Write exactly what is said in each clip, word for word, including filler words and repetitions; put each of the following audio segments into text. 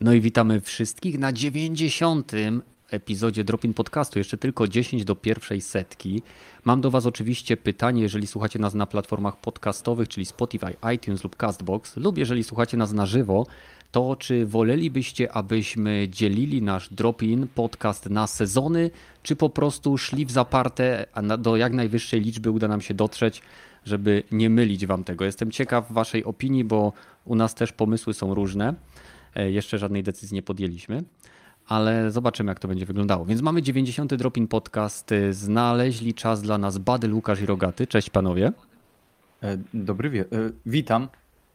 No i witamy wszystkich na dziewięćdziesiątym epizodzie Drop-in Podcastu. Jeszcze tylko dziesięć do pierwszej setki. Mam do Was oczywiście pytanie, jeżeli słuchacie nas na platformach podcastowych, czyli Spotify, iTunes lub Castbox, lub jeżeli słuchacie nas na żywo, to czy wolelibyście, abyśmy dzielili nasz Drop-in Podcast na sezony, czy po prostu szli w zaparte, a do jak najwyższej liczby uda nam się dotrzeć, żeby nie mylić Wam tego. Jestem ciekaw Waszej opinii, bo u nas też pomysły są różne. Jeszcze żadnej decyzji nie podjęliśmy, ale zobaczymy, jak to będzie wyglądało. Więc mamy dziewięćdziesiąty Drop-in Podcast. Znaleźli czas dla nas Badyl, Łukasz i Rogaty. Cześć panowie. Dobry wie... Witam.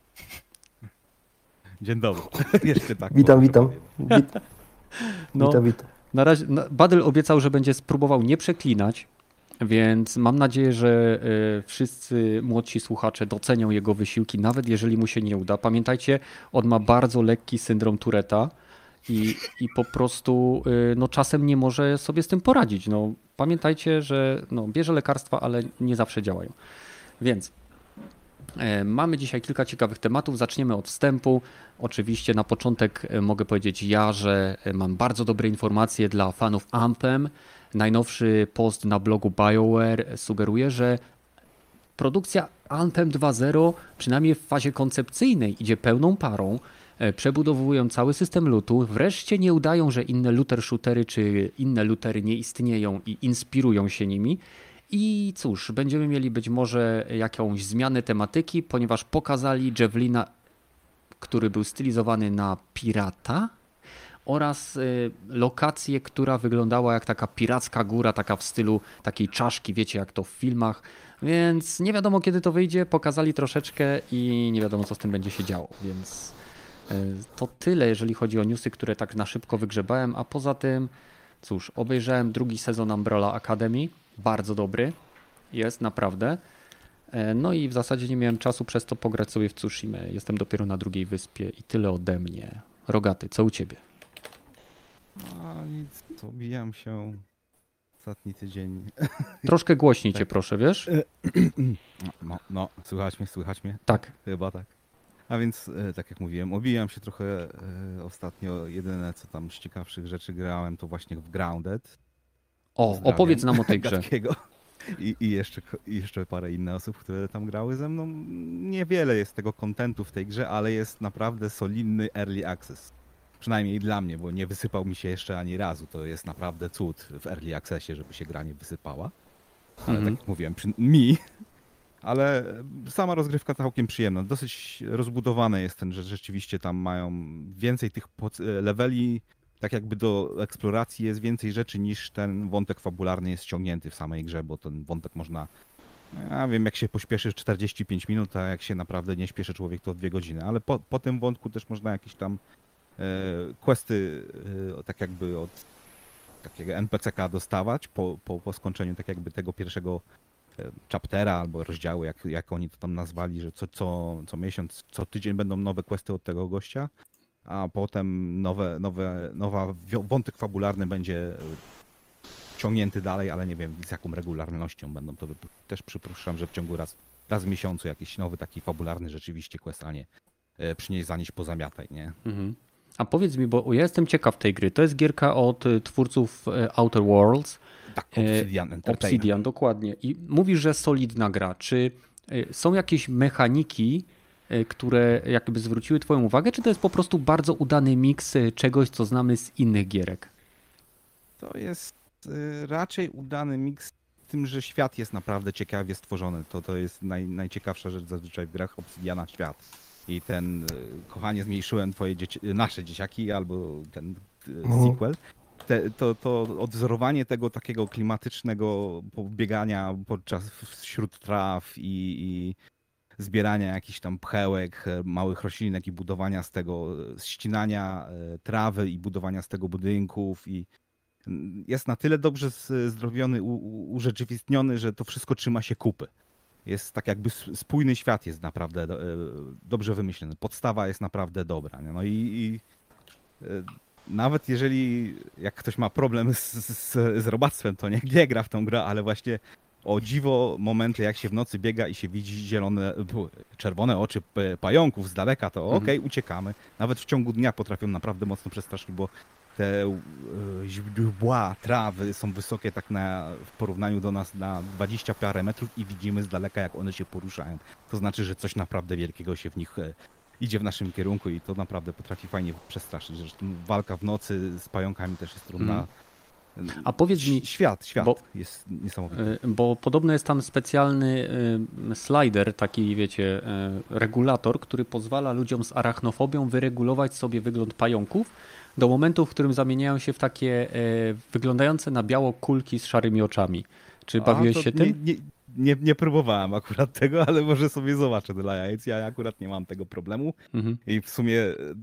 Dzień dobry. Jeszcze tak. Witam, witam. Wit... No, witam, witam. Na razie Badyl obiecał, że będzie spróbował nie przeklinać, więc mam nadzieję, że wszyscy młodsi słuchacze docenią jego wysiłki, nawet jeżeli mu się nie uda. Pamiętajcie, on ma bardzo lekki syndrom Touretta i, i po prostu no, czasem nie może sobie z tym poradzić. No, pamiętajcie, że no, bierze lekarstwa, ale nie zawsze działają. Więc mamy dzisiaj kilka ciekawych tematów. Zaczniemy od wstępu. Oczywiście na początek mogę powiedzieć ja, że mam bardzo dobre informacje dla fanów Anthem. Najnowszy post na blogu BioWare sugeruje, że produkcja Anthem dwa zero przynajmniej w fazie koncepcyjnej idzie pełną parą. Przebudowują cały system lootu. Wreszcie nie udają, że inne looter shootery czy inne lootery nie istnieją i inspirują się nimi. I cóż, będziemy mieli być może jakąś zmianę tematyki, ponieważ pokazali Javelina, który był stylizowany na pirata, oraz y, lokację, która wyglądała jak taka piracka góra, taka w stylu takiej czaszki, wiecie jak to w filmach. Więc nie wiadomo kiedy to wyjdzie, pokazali troszeczkę i nie wiadomo co z tym będzie się działo. Więc y, to tyle, jeżeli chodzi o newsy, które tak na szybko wygrzebałem. A poza tym, cóż, obejrzałem drugi sezon Umbrella Academy. Bardzo dobry jest, naprawdę. No i w zasadzie nie miałem czasu przez to pograć sobie w Tsushima. Jestem dopiero na drugiej wyspie i tyle ode mnie. Rogaty, co u ciebie? A nic, to bijam się ostatni tydzień. Troszkę głośniej cię proszę, wiesz? No, no, słychać mnie, słychać mnie? Tak. Chyba tak. A więc, tak jak mówiłem, obijam się trochę ostatnio. Jedyne, co tam z ciekawszych rzeczy grałem, to właśnie w Grounded. O, Pozdrawiam. Opowiedz nam o tej grze. I, i, jeszcze, I jeszcze parę innych osób, które tam grały ze mną. Niewiele jest tego kontentu w tej grze, ale jest naprawdę solidny early access. Przynajmniej dla mnie, bo nie wysypał mi się jeszcze ani razu. To jest naprawdę cud w early accessie, żeby się gra nie wysypała. Ale Mhm. tak jak mówiłem, przy, mi. Ale sama rozgrywka całkiem przyjemna. Dosyć rozbudowane jest ten, że rzeczywiście tam mają więcej tych leveli. Tak jakby do eksploracji jest więcej rzeczy niż ten wątek fabularny jest ściągnięty w samej grze, bo ten wątek można, ja wiem, jak się pośpieszy czterdzieści pięć minut, a jak się naprawdę nie śpieszy człowiek to dwie godziny, ale po, po tym wątku też można jakieś tam e, questy e, tak jakby od takiego en pe ce ka dostawać po, po, po skończeniu tak jakby tego pierwszego e, chaptera albo rozdziału, jak, jak oni to tam nazwali, że co, co, co miesiąc, co tydzień będą nowe questy od tego gościa. A potem nowe, nowe, nowa wątek fabularny będzie ciągnięty dalej, ale nie wiem z jaką regularnością będą to. Też przypuszczam, że w ciągu raz, raz w miesiącu jakiś nowy taki fabularny rzeczywiście quest, a nie przynieś, zanieść, pozamiataj, nie? Mhm. A powiedz mi, bo ja jestem ciekaw tej gry. To jest gierka od twórców Outer Worlds. Tak, Obsidian Entertainment. Obsidian, dokładnie. I mówisz, że solidna gra. Czy są jakieś mechaniki, które jakby zwróciły twoją uwagę, czy to jest po prostu bardzo udany miks czegoś, co znamy z innych gierek? To jest raczej udany miks w tym, że świat jest naprawdę ciekawie stworzony. To, to jest naj, najciekawsza rzecz zazwyczaj w grach Obsidiana, świat. I ten, kochanie, zmniejszyłem twoje dzieci, nasze dzieciaki, albo ten sequel. Te, to, to odwzorowanie tego takiego klimatycznego biegania podczas wśród traw i, i zbierania jakichś tam pchełek, małych roślinek i budowania z tego, ścinania trawy i budowania z tego budynków i jest na tyle dobrze zrobiony, urzeczywistniony, że to wszystko trzyma się kupy. Jest tak jakby spójny świat jest naprawdę dobrze wymyślony. Podstawa jest naprawdę dobra. No i, i nawet jeżeli jak ktoś ma problem z, z, z robactwem, to nie, nie gra w tą grę, ale właśnie o dziwo momenty, jak się w nocy biega i się widzi zielone, czerwone oczy pająków z daleka, to okej, okay, uciekamy. Nawet w ciągu dnia potrafią naprawdę mocno przestraszyć, bo te źródła, trawy są wysokie tak na, w porównaniu do nas na dwadzieścia parę metrów i widzimy z daleka, jak one się poruszają. To znaczy, że coś naprawdę wielkiego się w nich idzie w naszym kierunku i to naprawdę potrafi fajnie przestraszyć. Zresztą walka w nocy z pająkami też jest trudna. Mm. A powiedz mi, świat, świat bo, jest niesamowity. Bo podobno jest tam specjalny slider, taki wiecie, regulator, który pozwala ludziom z arachnofobią wyregulować sobie wygląd pająków do momentu, w którym zamieniają się w takie wyglądające na biało kulki z szarymi oczami. Czy bawiłeś się nie, tym? Nie, nie, nie próbowałem akurat tego, ale może sobie zobaczę dla jajec. Ja akurat nie mam tego problemu Mhm. i w sumie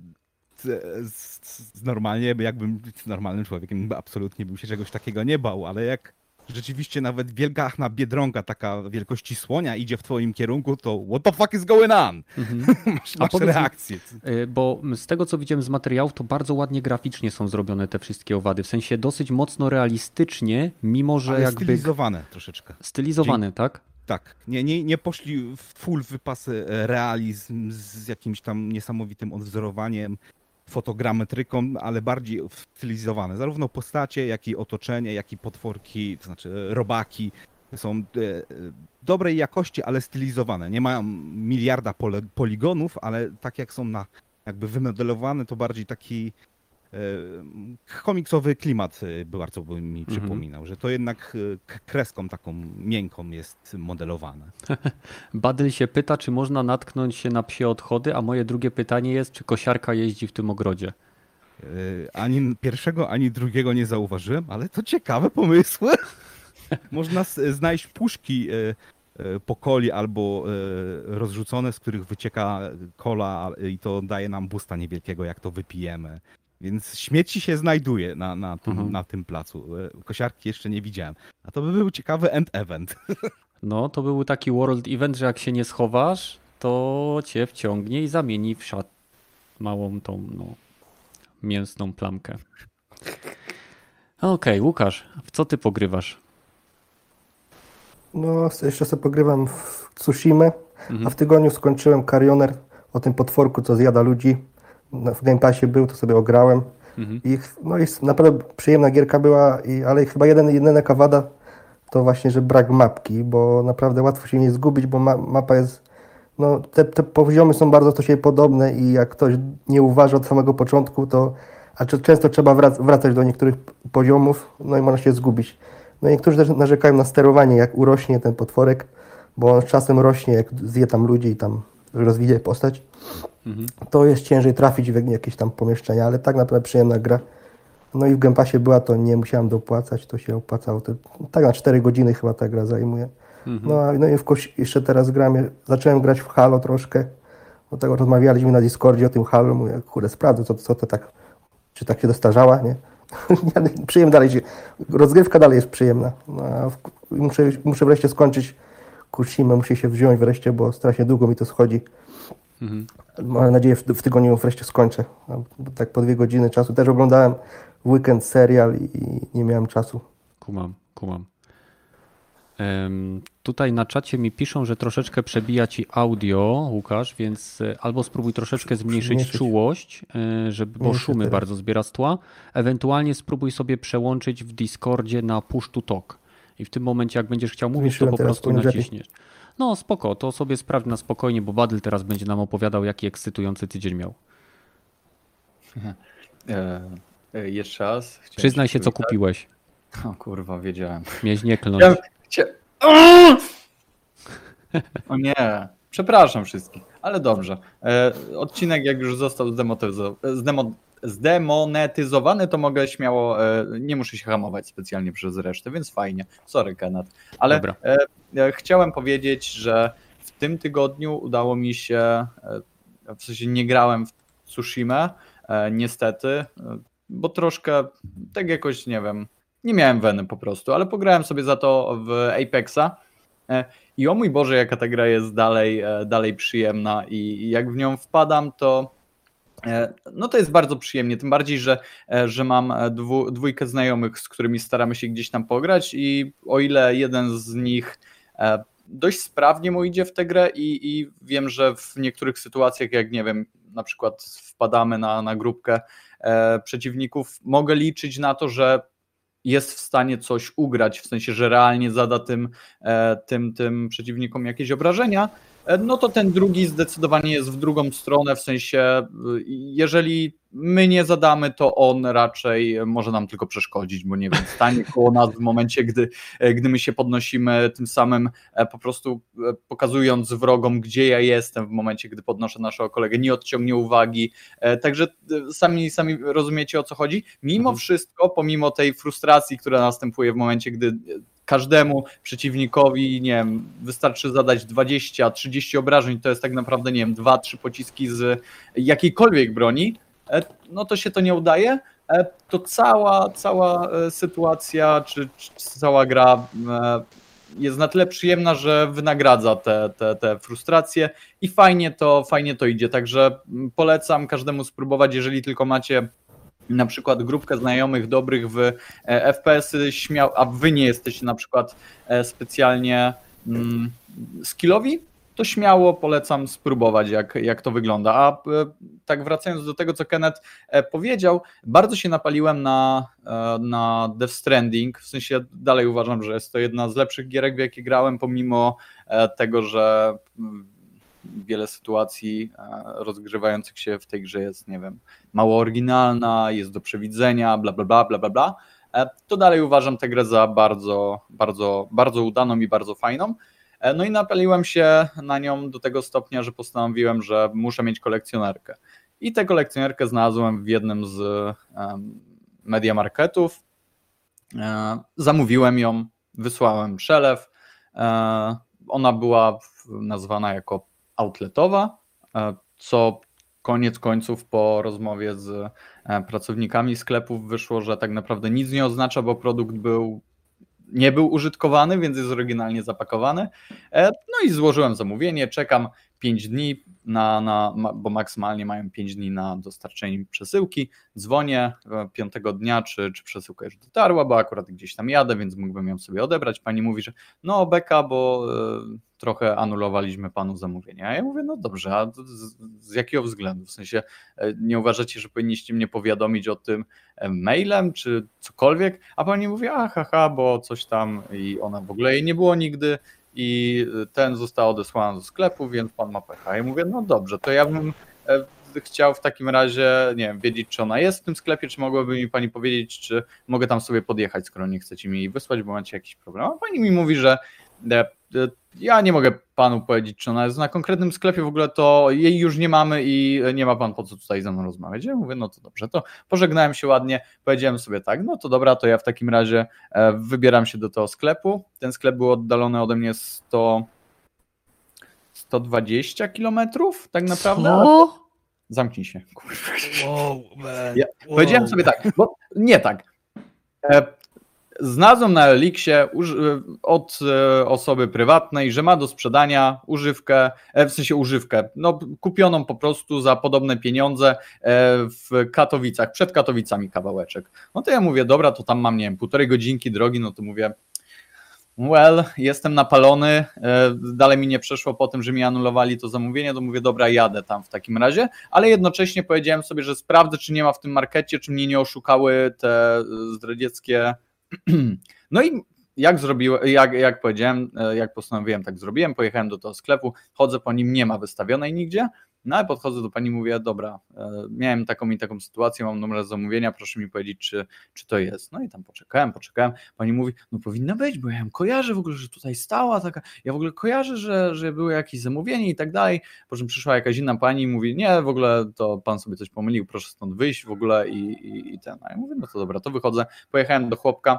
z, z, normalnie, jakbym normalnym człowiekiem, absolutnie bym się czegoś takiego nie bał, ale jak rzeczywiście nawet wielgachna biedronka taka wielkości słonia idzie w twoim kierunku, to what the fuck is going on? Mhm. masz masz powiedz mi, reakcję. Bo z tego, co widziałem z materiałów, to bardzo ładnie graficznie są zrobione te wszystkie owady. W sensie dosyć mocno realistycznie, mimo że ale jakby... stylizowane troszeczkę. Stylizowane, Dzięki... tak? Tak, nie, nie, nie poszli w full wypas realizm z jakimś tam niesamowitym odwzorowaniem, fotogrametryką, ale bardziej stylizowane. Zarówno postacie, jak i otoczenie, jak i potworki, to znaczy robaki są e, dobrej jakości, ale stylizowane. Nie mają miliarda pole, poligonów, ale tak jak są na jakby wymodelowane, to bardziej taki e, komiksowy klimat bardzo by mi Mhm. przypominał, że to jednak kreską taką miękką jest modelowane. Badyl się pyta, czy można natknąć się na psie odchody, a moje drugie pytanie jest, czy kosiarka jeździ w tym ogrodzie. Ani pierwszego, ani drugiego nie zauważyłem, ale to ciekawe pomysły. Można znaleźć puszki po coli albo rozrzucone, z których wycieka cola i to daje nam boosta niewielkiego, jak to wypijemy. Więc śmieci się znajduje na, na, tym, Mhm. na tym placu. Kosiarki jeszcze nie widziałem. A to by był ciekawy end event. No, to był taki world event, że jak się nie schowasz, to cię wciągnie i zamieni w szat małą tą no, mięsną plamkę. Okej, okay, Łukasz, w co ty pogrywasz? No, jeszcze sobie pogrywam w Tsushima, Mhm. a w tygodniu skończyłem Carrioner o tym potworku, co zjada ludzi. W Game Passie był, to sobie ograłem. Mhm. I, no i naprawdę przyjemna gierka była, i, ale chyba jeden, jedyna wada to właśnie, że brak mapki, bo naprawdę łatwo się nie zgubić, bo ma, mapa jest, no te, te poziomy są bardzo do siebie podobne i jak ktoś nie uważa od samego początku, to a często trzeba wrac, wracać do niektórych poziomów, no i można się zgubić. No i niektórzy też narzekają na sterowanie, jak urośnie ten potworek, bo on z czasem rośnie, jak zje tam ludzi i tam rozwija postać. Mhm. To jest ciężej trafić w jakieś tam pomieszczenia, ale tak naprawdę przyjemna gra. No i w Game Passie była, to nie musiałem dopłacać, to się opłacało. To, tak na cztery godziny chyba ta gra zajmuje. Mhm. No, a- no i w koś, jeszcze teraz gram, zacząłem grać w Halo troszkę. Do tego rozmawialiśmy na Discordzie o tym Halo, mówię, kurde, sprawdzę, co, co to tak, czy tak się dostarzała, nie? Przyjemna dalej się, rozgrywka dalej jest przyjemna. No, a w, muszę, muszę wreszcie skończyć Kushimę, muszę się wziąć wreszcie, bo strasznie długo mi to schodzi. Mhm. Mam nadzieję, w, w tygodniu wreszcie skończę. No, bo tak po dwie godziny czasu. Też oglądałem w weekend serial i nie miałem czasu. Kumam, kumam. Em, tutaj na czacie mi piszą, że troszeczkę przebija ci audio, Łukasz, więc e, albo spróbuj troszeczkę zmniejszyć Zmniejszyć. czułość, e, żeby, bo Zmniejszę szumy teraz. bardzo zbiera z tła. Ewentualnie spróbuj sobie przełączyć w Discordzie na push to talk. I w tym momencie, jak będziesz chciał mówić, to Zmniejszyłem po teraz, prostu powinno lepiej. naciśniesz. No spoko, to sobie sprawdź na spokojnie, bo Badyl teraz będzie nam opowiadał, jaki ekscytujący tydzień miał. E, e, jeszcze raz. Chciałem Przyznaj się, co przywitać. kupiłeś. O kurwa, wiedziałem. Miałeś nie klnąć. Chciałem, chcia... O nie, przepraszam wszystkich, ale dobrze. E, odcinek jak już został zdemotyzo... zdemo... zdemonetyzowany, to mogę śmiało, e, nie muszę się hamować specjalnie przez resztę, więc fajnie. Sorry, Kenat. Ale Dobra. e, e, chciałem powiedzieć, że w tym tygodniu udało mi się, e, w sensie nie grałem w Tsushima, e, niestety, e, bo troszkę, tak jakoś, nie wiem, nie miałem weny po prostu, ale pograłem sobie za to w Apexa e, i o mój Boże, jaka ta gra jest dalej, e, dalej przyjemna i, i jak w nią wpadam, to No to jest bardzo przyjemnie, tym bardziej, że, że mam dwu, dwójkę znajomych, z którymi staramy się gdzieś tam pograć i o ile jeden z nich dość sprawnie mu idzie w tę grę i, i wiem, że w niektórych sytuacjach, jak nie wiem, na przykład wpadamy na, na grupkę e, przeciwników, mogę liczyć na to, że jest w stanie coś ugrać, w sensie, że realnie zada tym, e, tym, tym przeciwnikom jakieś obrażenia, e, no to ten drugi zdecydowanie jest w drugą stronę, w sensie, jeżeli my nie zadamy, to on raczej może nam tylko przeszkodzić, bo nie wiem, stanie koło nas w momencie, gdy, gdy my się podnosimy, tym samym po prostu pokazując wrogom, gdzie ja jestem w momencie, gdy podnoszę naszego kolegę, nie odciągnie uwagi, także sami, sami rozumiecie, o co chodzi. Mimo mhm. wszystko, pomimo tej frustracji, która następuje w momencie, gdy każdemu przeciwnikowi, nie wiem, wystarczy zadać dwadzieścia trzydzieści obrażeń, to jest tak naprawdę, nie wiem, dwa trzy pociski z jakiejkolwiek broni, no to się to nie udaje, to cała, cała sytuacja, czy, czy cała gra jest na tyle przyjemna, że wynagradza te, te, te frustracje i fajnie to, fajnie to idzie, także polecam każdemu spróbować, jeżeli tylko macie na przykład grupkę znajomych dobrych w F P S-y, śmiał, a wy nie jesteście na przykład specjalnie mm, skillowi, to śmiało polecam spróbować, jak, jak to wygląda. A tak wracając do tego, co Kenneth powiedział, bardzo się napaliłem na, na Death Stranding, w sensie dalej uważam, że jest to jedna z lepszych gierek, w jakie grałem, pomimo tego, że wiele sytuacji rozgrywających się w tej grze jest, nie wiem, mało oryginalna, jest do przewidzenia, bla, bla, bla, bla, bla, bla. To dalej uważam tę grę za bardzo, bardzo, bardzo udaną i bardzo fajną. No i napaliłem się na nią do tego stopnia, że postanowiłem, że muszę mieć kolekcjonerkę. I tę kolekcjonerkę znalazłem w jednym z um, media marketów. E, zamówiłem ją, wysłałem przelew. E, ona była nazwana jako outletowa, e, co koniec końców po rozmowie z e, pracownikami sklepów wyszło, że tak naprawdę nic nie oznacza, bo produkt był nie był użytkowany, więc jest oryginalnie zapakowany. No i złożyłem zamówienie, czekam pięć dni, na, na, bo maksymalnie mają pięć dni na dostarczenie mi przesyłki. Dzwonię piątego dnia, czy, czy przesyłka już dotarła, bo akurat gdzieś tam jadę, więc mógłbym ją sobie odebrać. Pani mówi, że no beka, bo y, trochę anulowaliśmy panu zamówienie. A ja mówię, no dobrze, a z, z jakiego względu? W sensie y, nie uważacie, że powinniście mnie powiadomić o tym mailem, czy cokolwiek? A pani mówi, a haha, bo coś tam i ona w ogóle jej nie było nigdy. I ten został odesłany do sklepu, więc pan ma pecha. Ja mówię, no dobrze, to ja bym chciał w takim razie, nie wiem, wiedzieć, czy ona jest w tym sklepie, czy mogłaby mi pani powiedzieć, czy mogę tam sobie podjechać, skoro nie chcecie mi jej wysłać, bo macie jakiś problem. A pani mi mówi, że ja nie mogę panu powiedzieć, czy ona jest na konkretnym sklepie, w ogóle to jej już nie mamy i nie ma pan po co tutaj ze mną rozmawiać. Ja mówię, no to dobrze, to pożegnałem się ładnie, powiedziałem sobie tak, no to dobra, to ja w takim razie wybieram się do tego sklepu. Ten sklep był oddalony ode mnie sto, sto dwadzieścia kilometrów tak naprawdę. Co? Zamknij się. Wow, man. Ja wow. Powiedziałem sobie tak, bo nie tak. Znalazłem na Elixie od osoby prywatnej, że ma do sprzedania używkę, w sensie używkę, no kupioną po prostu za podobne pieniądze w Katowicach, przed Katowicami kawałeczek. No to ja mówię, dobra, to tam mam, nie wiem, półtorej godzinki drogi, no to mówię, well, jestem napalony, dalej mi nie przeszło po tym, że mi anulowali to zamówienie, to mówię, dobra, jadę tam w takim razie, ale jednocześnie powiedziałem sobie, że sprawdzę, czy nie ma w tym markecie, czy mnie nie oszukały te zdradzieckie. No i jak zrobiłem, jak, jak powiedziałem, jak postanowiłem, tak zrobiłem, pojechałem do tego sklepu, chodzę po nim, nie ma wystawionej nigdzie, no ale podchodzę do pani, mówię, dobra, miałem taką i taką sytuację, mam numer zamówienia, proszę mi powiedzieć, czy, czy to jest. No i tam poczekałem, poczekałem, pani mówi, no powinna być, bo ja ją kojarzę w ogóle, że tutaj stała taka, ja w ogóle kojarzę, że, że były jakieś zamówienie i tak dalej, po czym przyszła jakaś inna pani i mówi, nie, w ogóle to pan sobie coś pomylił, proszę stąd wyjść w ogóle i, i, i ten. A ja mówię, no to dobra, to wychodzę, pojechałem do chłopka,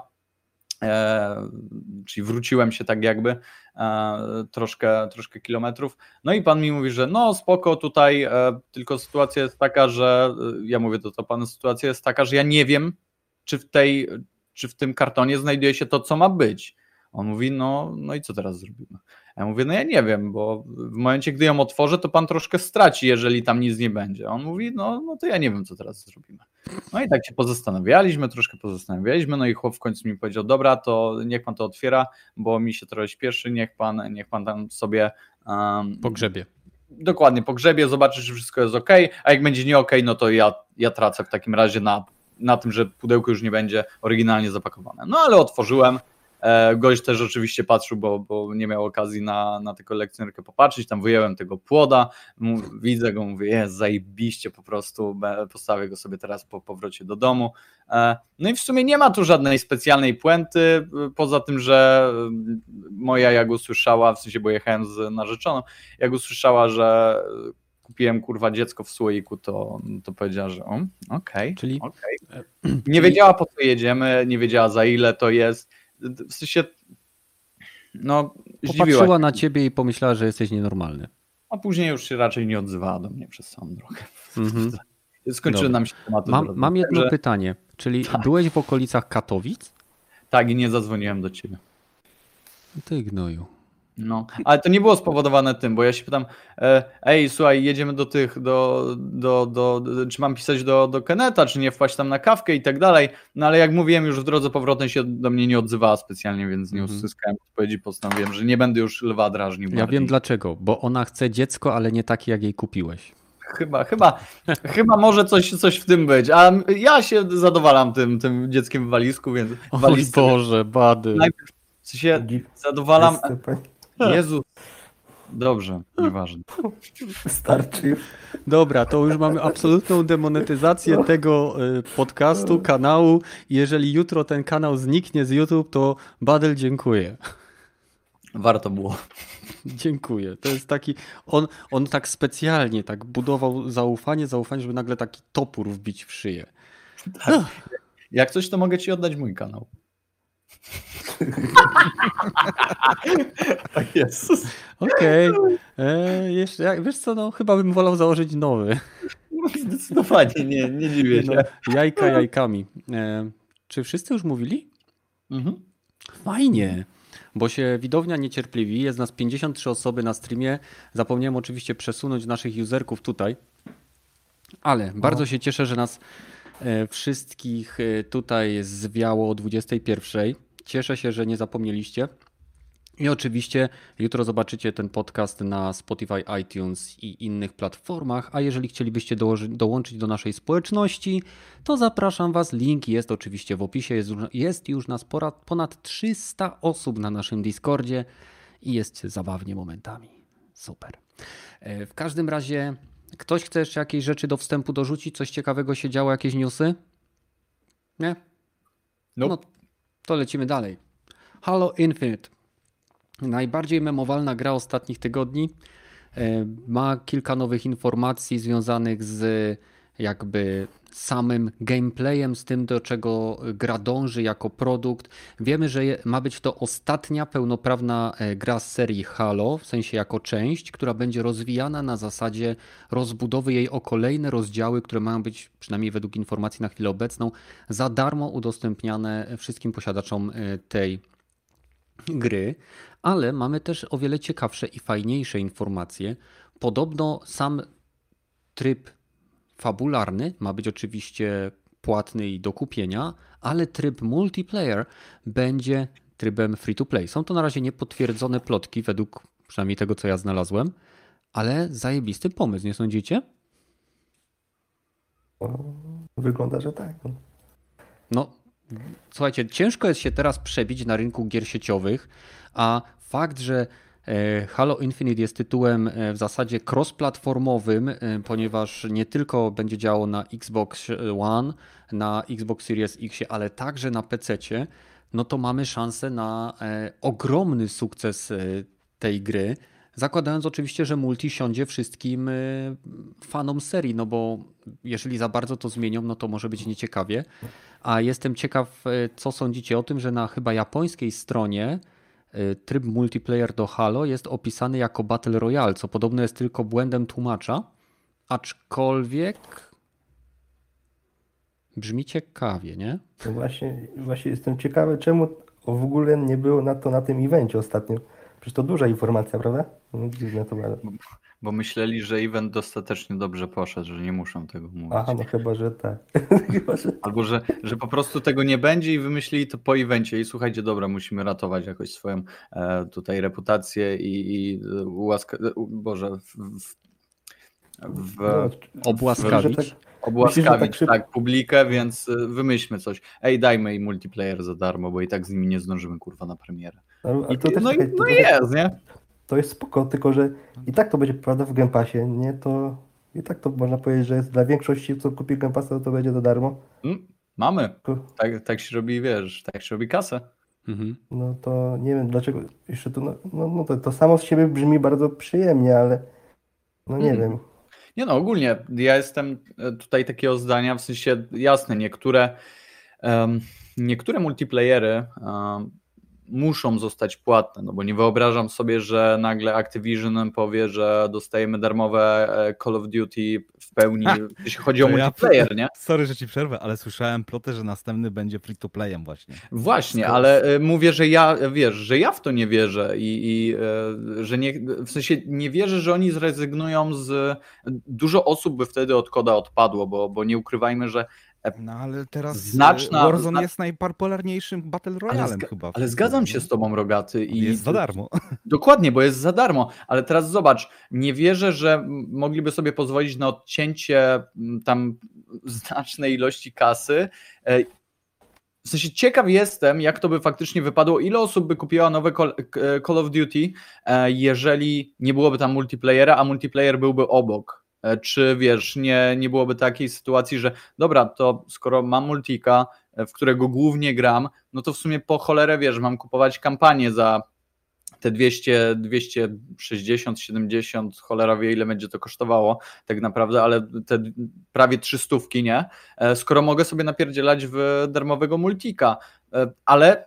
E, czyli wróciłem się tak jakby e, troszkę, troszkę kilometrów, no i pan mi mówi, że no spoko tutaj, e, tylko sytuacja jest taka, że ja mówię, to to panu sytuacja jest taka, że ja nie wiem, czy w tej, czy w tym kartonie znajduje się to, co ma być. On mówi, no, no i co teraz zrobimy? Ja mówię, no ja nie wiem, bo w momencie, gdy ją otworzę, to pan troszkę straci, jeżeli tam nic nie będzie. On mówi, no, no to ja nie wiem, co teraz zrobimy. No i tak się pozastanawialiśmy, troszkę pozastanawialiśmy, no i chłop w końcu mi powiedział, dobra, to niech pan to otwiera, bo mi się trochę śpieszy, niech pan, niech pan tam sobie... Um, Pogrzebie. Dokładnie, pogrzebie, zobaczysz, że wszystko jest ok, a jak będzie nie ok, no to ja, ja tracę w takim razie na, na tym, że pudełko już nie będzie oryginalnie zapakowane. No ale otworzyłem. Gość też oczywiście patrzył, bo, bo nie miał okazji na, na tę kolekcjonerkę popatrzeć, tam wyjąłem tego płoda, widzę go, mówię, jest zajebiście, po prostu postawię go sobie teraz po powrocie do domu. No i w sumie nie ma tu żadnej specjalnej puenty, poza tym, że moja jak usłyszała, w sensie, bo jechałem z narzeczoną, jak usłyszała, że kupiłem kurwa dziecko w słoiku, to, to powiedziała, że okej, okay, czyli okay. Nie wiedziała, po co jedziemy, nie wiedziała, za ile to jest. W sensie, no, popatrzyła się na ciebie i pomyślała, że jesteś nienormalny. A później już się raczej nie odzywała do mnie przez całą drogę. Mm-hmm. Skończyły Dobra. nam się tematy. Mam, mam jedno Także... pytanie. Czyli tak. byłeś w okolicach Katowic? Tak, i nie zadzwoniłem do ciebie. Ty gnoju. No, ale to nie było spowodowane tym, bo ja się pytam, ej, słuchaj, jedziemy do tych, do, do, do, do czy mam pisać do, do Keneta, czy nie wpaść tam na kawkę i tak dalej, no ale jak mówiłem, już w drodze powrotnej się do mnie nie odzywała specjalnie, więc nie uzyskałem mm-hmm. odpowiedzi, postanowiłem, że nie będę już lwa drażnił. Ja bardziej. Wiem dlaczego, bo ona chce dziecko, ale nie takie, jak jej kupiłeś. Chyba, chyba, chyba może coś, coś w tym być, a ja się zadowalam tym, tym dzieckiem w walizku, więc... O walizce, Boże, bady. Najpierw się zadowalam... Jezu, dobrze, nieważne. Starczy. Dobra, to już mamy absolutną demonetyzację tego podcastu, kanału. Jeżeli jutro ten kanał zniknie z YouTube, to Badel dziękuję. Warto było. Dziękuję. To jest taki, on, on tak specjalnie tak budował zaufanie, zaufanie, żeby nagle taki topór wbić w szyję. Tak. Jak coś, to mogę ci oddać mój kanał. Tak jest. Okej. Okay. Jeszcze, wiesz co, no chyba bym wolał założyć nowy. Zdecydowanie, nie, nie dziwię się. No, jajka jajkami. E, czy wszyscy już mówili? Mhm. Fajnie, bo się widownia niecierpliwi. Jest nas pięćdziesiąt trzy osoby na streamie. Zapomniałem oczywiście przesunąć naszych userków tutaj, ale no. bardzo się cieszę, że nas e, wszystkich tutaj zwiało o dwudziestej pierwszej. Cieszę się, że nie zapomnieliście. I oczywiście jutro zobaczycie ten podcast na Spotify, iTunes i innych platformach, a jeżeli chcielibyście dołoży, dołączyć do naszej społeczności, to zapraszam Was. Link jest oczywiście w opisie. Jest, jest już nas ponad trzysta osób na naszym Discordzie i jest zabawnie momentami. Super. W każdym razie, ktoś chce jeszcze jakieś rzeczy do wstępu dorzucić? Coś ciekawego się działo? Jakieś newsy? Nie? Nope. No to lecimy dalej. Halo Infinite. Najbardziej memowalna gra ostatnich tygodni. Ma kilka nowych informacji związanych z jakby samym gameplayem, z tym, do czego gra dąży jako produkt. Wiemy, że ma być to ostatnia pełnoprawna gra z serii Halo, w sensie jako część, która będzie rozwijana na zasadzie rozbudowy jej o kolejne rozdziały, które mają być, przynajmniej według informacji na chwilę obecną, za darmo udostępniane wszystkim posiadaczom tej gry. Ale mamy też o wiele ciekawsze i fajniejsze informacje. Podobno sam tryb fabularny ma być oczywiście płatny i do kupienia, ale tryb multiplayer będzie trybem free to play. Są to na razie niepotwierdzone plotki, według przynajmniej tego, co ja znalazłem, ale zajebisty pomysł, nie sądzicie? Wygląda, że tak. No, słuchajcie, ciężko jest się teraz przebić na rynku gier sieciowych, a fakt, że Halo Infinite jest tytułem w zasadzie cross-platformowym, ponieważ nie tylko będzie działało na Xbox One, na Xbox Series X, ale także na pececie, no to mamy szansę na ogromny sukces tej gry, zakładając oczywiście, że multi siądzie wszystkim fanom serii, no bo jeżeli za bardzo to zmienią, no to może być nieciekawie. A jestem ciekaw, co sądzicie o tym, że na chyba japońskiej stronie tryb multiplayer do Halo jest opisany jako Battle Royale, co podobno jest tylko błędem tłumacza, aczkolwiek brzmi ciekawie, nie? No właśnie, właśnie jestem ciekawy, czemu w ogóle nie było na to na tym evencie ostatnio. Przecież to duża informacja, prawda? No, dziwne to bardzo. Bo myśleli, że event dostatecznie dobrze poszedł, że nie muszą tego mówić. Aha, no chyba, że tak. chyba, że... Albo, że, że po prostu tego nie będzie i wymyślili to po evencie i słuchajcie, dobra, musimy ratować jakoś swoją e, tutaj reputację i, i ułaska... Boże, w, w, w, No, Obłaskawić. że tak- obłaskawić myślisz, że tak szybko- tak, publikę, więc e, wymyślmy coś. Ej, dajmy im multiplayer za darmo, bo i tak z nimi nie zdążymy, kurwa, na premierę. Ale, ale I, to też no i czekaj, to, no to, jest, nie? to jest spoko, tylko że i tak to będzie prawda w Game Passie, nie? To i tak to można powiedzieć, że jest dla większości, co kupi Game Passa, to będzie za darmo. Mm, mamy. Ku- Tak, tak się robi, wiesz, tak się robi kasę. Mhm. No to nie wiem dlaczego jeszcze to, no, no, no to, to samo z siebie brzmi bardzo przyjemnie, ale no nie Mhm. wiem. Nie no, ogólnie ja jestem e, tutaj takiego zdania, w sensie jasne, niektóre, em, niektóre multiplayery em, muszą zostać płatne, no bo nie wyobrażam sobie, że nagle Activision powie, że dostajemy darmowe e, Call of Duty w pełni, jeśli chodzi o To ja- multiplayer, nie? Sorry, że ci przerwę, ale słyszałem plotę, że następny będzie free to playem właśnie. Właśnie, Skoro- ale e, mówię, że ja, wiesz, że ja w to nie wierzę i, i e, że nie, w sensie nie wierzę, że oni zrezygnują z, dużo osób by wtedy od koda odpadło, bo, bo nie ukrywajmy, że No ale teraz Znaczna- Warzone zna- jest najpopularniejszym Battle Royalem zga- chyba. w ale tym zgadzam sezonie. się z tobą, Rogaty. I Jest za darmo. Dokładnie, bo jest za darmo, ale teraz zobacz, nie wierzę, że m- mogliby sobie pozwolić na odcięcie m, tam znacznej ilości kasy. E, W sensie ciekaw jestem, jak to by faktycznie wypadło, ile osób by kupiła nowe Call, e, Call of Duty, e, jeżeli nie byłoby tam multiplayera, a multiplayer byłby obok. E, Czy wiesz, nie, nie byłoby takiej sytuacji, że dobra, to skoro mam multika, e, w którego głównie gram, no to w sumie po cholerę, wiesz, mam kupować kampanię za te dwieście, dwieście sześćdziesiąt, siedemdziesiąt, cholera wie ile będzie to kosztowało tak naprawdę, ale te prawie trzystówki, nie? E, Skoro mogę sobie napierdzielać w darmowego multika, E, ale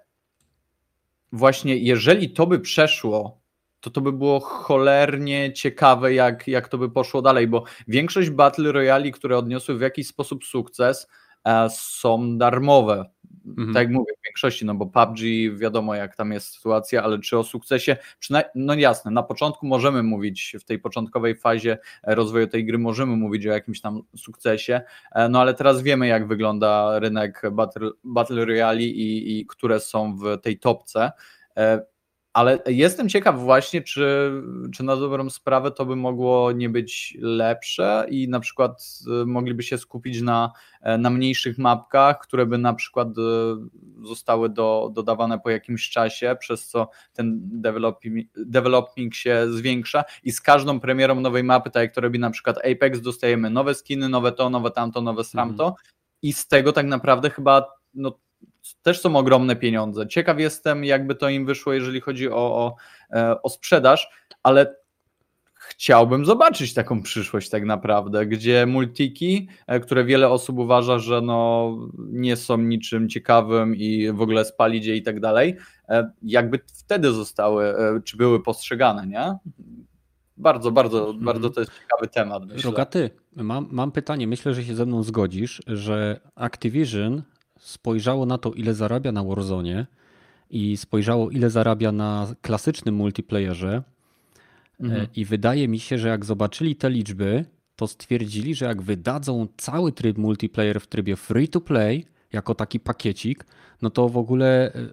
właśnie jeżeli to by przeszło, to to by było cholernie ciekawe, jak, jak to by poszło dalej, bo większość Battle Royali, które odniosły w jakiś sposób sukces, e, są darmowe. Mhm. Tak jak mówię, w większości, no bo P U B G wiadomo jak tam jest sytuacja, ale czy o sukcesie, przynaj- no jasne, na początku możemy mówić, w tej początkowej fazie rozwoju tej gry możemy mówić o jakimś tam sukcesie, e, no ale teraz wiemy jak wygląda rynek Battle, Battle Royale i, i które są w tej topce. E, Ale jestem ciekaw właśnie, czy, czy na dobrą sprawę to by mogło nie być lepsze i na przykład y, mogliby się skupić na, e, na mniejszych mapkach, które by na przykład y, zostały do, dodawane po jakimś czasie, przez co ten developing, developing się zwiększa i z każdą premierą nowej mapy, tak jak to robi na przykład Apex, dostajemy nowe skiny, nowe to, nowe tamto, nowe stramto Mhm. i z tego tak naprawdę chyba no, też są ogromne pieniądze. Ciekaw jestem, jakby to im wyszło, jeżeli chodzi o, o, e, o sprzedaż, ale chciałbym zobaczyć taką przyszłość tak naprawdę, gdzie multiki, e, które wiele osób uważa, że no nie są niczym ciekawym i w ogóle spalić je i tak dalej, e, jakby wtedy zostały, e, czy były postrzegane, nie? Bardzo, bardzo, Mhm. bardzo to jest ciekawy temat, myślę. Rogaty, mam, mam pytanie, myślę, że się ze mną zgodzisz, że Activision spojrzało na to, ile zarabia na Warzone i spojrzało, ile zarabia na klasycznym multiplayerze Mhm. e, i wydaje mi się, że jak zobaczyli te liczby, to stwierdzili, że jak wydadzą cały tryb multiplayer w trybie free to play, jako taki pakiecik, no to w ogóle e,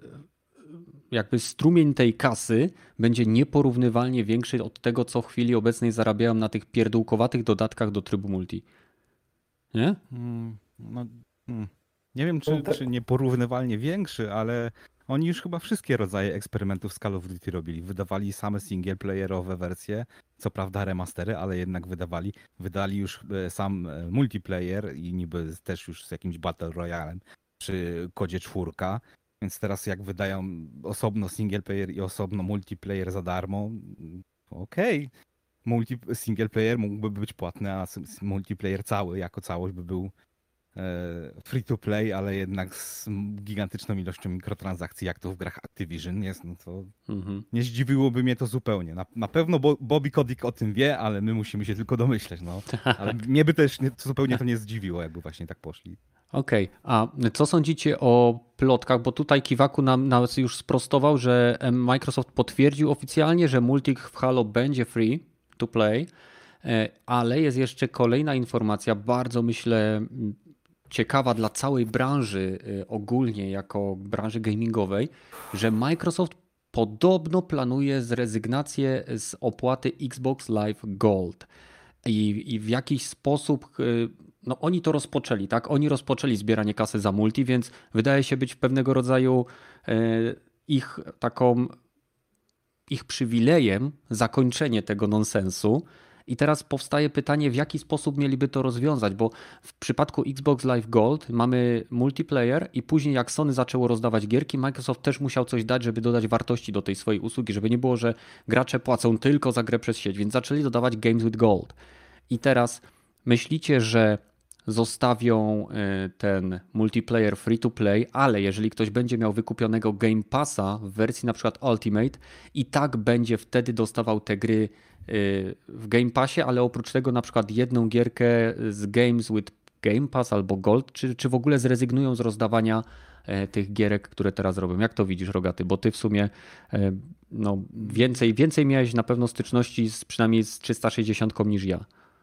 jakby strumień tej kasy będzie nieporównywalnie większy od tego, co w chwili obecnej zarabiają na tych pierdółkowatych dodatkach do trybu multi. Nie? Mm, no, mm. Nie wiem, czy, No tak. czy nieporównywalnie większy, ale oni już chyba wszystkie rodzaje eksperymentów z Call of Duty robili. Wydawali same singleplayerowe wersje, co prawda remastery, ale jednak wydawali. Wydali już e, sam e, multiplayer i niby też już z jakimś Battle Royalem przy kodzie czwórka. Więc teraz jak wydają osobno singleplayer i osobno multiplayer za darmo, mm, okej. Multi single player mógłby być płatny, a s- multiplayer cały jako całość by był free to play, ale jednak z gigantyczną ilością mikrotransakcji, jak to w grach Activision jest, no to mhm. nie zdziwiłoby mnie to zupełnie. Na, na pewno Bo, Bobby Kotick o tym wie, ale my musimy się tylko domyśleć. No. Ale mnie by też nie, zupełnie to nie zdziwiło, jakby właśnie tak poszli. Okej, okay. A co sądzicie o plotkach? Bo tutaj Kiwaku nam, nam już sprostował, że Microsoft potwierdził oficjalnie, że multik w Halo będzie free to play, ale jest jeszcze kolejna informacja, bardzo myślę ciekawa dla całej branży ogólnie, jako branży gamingowej, że Microsoft podobno planuje zrezygnację z opłaty Xbox Live Gold. I, i w jakiś sposób, no oni to rozpoczęli, tak? Oni rozpoczęli zbieranie kasy za multi, więc wydaje się być pewnego rodzaju ich taką, ich przywilejem zakończenie tego nonsensu. I teraz powstaje pytanie, w jaki sposób mieliby to rozwiązać, bo w przypadku Xbox Live Gold mamy multiplayer i później jak Sony zaczęło rozdawać gierki, Microsoft też musiał coś dać, żeby dodać wartości do tej swojej usługi, żeby nie było, że gracze płacą tylko za grę przez sieć, więc zaczęli dodawać Games with Gold. I teraz myślicie, że zostawią ten multiplayer free to play, ale jeżeli ktoś będzie miał wykupionego Game Passa w wersji na przykład Ultimate i tak będzie wtedy dostawał te gry w Game Passie, ale oprócz tego na przykład jedną gierkę z Games with Game Pass albo Gold, czy, czy w ogóle zrezygnują z rozdawania tych gierek, które teraz robią? Jak to widzisz, Rogaty? Bo ty w sumie no, więcej, więcej miałeś na pewno styczności z, przynajmniej z trzysta sześćdziesiąt niż ja.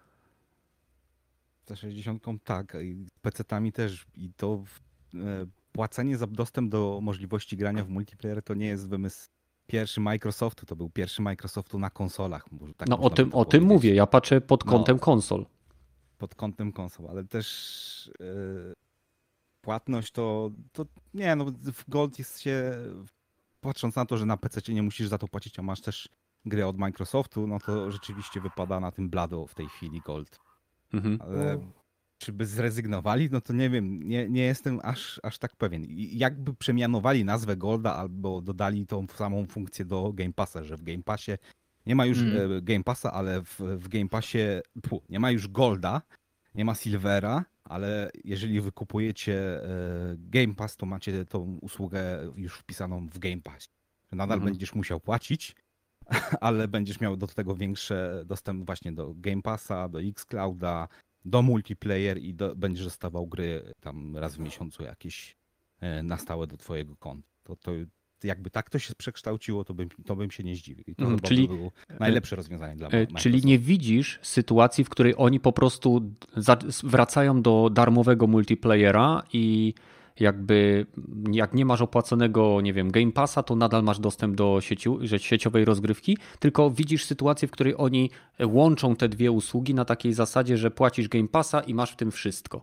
trzysta sześćdziesiąt tak, i pecetami też. I to płacenie za dostęp do możliwości grania w multiplayer to nie jest wymysł pierwszy Microsoftu, to był pierwszy Microsoftu na konsolach. Tak no o tym, o tym mówię, ja patrzę pod kątem no, konsol. Pod kątem konsol, ale też yy, płatność to, to nie, no w Gold jest się, patrząc na to, że na P C nie musisz za to płacić, a masz też gry od Microsoftu, no to rzeczywiście wypada na tym blado w tej chwili Gold. Mhm. Ale czy by zrezygnowali? No to nie wiem, nie, nie jestem aż, aż tak pewien. I jakby przemianowali nazwę Golda albo dodali tą samą funkcję do Game Passa, że w Game Passie nie ma już mm. Game Passa, ale w, w Game Passie pu, nie ma już Golda, nie ma Silvera, ale jeżeli wykupujecie Game Pass, to macie tą usługę już wpisaną w Game Pass. Nadal mm. będziesz musiał płacić, ale będziesz miał do tego większy dostęp właśnie do Game Passa, do Xclouda, do multiplayer i do, będziesz dostawał gry tam raz w miesiącu jakieś na stałe do twojego konta. To, to jakby tak to się przekształciło, to bym, to bym się nie zdziwił. I to mm, chyba czyli, by było najlepsze rozwiązanie dla Microsoftu. Czyli nie widzisz sytuacji, w której oni po prostu za, wracają do darmowego multiplayera i jakby jak nie masz opłaconego, nie wiem, Game Passa, to nadal masz dostęp do sieci, sieciowej rozgrywki, tylko widzisz sytuację, w której oni łączą te dwie usługi na takiej zasadzie, że płacisz Game Passa i masz w tym wszystko.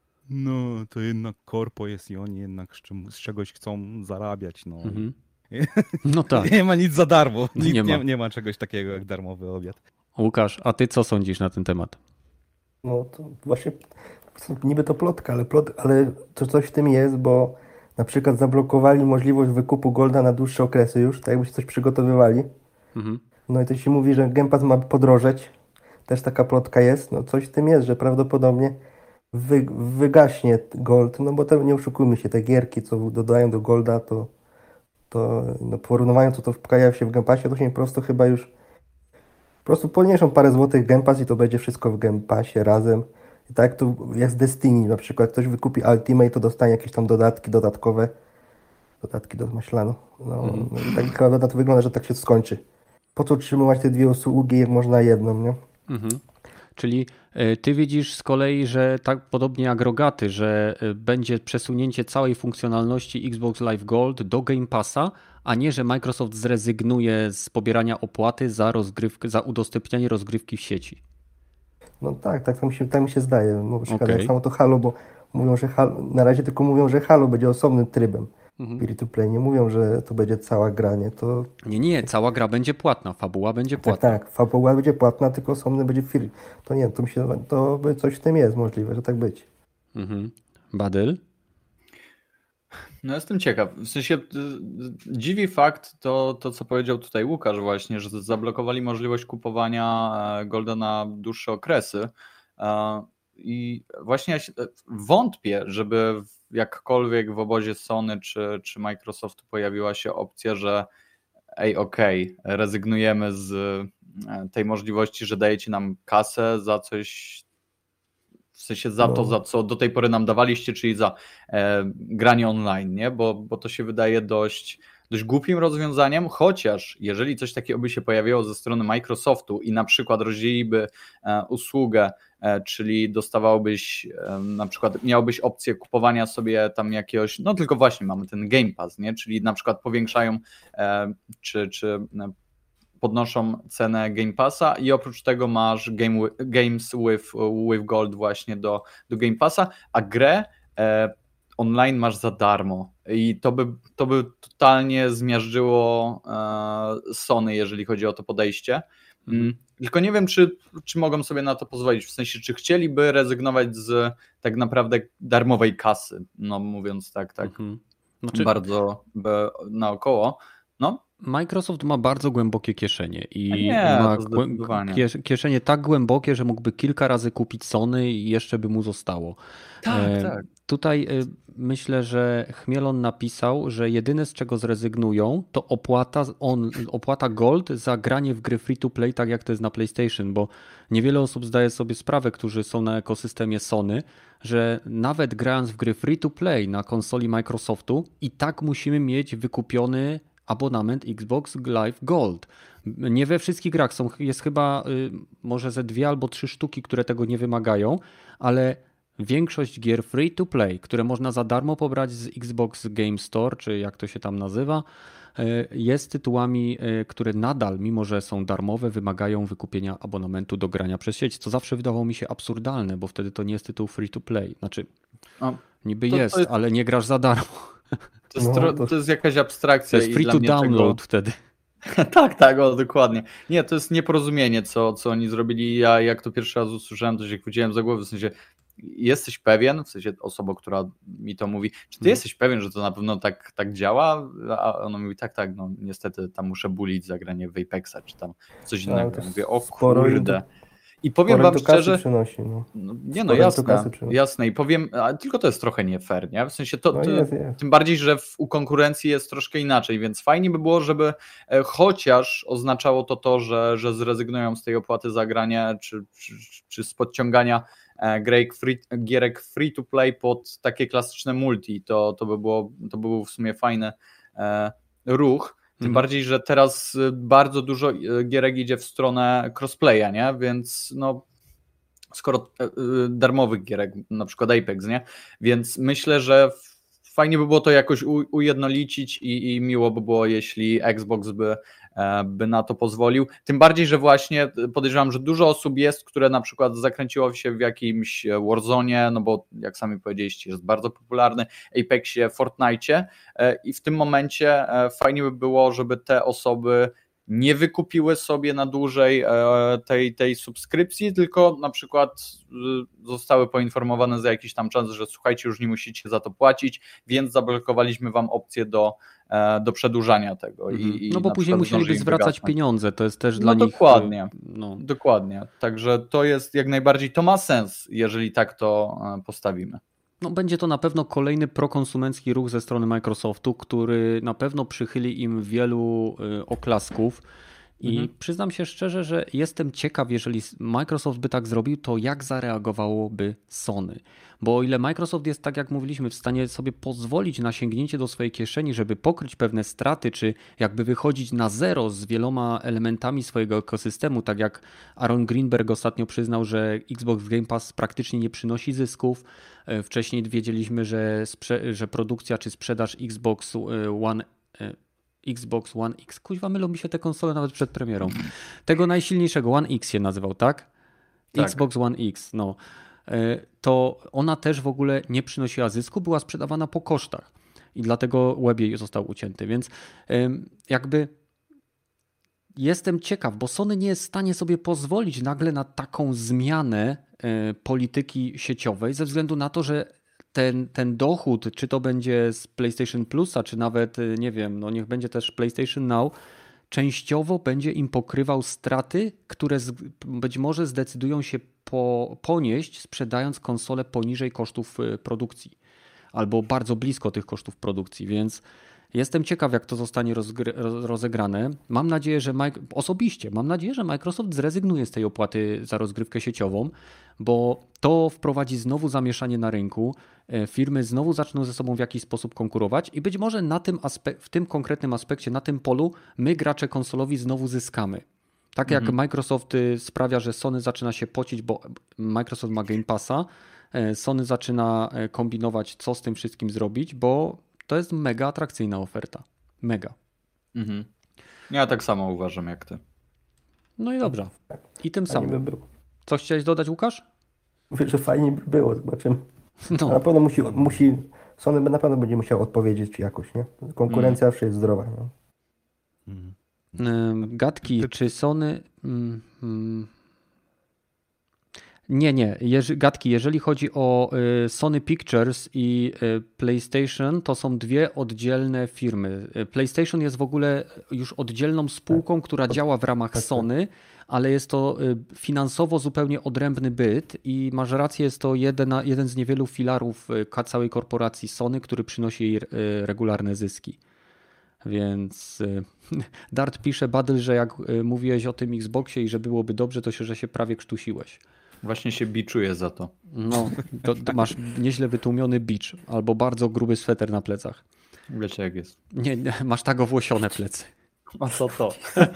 No, to jednak korpo jest i oni jednak z, czym, z czegoś chcą zarabiać. No, mhm. no tak. Nie ma nic za darmo. Nic, nie, ma. Nie, nie ma czegoś takiego jak darmowy obiad. Łukasz, a ty co sądzisz na ten temat? No to właśnie niby to plotka, ale, plot, ale to coś w tym jest, bo na przykład zablokowali możliwość wykupu Golda na dłuższe okresy już, tak jakby się coś przygotowywali. Mhm. No i to się mówi, że Game Pass ma podrożeć. Też taka plotka jest. No coś w tym jest, że prawdopodobnie wy, wygaśnie Gold, no bo te, nie oszukujmy się, te gierki, co dodają do Golda, to, to no, porównując co to pojawia się w Game Passie, to się po prostu chyba już po prostu podniesią parę złotych Game Pass i to będzie wszystko w Game Passie razem. I tak tu jest Destiny, na przykład ktoś wykupi Ultimate, to dostanie jakieś tam dodatki dodatkowe, dodatki do maślanu. No, mm. no i tak chyba na to wygląda, że tak się skończy. Po co utrzymywać te dwie usługi, jak można jedną, nie? Mhm. Czyli ty widzisz z kolei, że tak podobnie jak Rogaty, że będzie przesunięcie całej funkcjonalności Xbox Live Gold do Game Passa, a nie, że Microsoft zrezygnuje z pobierania opłaty za rozgrywkę, za udostępnianie rozgrywki w sieci. No tak, tak, tak, mi, się, tak mi się zdaje. No, okay. Jak samo to Halo, bo mówią, że Halo, na razie tylko mówią, że Halo będzie osobnym trybem mhm. free to play. Nie mówią, że to będzie cała gra, nie? To... Nie, nie, cała gra będzie płatna, fabuła będzie płatna. Tak, tak, fabuła będzie płatna, tylko osobny będzie free. To nie, to mi się, to by coś w tym jest możliwe, że tak być. Mhm. Badyl? No jestem ciekaw. W sensie dziwi fakt to, to, co powiedział tutaj Łukasz właśnie, że zablokowali możliwość kupowania Golda na dłuższe okresy. i właśnie ja się, wątpię, żeby jakkolwiek w obozie Sony czy, czy Microsoftu pojawiła się opcja, że ej, okej, okay, rezygnujemy z tej możliwości, że dajecie nam kasę za coś, w sensie za No. to, za co do tej pory nam dawaliście, czyli za e, granie online, nie? Bo, bo to się wydaje dość, dość głupim rozwiązaniem, chociaż jeżeli coś takiego by się pojawiło ze strony Microsoftu i na przykład rozdzieliliby e, usługę, e, czyli dostawałbyś e, na przykład, miałbyś opcję kupowania sobie tam jakiegoś, no tylko właśnie mamy ten Game Pass, nie? Czyli na przykład powiększają e, czy, czy podnoszą cenę Game Passa i oprócz tego masz game, Games with, with Gold właśnie do, do Game Passa, a grę e, online masz za darmo i to by, to by totalnie zmiażdżyło e, Sony, jeżeli chodzi o to podejście. Mm. Tylko nie wiem, czy, czy mogą sobie na to pozwolić, w sensie, czy chcieliby rezygnować z tak naprawdę darmowej kasy, no mówiąc tak, tak Mhm. Znaczy, bardzo naokoło. No. Microsoft ma bardzo głębokie kieszenie i nie, ma to zdecydowanie. kieszenie tak głębokie, że mógłby kilka razy kupić Sony i jeszcze by mu zostało. Tak, e, tak. Tutaj e, myślę, że Chmielon napisał, że jedyne z czego zrezygnują to opłata, on, opłata Gold za granie w gry free to play, tak jak to jest na PlayStation, bo niewiele osób zdaje sobie sprawę, którzy są na ekosystemie Sony, że nawet grając w gry free to play na konsoli Microsoftu i tak musimy mieć wykupiony abonament Xbox Live Gold. Nie we wszystkich grach są, jest chyba y, może ze dwie albo trzy sztuki, które tego nie wymagają, ale większość gier free to play, które można za darmo pobrać z Xbox Game Store, czy jak to się tam nazywa, y, jest tytułami, y, które nadal, mimo że są darmowe, wymagają wykupienia abonamentu do grania przez sieć, co zawsze wydawało mi się absurdalne, bo wtedy to nie jest tytuł free to play. Znaczy, no, niby to, jest, to jest, ale nie grasz za darmo. To jest, No, tro, to- to jest jakaś abstrakcja. To jest i free dla to mnie download tego... wtedy. tak, tak, o, dokładnie. Nie, to jest nieporozumienie, co, co oni zrobili. Ja jak to pierwszy raz usłyszałem, to się chwyciłem za głowę, w sensie jesteś pewien, w sensie osoba, która mi to mówi, czy ty Mhm. jesteś pewien, że to na pewno tak, tak działa? A ona mówi, tak, tak, no niestety tam muszę bulić za granie w Apexa, czy tam coś Ale innego. to Ja mówię, o sporo im kurde. to- I powiem Sporo wam to kasy szczerze, przynosi, no. no, nie Sporo no im to jasne, kasy przynosi. jasne i powiem, a tylko to jest trochę nie fair, nie? W sensie to, No to jest, jest. tym bardziej, że w, u konkurencji jest troszkę inaczej, więc fajnie by było, żeby e, chociaż oznaczało to to, że, że zrezygnują z tej opłaty za granie, czy, czy, czy z podciągania e, gierek free, gierek free to play pod takie klasyczne multi, to, to, by, było, to by był w sumie fajny e, ruch. Tym Mhm. bardziej, że teraz y, bardzo dużo y, gierek idzie w stronę crossplaya, nie? Więc no skoro y, y, darmowych gierek, na przykład Apex, nie? Więc myślę, że f- fajnie by było to jakoś u, ujednolicić i, i miło by było, jeśli Xbox by, e, by na to pozwolił. Tym bardziej, że właśnie podejrzewam, że dużo osób jest, które na przykład zakręciło się w jakimś Warzone, no bo jak sami powiedzieliście, jest bardzo popularny, Apexie, Fortnite e, i w tym momencie e, fajnie by było, żeby te osoby nie wykupiły sobie na dłużej e, tej, tej subskrypcji, tylko na przykład y, zostały poinformowane za jakiś tam czas, że słuchajcie, już nie musicie za to płacić, więc zablokowaliśmy wam opcję do, e, do przedłużania tego. I, Mhm. i No bo na później przykład musieliby zdąży im zwracać wygasnąć. pieniądze, to jest też No dla nich... dokładnie. No, Dokładnie, także to jest jak najbardziej, to ma sens, jeżeli tak to e, postawimy. no będzie to na pewno kolejny prokonsumencki ruch ze strony Microsoftu, który na pewno przychyli im wielu y, oklasków. I Mhm. przyznam się szczerze, że jestem ciekaw, jeżeli Microsoft by tak zrobił, to jak zareagowałoby Sony. Bo o ile Microsoft jest, tak jak mówiliśmy, w stanie sobie pozwolić na sięgnięcie do swojej kieszeni, żeby pokryć pewne straty, czy jakby wychodzić na zero z wieloma elementami swojego ekosystemu, tak jak Aaron Greenberg ostatnio przyznał, że Xbox Game Pass praktycznie nie przynosi zysków. E, Wcześniej wiedzieliśmy, że, sprze- że produkcja czy sprzedaż Xbox e, One e, Xbox One X, kuźwa, mylą mi się te konsole nawet przed premierą. Tego najsilniejszego, One X się nazywał, tak? Tak. Xbox One X, no. E, To ona też w ogóle nie przynosiła zysku, była sprzedawana po kosztach i dlatego łeb jej został ucięty, więc em, jakby jestem ciekaw, bo Sony nie jest w stanie sobie pozwolić nagle na taką zmianę e, polityki sieciowej ze względu na to, że ten, ten dochód, czy to będzie z PlayStation Plusa, czy nawet, e, nie wiem, no niech będzie też PlayStation Now, częściowo będzie im pokrywał straty, które z, być może zdecydują się po, ponieść, sprzedając konsolę poniżej kosztów produkcji albo bardzo blisko tych kosztów produkcji, więc jestem ciekaw, jak to zostanie rozgry- rozegrane. Mam nadzieję, że Mike- osobiście mam nadzieję, że Microsoft zrezygnuje z tej opłaty za rozgrywkę sieciową, bo to wprowadzi znowu zamieszanie na rynku. Firmy znowu zaczną ze sobą w jakiś sposób konkurować i być może na tym aspe- w tym konkretnym aspekcie, na tym polu my gracze konsolowi znowu zyskamy. Tak jak Mhm. Microsoft sprawia, że Sony zaczyna się pocić, bo Microsoft ma Game Passa, Sony zaczyna kombinować, co z tym wszystkim zrobić, bo to jest mega atrakcyjna oferta. Mega. Mhm. Ja tak samo uważam jak ty. No i dobrze. I tym Fajnie by samym. było. Co chciałeś dodać, Łukasz? Mówię, że fajnie by było, zobaczymy. No. Na pewno musi, musi, Sony na pewno będzie musiał odpowiedzieć jakoś, nie? Konkurencja zawsze jest zdrowa. Nie? Mhm. Ym, Gadki, czy Sony... Mm, mm. Nie, nie. Jeż... Gadki, jeżeli chodzi o y, Sony Pictures i y, PlayStation, to są dwie oddzielne firmy. Y, PlayStation jest w ogóle już oddzielną spółką, która działa w ramach Sony, ale jest to y, finansowo zupełnie odrębny byt i masz rację, jest to jeden, jeden z niewielu filarów y, ka- całej korporacji Sony, który przynosi jej y, regularne zyski. Więc y, Dart pisze, Badl, że jak y, mówiłeś o tym Xboxie i że byłoby dobrze, to się, że się prawie krztusiłeś. Właśnie się biczuję za to. No, to, to masz nieźle wytłumiony bicz albo bardzo gruby sweter na plecach. Wiecie jak jest. Nie, nie masz tak owłosione plecy. A co to?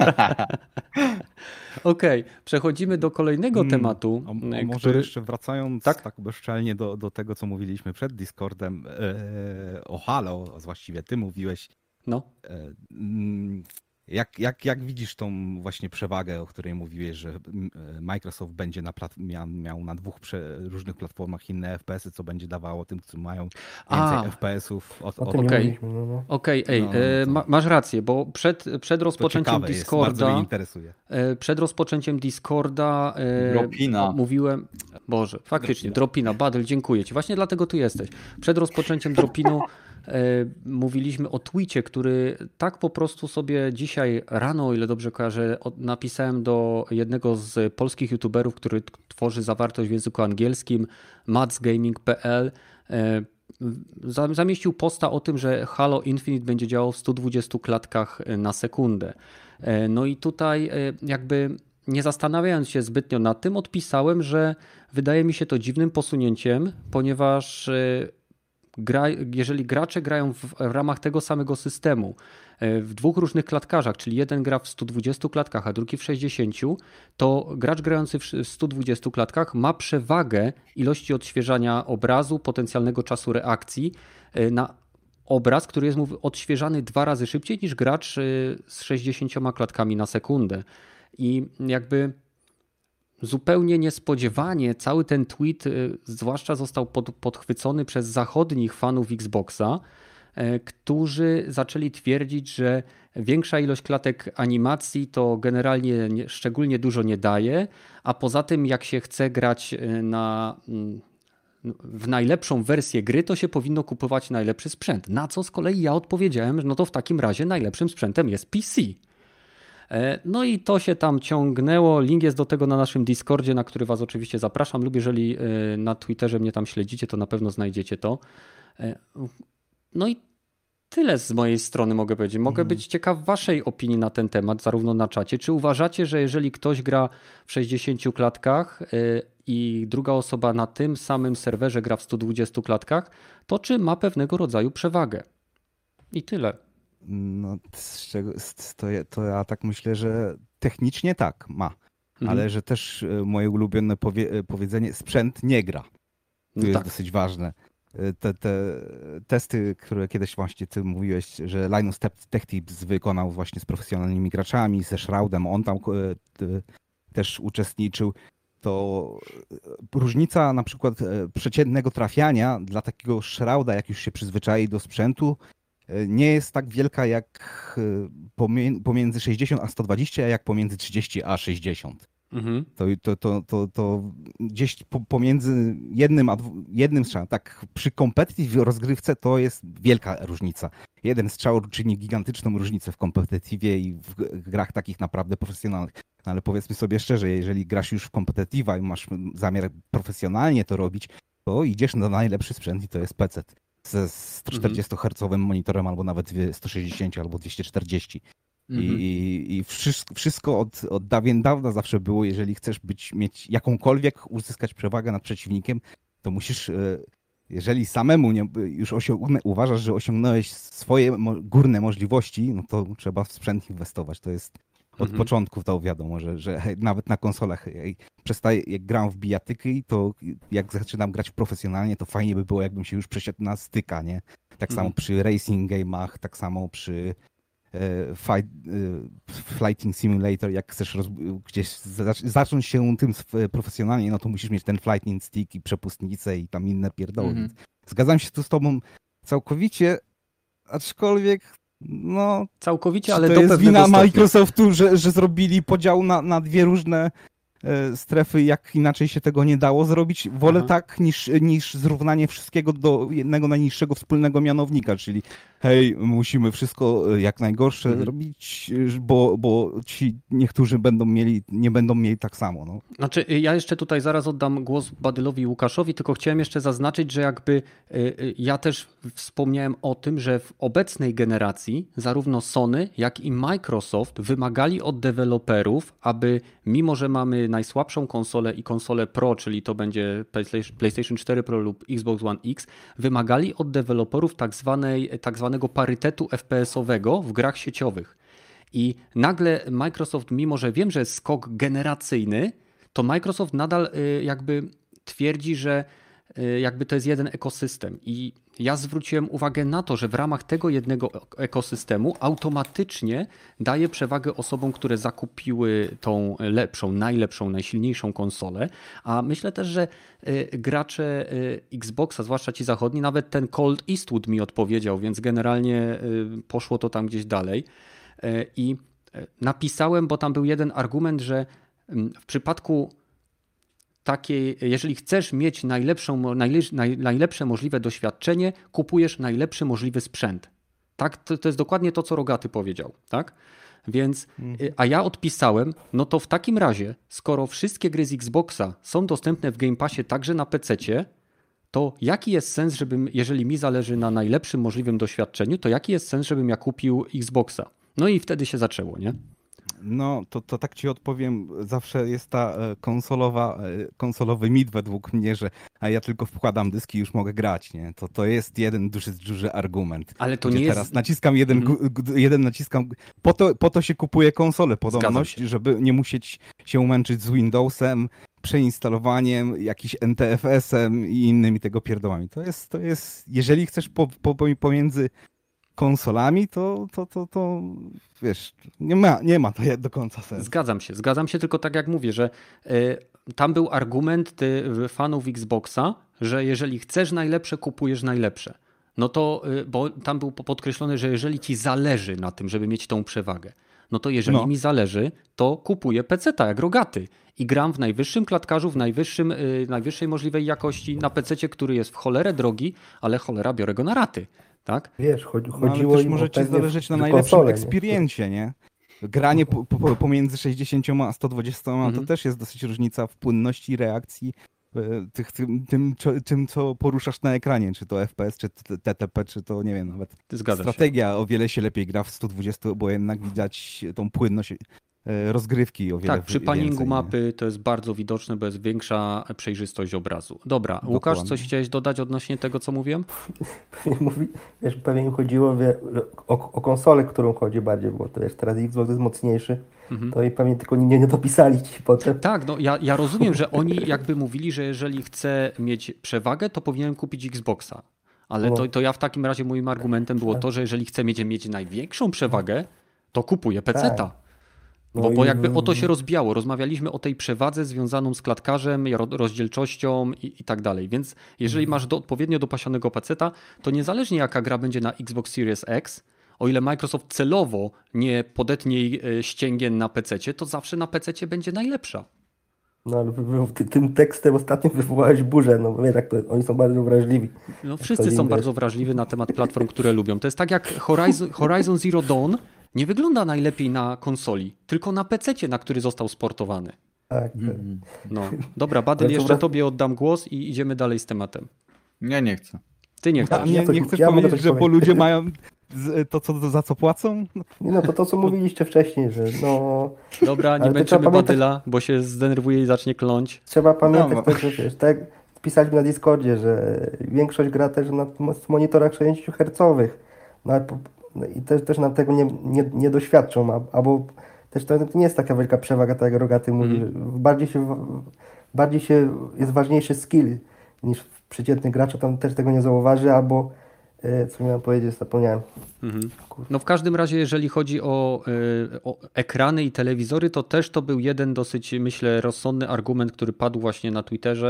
Okej, okay, przechodzimy do kolejnego Hmm, tematu. A, a może który... jeszcze wracając Tak? tak, bezczelnie do, do tego, co mówiliśmy przed Discordem e, o Halo, a właściwie ty mówiłeś. No. E, mm, jak, jak, jak widzisz tą właśnie przewagę, o której mówiłeś, że Microsoft będzie na plat- miał, miał na dwóch prze- różnych platformach inne F P S y, co będzie dawało tym, którzy mają więcej A. F P S ów od, O od tym nie Okej. mówiliśmy. No, no. Okej, okay, ej, No, no, e, to- ma, masz rację, bo przed, przed To rozpoczęciem ciekawe jest, bardzo Discorda, mnie interesuje. e, przed rozpoczęciem Discorda e, Dropina. mówiłem, Boże, faktycznie, Dropina, Badl, dziękuję Ci, właśnie dlatego tu jesteś. Przed rozpoczęciem Dropinu e, mówiliśmy o tweetie, który tak po prostu sobie dzisiaj rano, o ile dobrze kojarzę, od, napisałem do jednego z polskich youtuberów, który t- tworzy zawartość w języku angielskim, madsgaming kropka p l. E, za- zamieścił posta o tym, że Halo Infinite będzie działał w stu dwudziestu klatkach na sekundę. E, No i tutaj e, jakby nie zastanawiając się zbytnio nad tym, odpisałem, że wydaje mi się to dziwnym posunięciem, ponieważ e, gra, jeżeli gracze grają w, w ramach tego samego systemu e, w dwóch różnych klatkarzach, czyli jeden gra w stu dwudziestu klatkach, a drugi w sześćdziesięciu, to gracz grający w w stu dwudziestu klatkach ma przewagę ilości odświeżania obrazu, potencjalnego czasu reakcji e, na obraz, który jest mu odświeżany dwa razy szybciej niż gracz e, z sześćdziesięcioma klatkami na sekundę. I jakby zupełnie niespodziewanie cały ten tweet y, zwłaszcza został pod, podchwycony przez zachodnich fanów Xboxa, y, którzy zaczęli twierdzić, że większa ilość klatek animacji to generalnie nie, szczególnie dużo nie daje, a poza tym jak się chce grać y, na, mm, w najlepszą wersję gry, to się powinno kupować najlepszy sprzęt. Na co z kolei ja odpowiedziałem, że no to w takim razie najlepszym sprzętem jest P C. No i to się tam ciągnęło. Link jest do tego na naszym Discordzie, na który was oczywiście zapraszam lub jeżeli na Twitterze mnie tam śledzicie, to na pewno znajdziecie to. No i tyle z mojej strony mogę powiedzieć. Mogę Mhm. być ciekaw waszej opinii na ten temat, zarówno na czacie. Czy uważacie, że jeżeli ktoś gra w sześćdziesięciu klatkach i druga osoba na tym samym serwerze gra w stu dwudziestu klatkach, to czy ma pewnego rodzaju przewagę? I tyle. No, z czego, z- to, ja- to ja tak myślę, że technicznie tak, ma. Mhm. Ale że też e, moje ulubione powie, e, powiedzenie, sprzęt nie gra. To No jest tak. dosyć ważne. E, Te, te testy, które kiedyś właśnie ty mówiłeś, że Linus Tech Tech Tips wykonał właśnie z profesjonalnymi graczami, ze Shroudem, on tam e, t- też uczestniczył, to e, różnica na przykład e, przeciętnego trafiania dla takiego Shrouda, jak już się przyzwyczai do sprzętu, e, nie jest tak wielka jak e, pomie- pomiędzy sześćdziesiąt a sto dwadzieścia, jak pomiędzy trzydzieści a sześćdziesiąt. Mhm. To, to, to, to, to gdzieś po- pomiędzy jednym a dwu, jednym strzałem, tak przy competitive rozgrywce to jest wielka różnica. Jeden strzał czyni gigantyczną różnicę w competitive i w g- grach takich naprawdę profesjonalnych. No ale powiedzmy sobie szczerze, jeżeli grasz już w competitive i masz zamiar profesjonalnie to robić, to idziesz na najlepszy sprzęt i to jest P C ze sto czterdziestohercowym monitorem albo nawet sto sześćdziesiąt albo dwieście czterdzieści. I, Mhm. i, i wszystko, wszystko od, od dawien dawna zawsze było, jeżeli chcesz być, mieć jakąkolwiek, uzyskać przewagę nad przeciwnikiem, to musisz, e, jeżeli samemu nie, już osiągnę, uważasz, że osiągnąłeś swoje mo, górne możliwości, no to trzeba w sprzęt inwestować. To jest od Mhm. początku to wiadomo, że, że hej, nawet na konsolach hej, przestaję, jak gram w bijatyki, to jak zaczynam grać profesjonalnie, to fajnie by było, jakbym się już przesiadł na styka, nie? Tak samo Mhm. przy racing game'ach, tak samo przy e, fight, e, Flighting Simulator, jak chcesz roz, gdzieś zac, zacząć się tym sw- profesjonalnie, no to musisz mieć ten flighting stick i przepustnicę i tam inne pierdoły. Mhm. Więc zgadzam się tu z tobą całkowicie, aczkolwiek no Całkowicie, czy ale to do jest pewnego wina stopnia. Microsoftu, że, że zrobili podział na, na dwie różne e, strefy, jak inaczej się tego nie dało zrobić. Wolę Aha. tak niż, niż zrównanie wszystkiego do jednego najniższego wspólnego mianownika, czyli hej, musimy wszystko e, jak najgorsze Mhm. robić, e, bo, bo ci niektórzy będą mieli, nie będą mieli tak samo. No. Znaczy, ja jeszcze tutaj zaraz oddam głos Badylowi i Łukaszowi, tylko chciałem jeszcze zaznaczyć, że jakby y, y, ja też wspomniałem o tym, że w obecnej generacji zarówno Sony, jak i Microsoft wymagali od deweloperów, aby mimo, że mamy najsłabszą konsolę i konsolę Pro, czyli to będzie PlayStation, PlayStation cztery Pro lub Xbox One X, wymagali od deweloperów tak, zwanej, tak zwanego parytetu F P S-owego w grach sieciowych. I nagle Microsoft, mimo że wiem, że jest skok generacyjny, to Microsoft nadal y, jakby twierdzi, że y, jakby to jest jeden ekosystem. I ja zwróciłem uwagę na to, że w ramach tego jednego ekosystemu automatycznie daje przewagę osobom, które zakupiły tą lepszą, najlepszą, najsilniejszą konsolę. A myślę też, że y, gracze y, Xboxa, zwłaszcza ci zachodni, nawet ten Colt Eastwood mi odpowiedział, więc generalnie y, poszło to tam gdzieś dalej. I napisałem, bo tam był jeden argument, że w przypadku takiej, jeżeli chcesz mieć najlepszą, najlepsze, najlepsze możliwe doświadczenie, kupujesz najlepszy możliwy sprzęt. Tak? To, to jest dokładnie to, co Rogaty powiedział. Tak? Więc, a ja odpisałem, no to w takim razie, skoro wszystkie gry z Xboxa są dostępne w Game Passie także na pececie, to jaki jest sens, żebym, jeżeli mi zależy na najlepszym możliwym doświadczeniu, to jaki jest sens, żebym ja kupił Xboxa? No i wtedy się zaczęło, nie? No, to, to tak ci odpowiem, zawsze jest ta e, konsolowa, e, konsolowy mit według mnie, że a ja tylko wkładam dyski i już mogę grać, nie? To, to jest jeden duży, duży argument. Ale to gdzie nie jest... teraz naciskam jeden, Mhm. gu- gu- jeden naciskam, po to, po to się kupuje konsolę, podobność, się. żeby nie musieć się męczyć z Windowsem, przeinstalowaniem, jakiś N T F S-em i innymi tego pierdołami. To jest, to jest, jeżeli chcesz po, po, pomiędzy konsolami, to, to, to, to wiesz, nie ma, nie ma to do końca sensu. Zgadzam się, zgadzam się, tylko tak jak mówię, że y, tam był argument y, fanów Xboxa, że jeżeli chcesz najlepsze, kupujesz najlepsze. No to, y, bo tam był podkreślone, że jeżeli ci zależy na tym, żeby mieć tą przewagę, no to jeżeli No. mi zależy, to kupuję peceta jak Rogaty i gram w najwyższym klatkarzu, w najwyższym, y, najwyższej możliwej jakości na pececie, który jest w cholerę drogi, ale cholera biorę go na raty. Tak? Wiesz, chodzi, No, ale chodziło też im może o ci pewnie zależeć na w- najlepszym konsole, nie? eksperiencie, nie? Granie po, po, pomiędzy sześćdziesięcioma a sto dwudziestoma Mhm. to też jest dosyć różnica w płynności reakcji e, tych, tym, tym, co- tym, co poruszasz na ekranie, czy to F P S, czy T T P, czy to, nie wiem, nawet Zgadza się. strategia. O wiele się lepiej gra w sto dwudziestu, bo jednak widać tą płynność e, rozgrywki o wiele Tak, przy wi- paningu więcej, nie? mapy to jest bardzo widoczne, bo jest większa przejrzystość obrazu. Dobra, Łukasz, Dokładnie. coś chciałeś dodać odnośnie tego, co mówiłem? Mówi, wiesz, pewnie im chodziło wie, o, o konsolę, którą chodzi bardziej, bo to wiesz, teraz Xbox jest mocniejszy, Mhm. to i pewnie tylko nie, nie dopisali ci potem. Tak, no ja, ja rozumiem, że oni jakby mówili, że jeżeli chcę mieć przewagę, to powinienem kupić Xboxa. Ale No. to, to ja w takim razie moim argumentem było to, że jeżeli chcę mieć, mieć największą przewagę, to kupuję peceta. Tak. No Bo, bo i- jakby o to się rozbijało. Rozmawialiśmy o tej przewadze związaną z klatkarzem, ro- rozdzielczością i, i tak dalej. Więc jeżeli masz do, odpowiednio dopasionego peceta, to niezależnie jaka gra będzie na Xbox Series X, o ile Microsoft celowo nie podetnie jej, e, ścięgien na pececie, to zawsze na pececie będzie najlepsza. No ale ty, tym tekstem ostatnio wywołałeś burzę, no bo wiesz, jak to, oni są bardzo wrażliwi. No wszyscy są bardzo wrażliwi na temat platform, które lubią. To jest tak jak Horizon, Horizon Zero Dawn nie wygląda najlepiej na konsoli, tylko na pececie, na który został sportowany. Tak. Mhm. No. Dobra, Badyl, Ale to jeszcze wrac- tobie oddam głos i idziemy dalej z tematem. Ja nie chcę. Ty nie A chcesz. nie, Ja coś- nie chcesz ja mogę powiedzieć, coś że bo powiedzieć. ludzie mają z- to, co, za co płacą? Nie no, to to co mówiliście wcześniej, że no Dobra, nie Ale to męczymy trzeba pamiętać- Badyla, bo się zdenerwuje i zacznie kląć. trzeba pamiętać No, też, że wiesz, tak jak pisaliśmy na Discordzie, że większość gra też na mo- monitorach sześćdziesiąt hercowych. No, ale po- no i też, też nam tego nie, nie, nie doświadczą, a- albo też to nie jest taka wielka przewaga, tak jak Rogaty mówi, Mhm. że bardziej się, w- bardziej się jest ważniejszy skill niż przeciętny gracz, a tam też tego nie zauważy, albo e, co miałem powiedzieć, zapomniałem. Mhm. No w każdym razie, jeżeli chodzi o, y, o ekrany i telewizory, to też to był jeden dosyć, myślę, rozsądny argument, który padł właśnie na Twitterze,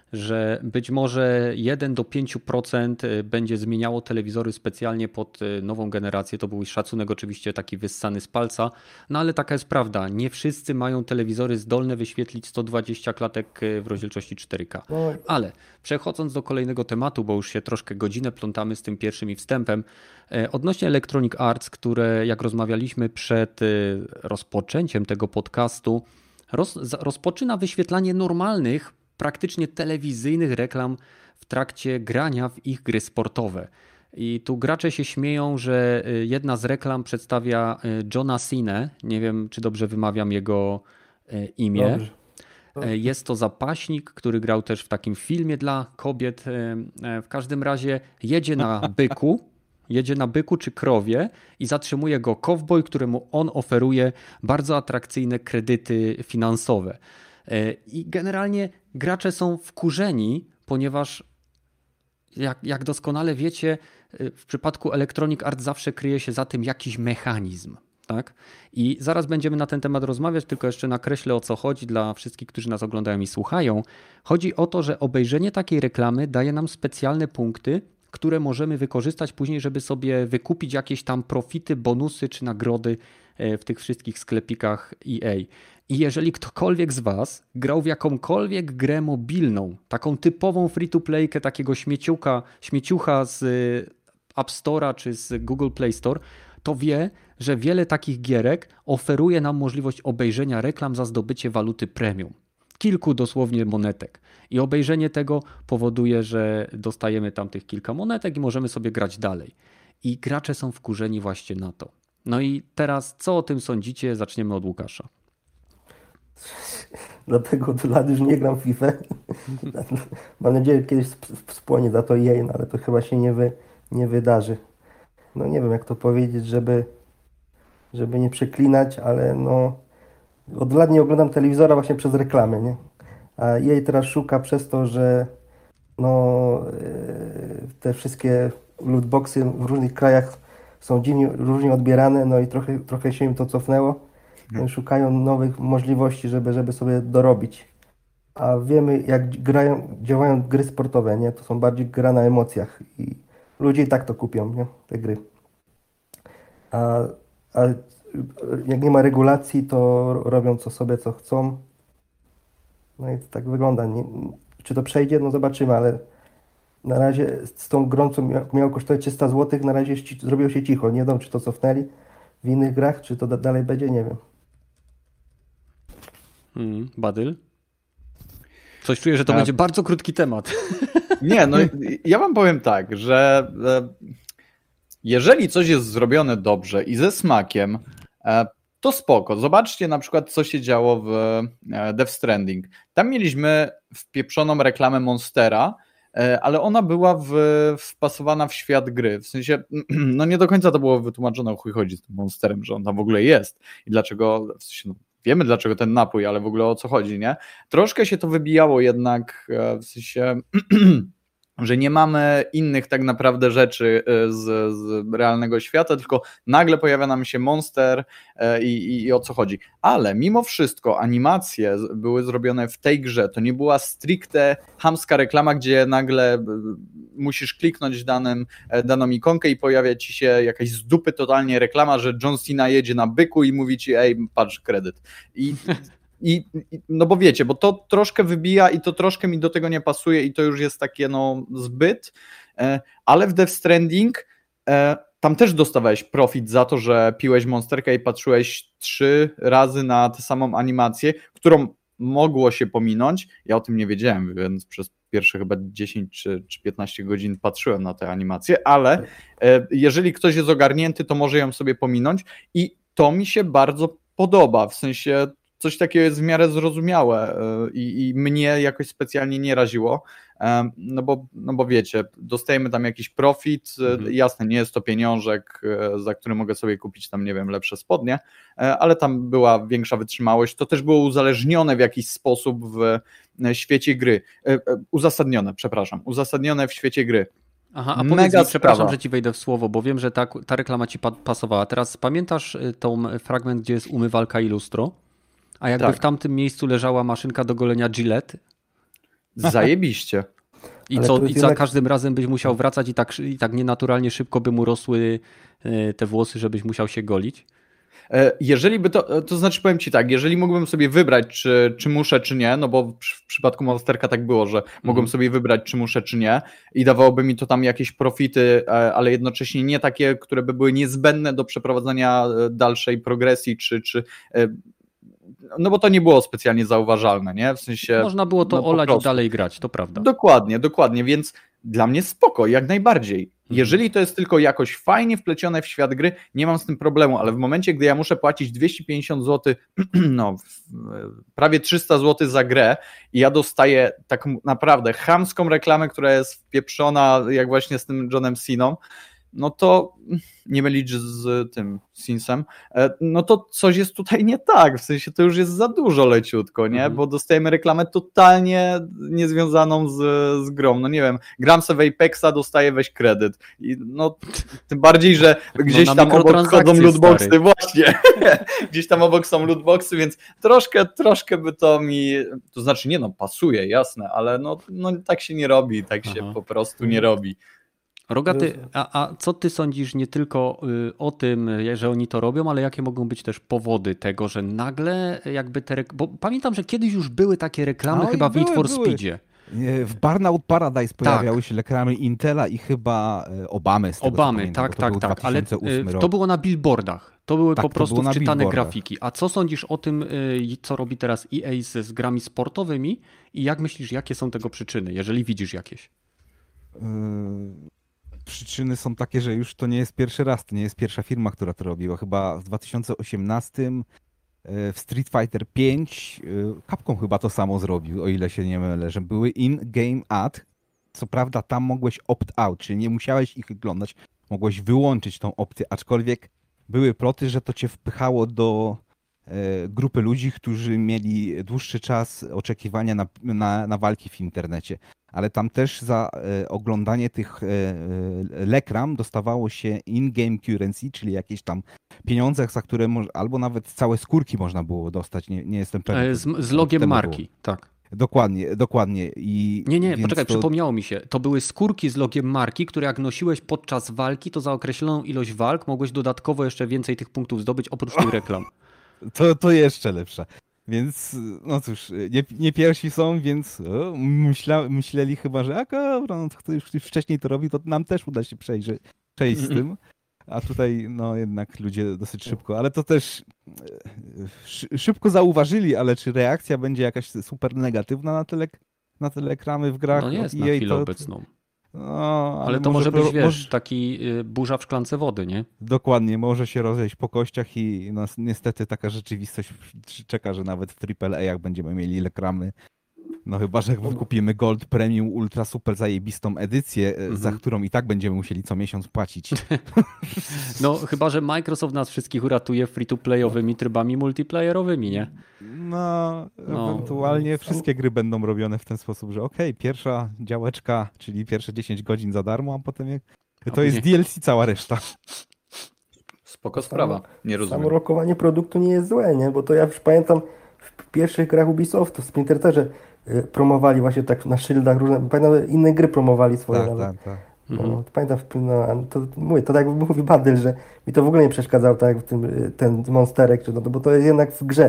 że być może jeden do pięciu procent będzie zmieniało telewizory specjalnie pod y, nową generację. To był szacunek oczywiście taki wyssany z palca, no ale taka jest prawda. Nie wszyscy mają telewizory zdolne wyświetlić sto dwadzieścia klatek y, w rozdzielczości cztery K. No, Ale przechodząc do kolejnego tematu, bo już się troszkę godzinę plątamy z tym pierwszym i wstępem, e, odnośnie Electronic Arts, które jak rozmawialiśmy przed e, rozpoczęciem tego podcastu, roz, za- rozpoczyna wyświetlanie normalnych, praktycznie telewizyjnych reklam w trakcie grania w ich gry sportowe. I tu gracze się śmieją, że e, jedna z reklam przedstawia e, Johna Cena, nie wiem czy dobrze wymawiam jego e, imię. dobrze. E, Jest to zapaśnik, który grał też w takim filmie dla kobiet. E, e, W każdym razie jedzie na byku, jedzie na byku czy krowie i zatrzymuje go kowboj, któremu on oferuje bardzo atrakcyjne kredyty finansowe. E, I generalnie gracze są wkurzeni, ponieważ jak, jak doskonale wiecie, e, w przypadku Electronic Arts zawsze kryje się za tym jakiś mechanizm. Tak? I zaraz będziemy na ten temat rozmawiać, tylko jeszcze nakreślę o co chodzi dla wszystkich, którzy nas oglądają i słuchają. Chodzi o to, że obejrzenie takiej reklamy daje nam specjalne punkty, które możemy wykorzystać później, żeby sobie wykupić jakieś tam profity, bonusy czy nagrody e, w tych wszystkich sklepikach E A. I jeżeli ktokolwiek z Was grał w jakąkolwiek grę mobilną, taką typową free-to-playkę, takiego śmieciuka, śmieciucha z e, App Store'a czy z Google Play Store, to wie, że wiele takich gierek oferuje nam możliwość obejrzenia reklam za zdobycie waluty premium. Kilku dosłownie monetek. I obejrzenie tego powoduje, że dostajemy tam tych kilka monetek i możemy sobie grać dalej. I gracze są wkurzeni właśnie na to. No i teraz co o tym sądzicie? Zaczniemy od Łukasza. Dlatego od lat już nie gram w FIFA. Mam nadzieję, że kiedyś sp- spłonie za to jej, no ale to chyba się nie, wy, nie wydarzy. No nie wiem jak to powiedzieć, żeby, żeby nie przeklinać, ale no od lat nie oglądam telewizora właśnie przez reklamy, nie? A jej teraz szuka przez to, że no e, te wszystkie lootboxy w różnych krajach są dziwnie, różnie odbierane, no i trochę, trochę się im to cofnęło. No i szukają nowych możliwości, żeby, żeby sobie dorobić. A wiemy, jak grają, działają gry sportowe, nie? To są bardziej gra na emocjach i ludzie i tak to kupią, nie? Te gry. A, a jak nie ma regulacji, to robią co sobie, co chcą. No i to tak wygląda. Nie, czy to przejdzie? No zobaczymy, ale na razie z tą grą, co mia- miało kosztować trzysta złotych, na razie ci- zrobiło się cicho. Nie wiem, czy to cofnęli w innych grach, czy to da- dalej będzie, nie wiem. Hmm, Badyl? Coś czuję, że to A- będzie bardzo krótki temat. Nie, no ja wam powiem tak, że e, jeżeli coś jest zrobione dobrze i ze smakiem, e, to spoko. Zobaczcie na przykład, co się działo w e, Death Stranding. Tam mieliśmy wpieprzoną reklamę Monstera, e, ale ona była w, wpasowana w świat gry. W sensie, no nie do końca to było wytłumaczone, o chuj chodzi z tym Monsterem, że on tam w ogóle jest i dlaczego, w sensie, no, wiemy dlaczego ten napój, ale w ogóle o co chodzi, nie? Troszkę się to wybijało jednak, e, w sensie... że nie mamy innych tak naprawdę rzeczy z, z realnego świata, tylko nagle pojawia nam się monster i, i, i o co chodzi. Ale mimo wszystko animacje były zrobione w tej grze. To nie była stricte chamska reklama, gdzie nagle musisz kliknąć danym, daną ikonkę i pojawia ci się jakaś z dupy totalnie reklama, że John Cena jedzie na byku i mówi ci, ej, patrz kredyt. I I, no bo wiecie, bo to troszkę wybija i to troszkę mi do tego nie pasuje i to już jest takie no zbyt, ale w Death Stranding tam też dostawałeś profit za to, że piłeś monsterkę i patrzyłeś trzy razy na tę samą animację, którą mogło się pominąć. Ja o tym nie wiedziałem, więc przez pierwsze chyba dziesięć czy, czy piętnaście godzin patrzyłem na tę animację, ale jeżeli ktoś jest ogarnięty, to może ją sobie pominąć i to mi się bardzo podoba, w sensie coś takiego jest w miarę zrozumiałe i, i mnie jakoś specjalnie nie raziło, no bo, no bo wiecie, dostajemy tam jakiś profit, mhm. jasne, nie jest to pieniążek, za który mogę sobie kupić tam, nie wiem, lepsze spodnie, ale tam była większa wytrzymałość, to też było uzależnione w jakiś sposób w świecie gry, uzasadnione, przepraszam, uzasadnione w świecie gry. Aha, a powiedz mi, przepraszam, że ci wejdę w słowo, bo wiem, że ta, ta reklama ci pasowała. Teraz pamiętasz tą fragment, gdzie jest umywalka i lustro? A jakby tak. w tamtym miejscu leżała maszynka do golenia Gillette? Zajebiście. I co, i za każdym razem byś musiał wracać i tak, i tak nienaturalnie szybko by mu rosły te włosy, żebyś musiał się golić? Jeżeli by to, to znaczy powiem ci tak, jeżeli mógłbym sobie wybrać, czy, czy muszę, czy nie, no bo w, w przypadku Monsterka tak było, że mm. mogłem sobie wybrać, czy muszę, czy nie i dawałoby mi to tam jakieś profity, ale jednocześnie nie takie, które by były niezbędne do przeprowadzenia dalszej progresji, czy, czy no bo to nie było specjalnie zauważalne, nie? W sensie... Można było to no, olać i dalej grać, to prawda. Dokładnie, dokładnie, więc dla mnie spoko, jak najbardziej. Jeżeli to jest tylko jakoś fajnie wplecione w świat gry, nie mam z tym problemu, ale w momencie, gdy ja muszę płacić dwieście pięćdziesiąt złotych, no prawie trzysta złotych za grę i ja dostaję tak naprawdę chamską reklamę, która jest wpieprzona jak właśnie z tym Johnem Ceną, no to nie mylić z tym Sinsem, no to coś jest tutaj nie tak, w sensie to już jest za dużo leciutko, nie, mm. bo dostajemy reklamę totalnie niezwiązaną z, z grą, no nie wiem, gram sobie w Apexa, dostaję weź kredyt i no tym bardziej, że gdzieś no tam obok chodzą lootboxy, stary. Właśnie, gdzieś tam obok są lootboxy, więc troszkę, troszkę by to mi, to znaczy nie no, pasuje, jasne, ale no, no tak się nie robi, tak Aha. się po prostu nie robi. Rogaty, a, a co ty sądzisz nie tylko y, o tym, że oni to robią, ale jakie mogą być też powody tego, że nagle jakby te... Rek- bo pamiętam, że kiedyś już były takie reklamy no chyba w Need for Speedzie. W Burnout Paradise pojawiały tak. się reklamy Intela i chyba Obamy. Z tego, Obamy, pamiętam, tak, tak, tak, ale rok. to było na billboardach. To były tak, po prostu było wczytane grafiki. A co sądzisz o tym, co robi teraz E A z, z grami sportowymi i jak myślisz, jakie są tego przyczyny, jeżeli widzisz jakieś? Yy... Przyczyny są takie, że już to nie jest pierwszy raz, to nie jest pierwsza firma, która to robiła. Chyba w dwa tysiące osiemnastym w Street Fighter pięć Capcom chyba to samo zrobił, o ile się nie mylę, że były in-game ad. Co prawda tam mogłeś opt-out, czyli nie musiałeś ich oglądać, mogłeś wyłączyć tą opcję, aczkolwiek były ploty, że to cię wpychało do grupy ludzi, którzy mieli dłuższy czas oczekiwania na, na, na walki w internecie. Ale tam też za e, oglądanie tych e, e, lekram dostawało się in-game currency, czyli jakieś tam pieniądze, za które mo- albo nawet całe skórki można było dostać, nie, nie jestem pewien. Z, z logiem marki, było. Tak. Dokładnie, dokładnie. I nie, nie, poczekaj, to... przypomniało mi się. To były skórki z logiem marki, które jak nosiłeś podczas walki, to za określoną ilość walk mogłeś dodatkowo jeszcze więcej tych punktów zdobyć oprócz tych reklam. To, to jeszcze lepsze. Więc, no cóż, nie, nie pierwsi są, więc o, myśla, myśleli chyba, że a no, kto już wcześniej to robi, to nam też uda się przejść, przejść z tym. A tutaj, no jednak ludzie dosyć szybko, ale to też szybko zauważyli, ale czy reakcja będzie jakaś super negatywna na te, na te reklamy w grach? No jest na chwilę to, obecną. No, ale, ale to może, może być, wiesz, może... taki burza w szklance wody, nie? Dokładnie, może się rozejść po kościach i no, niestety taka rzeczywistość czeka, że nawet w triple A będziemy mieli reklamy. No chyba, że wykupimy Gold, Premium, Ultra, super zajebistą edycję, mm-hmm. za którą i tak będziemy musieli co miesiąc płacić. No chyba, że Microsoft nas wszystkich uratuje free-to-playowymi trybami multiplayerowymi, nie? No, no, ewentualnie wszystkie gry będą robione w ten sposób, że okej, okay, pierwsza działeczka, czyli pierwsze dziesięć godzin za darmo, a potem jak... to jest D L C cała reszta. Spoko sprawa, nie rozumiem. Samo rokowanie produktu nie jest złe, nie? Bo to ja już pamiętam w pierwszych grach Ubisoftu, w Splinter Cell'ze promowali właśnie tak na szyldach różne, pamiętam, inne gry promowali swoje tak, nawet. Tak, tak. Mhm. Pamiętam, no, to mówię, to tak jakby mówi Badyl, że mi to w ogóle nie przeszkadzało, tak jak w tym, ten monsterek, czy no, bo to jest jednak w grze.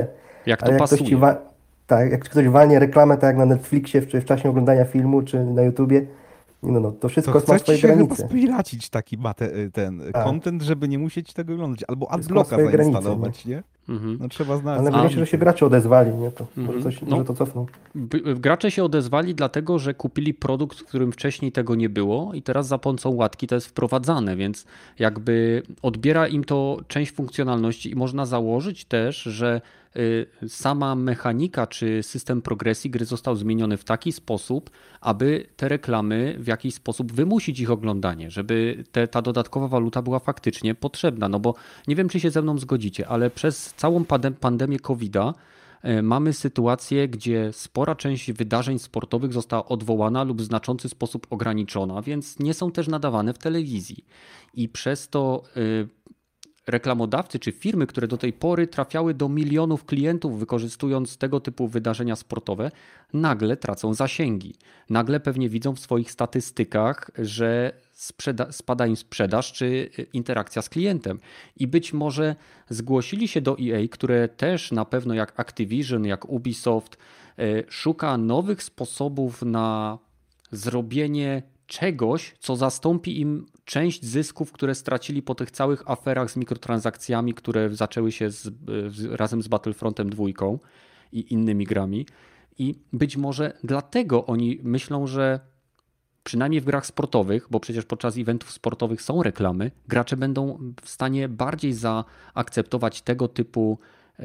Jak to Ale jak ktoś pasuje. ci wa- tak, jak ktoś walnie reklamę, tak jak na Netflixie, czy w czasie oglądania filmu, czy na YouTubie, no, no, to To wszystko ma chce ci swoje się chyba granice. spiracić taki mate, ten Tak. content, żeby nie musieć tego oglądać. Albo Wszystko ma adblocka swoje granice, zainstalować, nie? Mhm. No trzeba Ale znaleźć. najważniejsze, że się gracze odezwali, nie? To może, Mhm. coś, No. może to cofną. By- Gracze się odezwali dlatego, że kupili produkt, w którym wcześniej tego nie było i teraz za pomocą łatki to jest wprowadzane, więc jakby odbiera im to część funkcjonalności i można założyć też, że y, sama mechanika czy system progresji gry został zmieniony w taki sposób, aby te reklamy w jakiś sposób wymusić ich oglądanie, żeby te, ta dodatkowa waluta była faktycznie potrzebna. No bo nie wiem, czy się ze mną zgodzicie, ale przez całą pandem- pandemię kowida e, mamy sytuację, gdzie spora część wydarzeń sportowych została odwołana lub w znaczący sposób ograniczona, więc nie są też nadawane w telewizji. I przez to y, reklamodawcy czy firmy, które do tej pory trafiały do milionów klientów wykorzystując tego typu wydarzenia sportowe, nagle tracą zasięgi. Nagle pewnie widzą w swoich statystykach, że sprzeda- spada im sprzedaż czy interakcja z klientem. I być może zgłosili się do E A, które też na pewno jak Activision, jak Ubisoft e, szuka nowych sposobów na zrobienie czegoś, co zastąpi im część zysków, które stracili po tych całych aferach z mikrotransakcjami, które zaczęły się z, z, razem z Battlefrontem dwójką i innymi grami. I być może dlatego oni myślą, że przynajmniej w grach sportowych, bo przecież podczas eventów sportowych są reklamy, gracze będą w stanie bardziej zaakceptować tego typu e,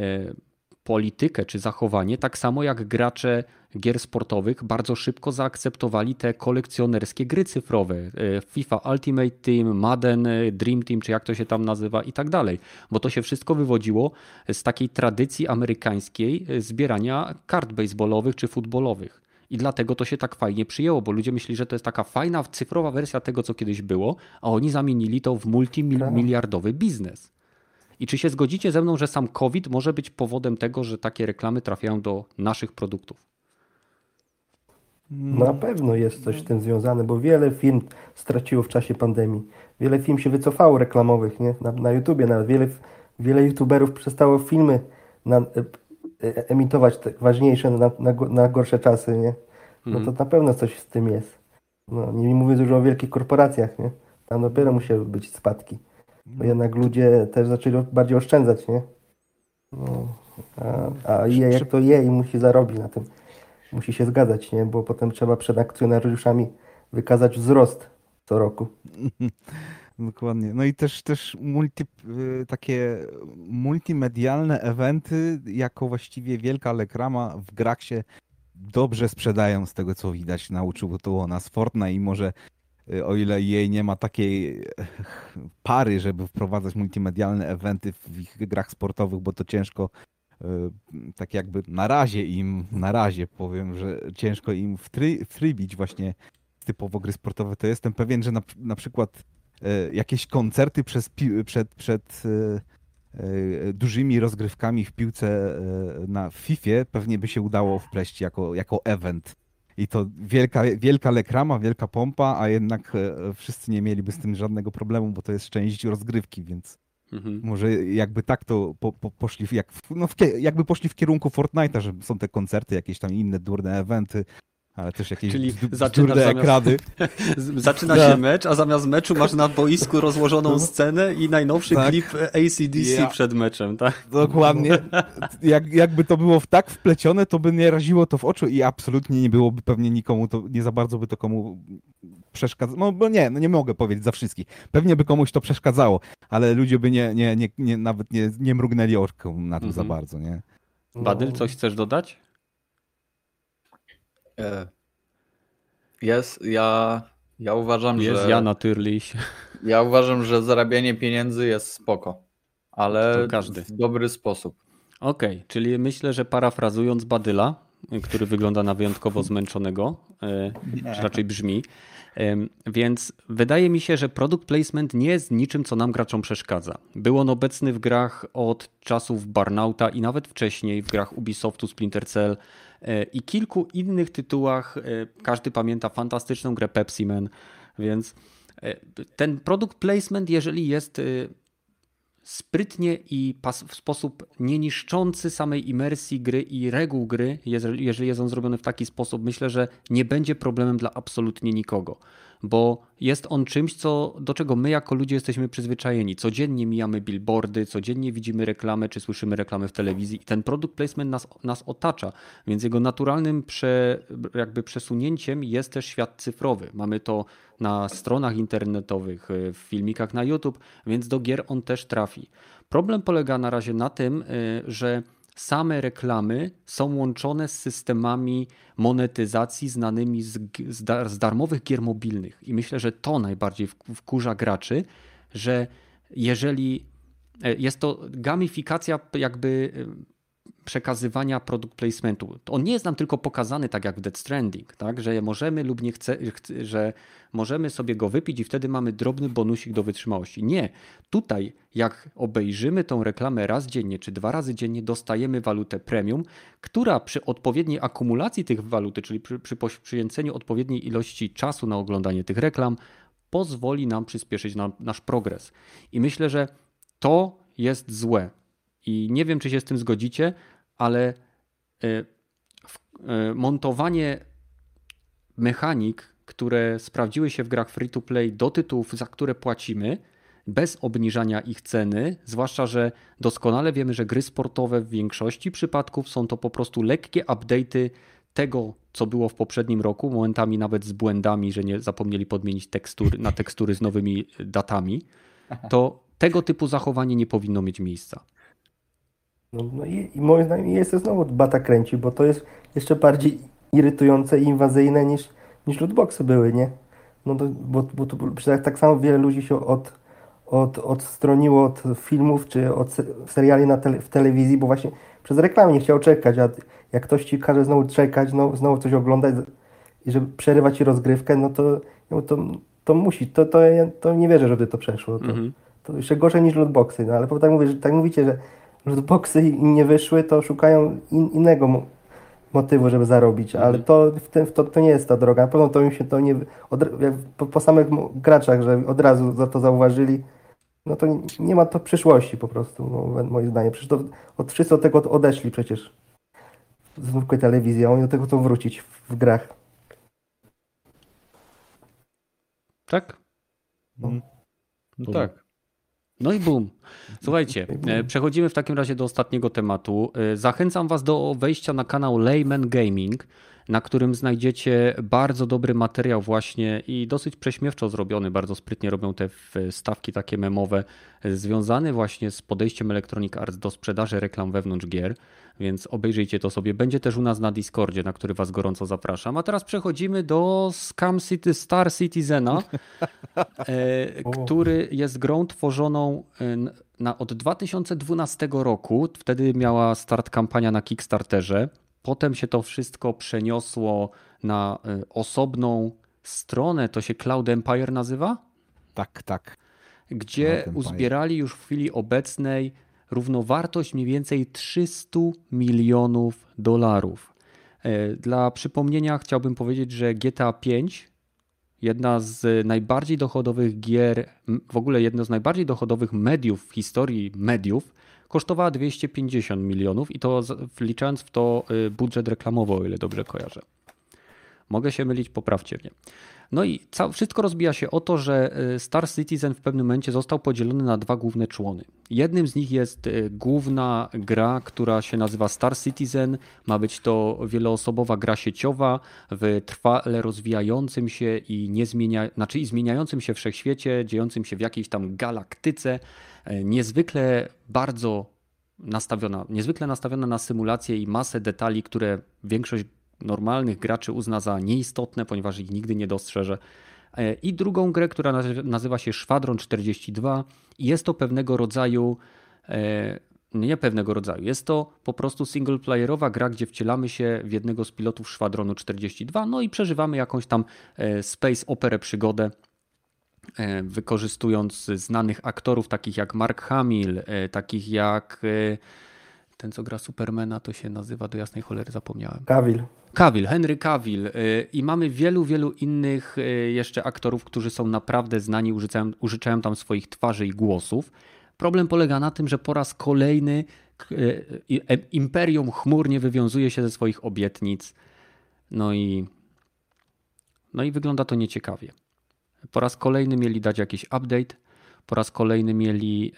politykę czy zachowanie, tak samo jak gracze gier sportowych bardzo szybko zaakceptowali te kolekcjonerskie gry cyfrowe. e, FIFA Ultimate Team, Madden, e, Dream Team, czy jak to się tam nazywa i tak dalej. Bo to się wszystko wywodziło z takiej tradycji amerykańskiej e, zbierania kart baseballowych czy futbolowych. I dlatego to się tak fajnie przyjęło, bo ludzie myśleli, że to jest taka fajna, cyfrowa wersja tego, co kiedyś było, a oni zamienili to w multimiliardowy biznes. I czy się zgodzicie ze mną, że sam COVID może być powodem tego, że takie reklamy trafiają do naszych produktów? Na pewno jest coś z tym związane, bo wiele firm straciło w czasie pandemii. Wiele firm się wycofało reklamowych, nie? Na, na YouTubie nawet. Wiele, wiele YouTuberów przestało filmy na, e, e, emitować te ważniejsze na, na, go- na gorsze czasy, nie? No to na pewno coś z tym jest. No, nie mówiąc już o wielkich korporacjach, nie? Tam dopiero musiały być spadki. Bo jednak ludzie też zaczęli bardziej oszczędzać, nie? No, a, a je jak to je i musi zarobić na tym. Musi się zgadzać, nie? Bo potem trzeba przed akcjonariuszami wykazać wzrost co roku. Dokładnie. No i też, też multi, y, takie multimedialne eventy jako właściwie wielka reklama w grach się dobrze sprzedają z tego, co widać. Nauczyło to nas Fortnite i może y, o ile jej nie ma takiej ech, pary, żeby wprowadzać multimedialne eventy w ich grach sportowych, bo to ciężko y, tak jakby na razie im, na razie powiem, że ciężko im wtry, wtrybić właśnie typowo gry sportowe, to jestem pewien, że na, na przykład e, jakieś koncerty przez, pi- przed, przed e, e, dużymi rozgrywkami w piłce e, na Fifie pewnie by się udało wpleść jako, jako event. I to wielka, wielka reklama, wielka pompa, a jednak e, wszyscy nie mieliby z tym żadnego problemu, bo to jest część rozgrywki, więc Mhm. może jakby tak to po, po, poszli, w- jak, w- no w, kie- jakby poszli w kierunku Fortnite'a, że są te koncerty, jakieś tam inne durne eventy, ale też jakieś Czyli bzdu- zaczynasz bzdurne zamiast- ekrany. Zaczyna się mecz, a zamiast meczu masz na boisku rozłożoną scenę i najnowszy Tak. klip A C D C Ja. przed meczem, tak? Dokładnie. Jak, jakby to było w tak wplecione, to by nie raziło to w oczu i absolutnie nie byłoby pewnie nikomu, to nie za bardzo by to komu przeszkadzało. No bo nie, no nie mogę powiedzieć za wszystkich. Pewnie by komuś to przeszkadzało, ale ludzie by nie, nie, nie, nie nawet nie, nie mrugnęli oczką na tym za Mhm. bardzo, nie? Badyl, coś chcesz dodać? E, Jest, ja, ja uważam, Jest, że ja natürlich. ja uważam, że zarabianie pieniędzy jest spoko, ale To każdy. w dobry sposób. Okej, czyli myślę, że parafrazując Badyla, który wygląda na wyjątkowo zmęczonego, e, czy raczej brzmi, em, więc wydaje mi się, że product placement nie jest niczym, co nam graczom przeszkadza. Był on obecny w grach od czasów Burnouta i nawet wcześniej w grach Ubisoftu, Splinter Cell e, i kilku innych tytułach. E, Każdy pamięta fantastyczną grę Pepsi Man, więc e, ten product placement, jeżeli jest e, sprytnie i w sposób nie niszczący samej imersji gry i reguł gry, jeżeli jest on zrobiony w taki sposób, myślę, że nie będzie problemem dla absolutnie nikogo. Bo jest on czymś, co, do czego my jako ludzie jesteśmy przyzwyczajeni. Codziennie mijamy billboardy, codziennie widzimy reklamy, czy słyszymy reklamy w telewizji i ten product placement nas, nas otacza, więc jego naturalnym prze, jakby przesunięciem jest też świat cyfrowy. Mamy to na stronach internetowych, w filmikach na YouTube, więc do gier on też trafi. Problem polega na razie na tym, że same reklamy są łączone z systemami monetyzacji znanymi z, z, dar, z darmowych gier mobilnych. I myślę, że to najbardziej wkurza graczy, że jeżeli jest to gamifikacja jakby przekazywania product placementu. On nie jest nam tylko pokazany tak jak w Death Stranding, tak? Że możemy lub nie chce, że możemy sobie go wypić i wtedy mamy drobny bonusik do wytrzymałości. Nie. Tutaj jak obejrzymy tą reklamę raz dziennie czy dwa razy dziennie, dostajemy walutę premium, która przy odpowiedniej akumulacji tych waluty, czyli przy, przy poświęceniu odpowiedniej ilości czasu na oglądanie tych reklam, pozwoli nam przyspieszyć nam, nasz progres. I myślę, że to jest złe. I nie wiem, czy się z tym zgodzicie, ale montowanie mechanik, które sprawdziły się w grach free-to-play do tytułów, za które płacimy, bez obniżania ich ceny, zwłaszcza, że doskonale wiemy, że gry sportowe w większości przypadków są to po prostu lekkie update'y tego, co było w poprzednim roku, momentami nawet z błędami, że nie zapomnieli podmienić tekstury, na tekstury z nowymi datami, to tego typu zachowanie nie powinno mieć miejsca. No, no i, i moim zdaniem jest to znowu bata kręci, bo to jest jeszcze bardziej irytujące i inwazyjne niż, niż lootboxy były, nie? No to, bo, bo to, tak, tak samo wiele ludzi się od, od, odstroniło od filmów czy od seriali na tele, w telewizji, bo właśnie przez reklamy nie chciał czekać, a jak ktoś ci każe znowu czekać, no, znowu coś oglądać i żeby przerywać ci rozgrywkę, no to, no to, to musi, to, to, to nie wierzę, żeby to przeszło. To, mhm. to jeszcze gorzej niż lootboxy, no ale tak mówię, że tak mówicie, że lootboxy im nie wyszły, to szukają in, innego mo- motywu, żeby zarobić, mhm. ale to, w tym, to, to nie jest ta droga. Na pewno to im się to nie... Od, po, po samych graczach, że od razu za to zauważyli, no to nie, nie ma to przyszłości po prostu, no, moim zdaniem. Przecież to, od, wszyscy od tego odeszli przecież z zwykłej telewizji, a oni do tego chcą wrócić w, w grach. Tak? No, no tak. No i boom. Słuchajcie, przechodzimy w takim razie do ostatniego tematu. Zachęcam Was do wejścia na kanał Layman Gaming, na którym znajdziecie bardzo dobry materiał właśnie i dosyć prześmiewczo zrobiony, bardzo sprytnie robią te wstawki takie memowe, związane właśnie z podejściem Electronic Arts do sprzedaży reklam wewnątrz gier, więc obejrzyjcie to sobie. Będzie też u nas na Discordzie, na który Was gorąco zapraszam. A teraz przechodzimy do Scam City Star Citizena, który jest grą tworzoną na, od dwa tysiące dwunastego roku. Wtedy miała start kampania na Kickstarterze. Potem się to wszystko przeniosło na osobną stronę, to się Cloud Empire nazywa? Tak, tak. Gdzie uzbierali już w chwili obecnej równowartość mniej więcej trzysta milionów dolarów. Dla przypomnienia chciałbym powiedzieć, że G T A pięć, jedna z najbardziej dochodowych gier, w ogóle jedno z najbardziej dochodowych mediów w historii mediów, kosztowała dwieście pięćdziesiąt milionów i to wliczając w to budżet reklamowy, o ile dobrze kojarzę. Mogę się mylić, poprawcie mnie. No i ca- wszystko rozbija się o to, że Star Citizen w pewnym momencie został podzielony na dwa główne człony. Jednym z nich jest główna gra, która się nazywa Star Citizen. Ma być to wieloosobowa gra sieciowa w trwale rozwijającym się i, nie zmienia- znaczy i zmieniającym się wszechświecie, dziejącym się w jakiejś tam galaktyce. Niezwykle bardzo nastawiona, niezwykle nastawiona na symulację i masę detali, które większość normalnych graczy uzna za nieistotne, ponieważ ich nigdy nie dostrzeże. I drugą grę, która nazywa się Szwadron czterdzieści dwa i jest to pewnego rodzaju, nie pewnego rodzaju, jest to po prostu singleplayerowa gra, gdzie wcielamy się w jednego z pilotów Szwadronu czterdzieści dwa, no i przeżywamy jakąś tam space operę przygodę, wykorzystując znanych aktorów takich jak Mark Hamill, takich jak ten, co gra Supermana, to się nazywa, do jasnej cholery zapomniałem. Cavill. Cavill, Henry Cavill i mamy wielu, wielu innych jeszcze aktorów, którzy są naprawdę znani, użyczają, użyczają tam swoich twarzy i głosów. Problem polega na tym, że po raz kolejny Imperium Chmur nie wywiązuje się ze swoich obietnic. No i, no i wygląda to nieciekawie. Po raz kolejny mieli dać jakiś update, po raz kolejny mieli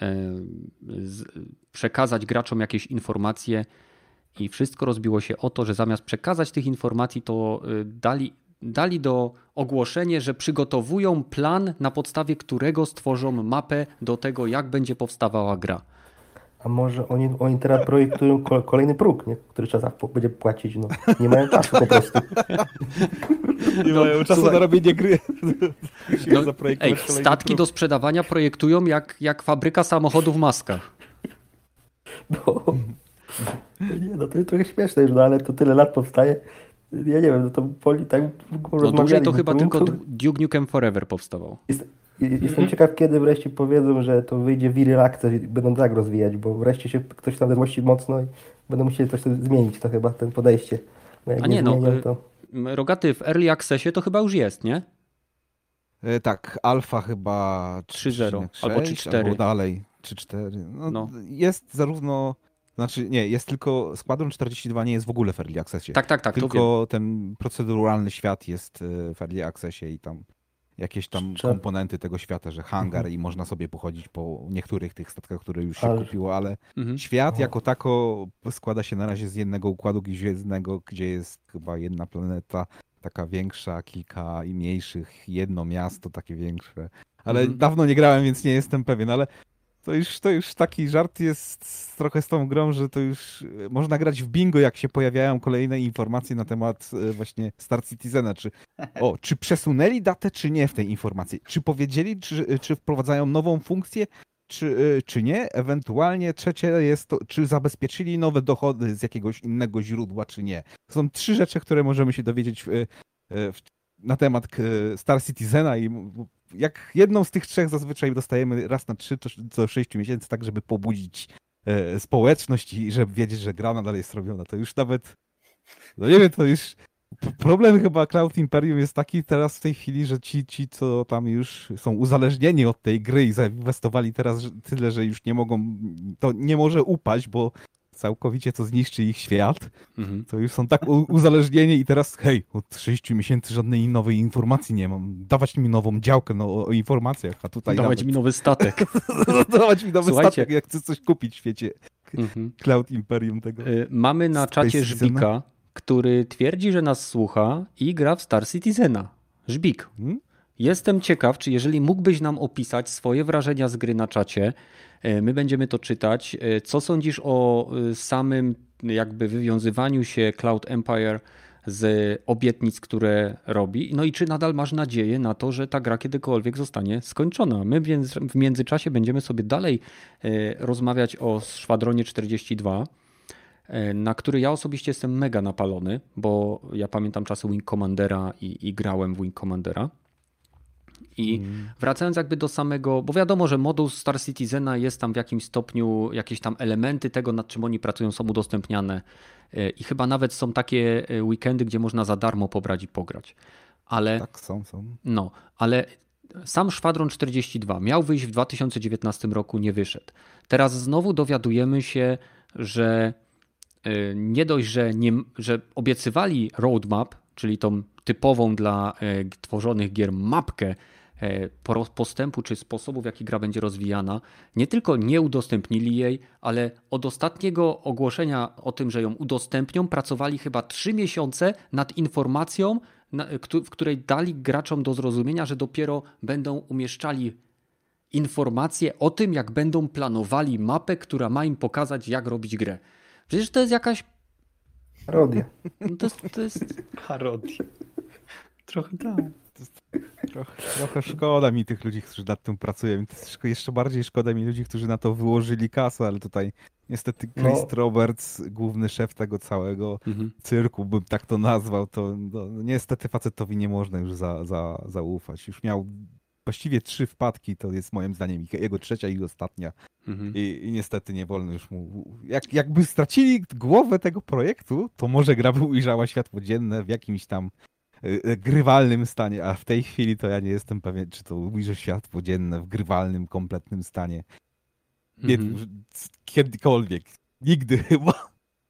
przekazać graczom jakieś informacje i wszystko rozbiło się o to, że zamiast przekazać tych informacji, to dali, dali do ogłoszenie, że przygotowują plan, na podstawie którego stworzą mapę do tego, jak będzie powstawała gra. A może oni, oni teraz projektują kolejny próg, nie? Który trzeba będzie płacić. No. Nie mają czasu po prostu. Nie No, mają czasu słuchaj. na robienie gry. No, ej, statki do sprzedawania projektują jak, jak fabryka samochodów w maskach. No. Nie, no to jest trochę śmieszne już, no ale to tyle lat powstaje. Ja nie wiem, no to poli tak No dłużej to chyba tylko Duke Nukem Forever powstawał. Jest, jestem ciekaw, kiedy wreszcie powiedzą, że to wyjdzie w Early Access i będą tak rozwijać, bo wreszcie się ktoś tam złości mocno i będą musieli coś zmienić, to chyba ten podejście. No jak A nie, nie no, zmienią, to... Rogaty, w Early Accessie to chyba już jest, nie? E, tak, alfa chyba trzy zero albo trzy cztery. Albo dalej, trzy cztery. No, No. Jest zarówno, znaczy nie, jest tylko Squadron czterdzieści dwa nie jest w ogóle w Early Accessie. Tak, tak, tak. Tylko ten proceduralny świat jest w Early Accessie i tam jakieś tam Czy- komponenty tego świata, że hangar Mhm. i można sobie pochodzić po niektórych tych statkach, które już się Ale- kupiło, ale Mhm. świat O. jako tako składa się na razie z jednego układu gwiezdnego, gdzie jest chyba jedna planeta, taka większa, kilka i mniejszych, jedno miasto takie większe. Ale Mhm. dawno nie grałem, więc nie jestem pewien, ale to już, to już taki żart jest trochę z tą grą, że to już można grać w bingo, jak się pojawiają kolejne informacje na temat e, właśnie Star Citizena. Czy, o, czy przesunęli datę, czy nie w tej informacji? Czy powiedzieli, czy, czy wprowadzają nową funkcję, czy, e, czy nie? Ewentualnie trzecie jest to, czy zabezpieczyli nowe dochody z jakiegoś innego źródła, czy nie? To są trzy rzeczy, które możemy się dowiedzieć w, e, w, na temat e, Star Citizena i jak jedną z tych trzech zazwyczaj dostajemy raz na trzy do sześciu miesięcy, tak żeby pobudzić e, społeczność i żeby wiedzieć, że gra nadal jest robiona. To już nawet, no nie wiem, to już p- problem chyba Cloud Imperium jest taki teraz w tej chwili, że ci, ci co tam już są uzależnieni od tej gry i zainwestowali teraz że- tyle, że już nie mogą, to nie może upaść, bo całkowicie to zniszczy ich świat. Mhm. To już są tak u- uzależnieni i teraz hej, od sześciu miesięcy żadnej nowej informacji nie mam. Dawać mi nową działkę no, o, o informacjach, a tutaj Dawać nawet... mi nowy statek. dawać mi nowy Słuchajcie. statek, jak chcę coś kupić w świecie Mhm. Cloud Imperium tego. Y, Mamy na Space czacie Citizena. Żbika, który twierdzi, że nas słucha i gra w Star Citizena. Żbik, Hmm? jestem ciekaw, czy jeżeli mógłbyś nam opisać swoje wrażenia z gry na czacie, y, my będziemy to czytać. Y, Co sądzisz o y, samym jakby wywiązywaniu się Cloud Empire z obietnic, które robi? No i czy nadal masz nadzieję na to, że ta gra kiedykolwiek zostanie skończona? My więc w międzyczasie będziemy sobie dalej y, rozmawiać o Szwadronie czterdzieści dwa, y, na który ja osobiście jestem mega napalony, bo ja pamiętam czasy Wing Commandera i, i grałem w Wing Commandera. I wracając jakby do samego, bo wiadomo, że moduł Star Citizena jest tam w jakimś stopniu, jakieś tam elementy tego, nad czym oni pracują, są udostępniane. Y, I chyba nawet są takie y, weekendy, gdzie można za darmo pobrać i pograć. Ale Tak, są, są. no, ale sam Szwadron czterdzieści dwa miał wyjść w dwa tysiące dziewiętnastym roku, nie wyszedł. Teraz znowu dowiadujemy się, że y, nie dość, że, nie, że obiecywali roadmap, czyli tą typową dla y, tworzonych gier mapkę y, po- postępu czy sposobu, w jaki gra będzie rozwijana, nie tylko nie udostępnili jej, ale od ostatniego ogłoszenia o tym, że ją udostępnią, pracowali chyba trzy miesiące nad informacją, na- któ- w której dali graczom do zrozumienia, że dopiero będą umieszczali informacje o tym, jak będą planowali mapę, która ma im pokazać, jak robić grę. Przecież to jest jakaś... Parodię. no To jest, to jest... Parodii. Trochę tak. Trochę, trochę szkoda mi tych ludzi, którzy nad tym pracują. To jest szko- jeszcze bardziej szkoda mi ludzi, którzy na to wyłożyli kasę, ale tutaj niestety Chris No. Roberts, główny szef tego całego Mhm. cyrku, bym tak to nazwał, to no, niestety facetowi nie można już za, za, zaufać. Już miał właściwie trzy wpadki, to jest moim zdaniem jego trzecia i ostatnia. Mhm. I, i niestety nie wolno już mu... Jak, jakby stracili głowę tego projektu, to może gra by ujrzała światło dzienne w jakimś tam y, y, grywalnym stanie, a w tej chwili to ja nie jestem pewien, czy to ujrzy światło dzienne w grywalnym, kompletnym stanie. Nie, Mhm. kiedykolwiek. Nigdy chyba.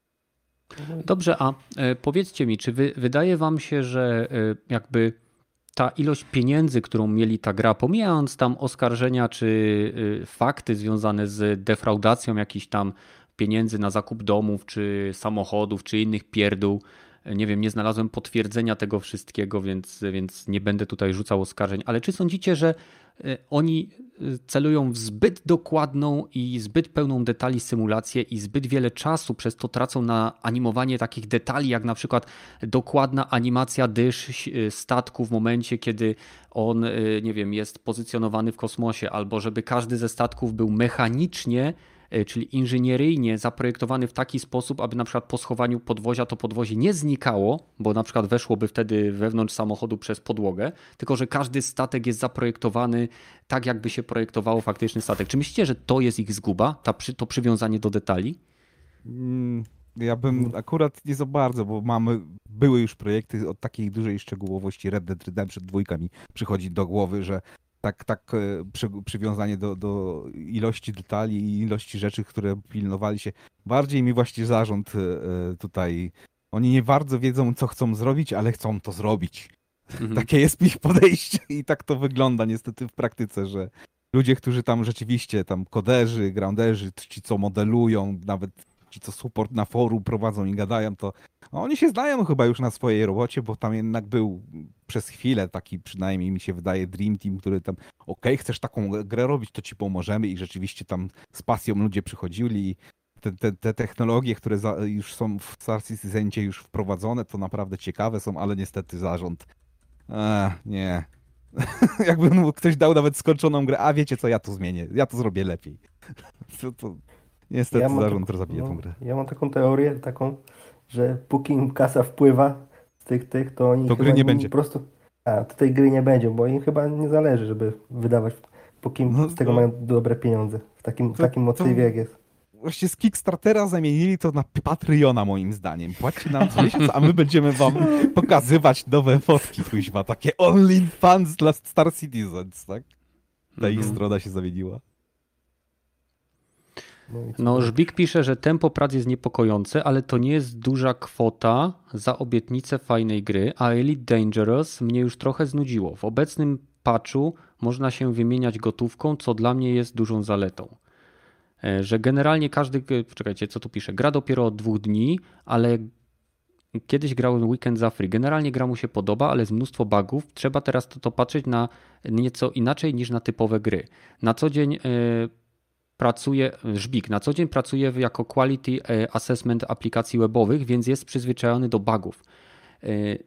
Dobrze, a e, powiedzcie mi, czy wy, wydaje wam się, że e, jakby ta ilość pieniędzy, którą mieli ta gra, pomijając tam oskarżenia czy y, fakty związane z defraudacją jakichś tam pieniędzy na zakup domów, czy samochodów, czy innych pierdół, nie wiem, nie znalazłem potwierdzenia tego wszystkiego, więc, więc nie będę tutaj rzucał oskarżeń, ale czy sądzicie, że y, oni y, celują w zbyt dokładną i zbyt pełną detali symulację i zbyt wiele czasu przez to tracą na animowanie takich detali, jak na przykład dokładna animacja dysz y, statku w momencie, kiedy on, y, nie wiem, jest pozycjonowany w kosmosie, albo żeby każdy ze statków był mechanicznie, y, czyli inżynieryjnie zaprojektowany w taki sposób, aby na przykład po schowaniu podwozia to podwozie nie znikało, bo na przykład weszłoby wtedy wewnątrz samochodu przez podłogę, tylko że każdy statek jest zaprojektowany tak, jakby się projektowało faktyczny statek. Czy myślicie, że to jest ich zguba, ta, przy- to przywiązanie do detali? Mm, Ja bym akurat nie za bardzo, bo mamy, były już projekty o takiej dużej szczegółowości. Red Dead Redemption dwa mi przychodzi do głowy, że tak, tak e, przy, przywiązanie do, do ilości detali i ilości rzeczy, które pilnowali się. Bardziej mi właśnie zarząd e, tutaj, oni nie bardzo wiedzą, co chcą zrobić, ale chcą to zrobić. Mhm. Takie jest ich podejście i tak to wygląda niestety w praktyce, że ludzie, którzy tam rzeczywiście, tam koderzy, grounderzy, ci co modelują, nawet ci co support na forum prowadzą i gadają, to no, oni się znają chyba już na swojej robocie, bo tam jednak był przez chwilę taki, przynajmniej mi się wydaje, Dream Team, który tam, okej, chcesz taką grę robić, to ci pomożemy i rzeczywiście tam z pasją ludzie przychodzili i te, te, te technologie, które za, już są w Star Citizencie już wprowadzone, to naprawdę ciekawe są, ale niestety zarząd Ech, nie. Jakby mu ktoś dał nawet skończoną grę, a wiecie co, ja to zmienię, ja to zrobię lepiej. To, to niestety Ja mam zarząd taką- zabije no, tą grę. Ja mam taką teorię, taką, że póki im kasa wpływa z tych, tych, to oni To chyba gry nie nie- będzie. po prostu... A, to tej gry nie będzie, bo im chyba nie zależy, żeby wydawać, póki No, z tego no. mają dobre pieniądze. W takim, w To- takim motywie to- jak jest. Właściwie z Kickstartera zamienili to na Patreona moim zdaniem. Płaćcie nam co miesiąc, a my będziemy wam pokazywać nowe fotki, kuźwa. Takie OnlyFans dla Star Citizens, tak? Ta ich Mhm. strona się zamieniła. No, i co No, dalej? Żbik pisze, że tempo prac jest niepokojące, ale to nie jest duża kwota za obietnicę fajnej gry, a Elite Dangerous mnie już trochę znudziło. W obecnym patchu można się wymieniać gotówką, co dla mnie jest dużą zaletą. E, Że generalnie każdy, czekajcie, co tu pisze, gra dopiero od dwóch dni, ale kiedyś grałem weekend za free. Generalnie gra mu się podoba, ale jest mnóstwo bugów. Trzeba teraz to, to patrzeć na nieco inaczej niż na typowe gry. Na co dzień e, pracuje, Żbik, na co dzień pracuje jako quality e, assessment aplikacji webowych, więc jest przyzwyczajony do bugów. E,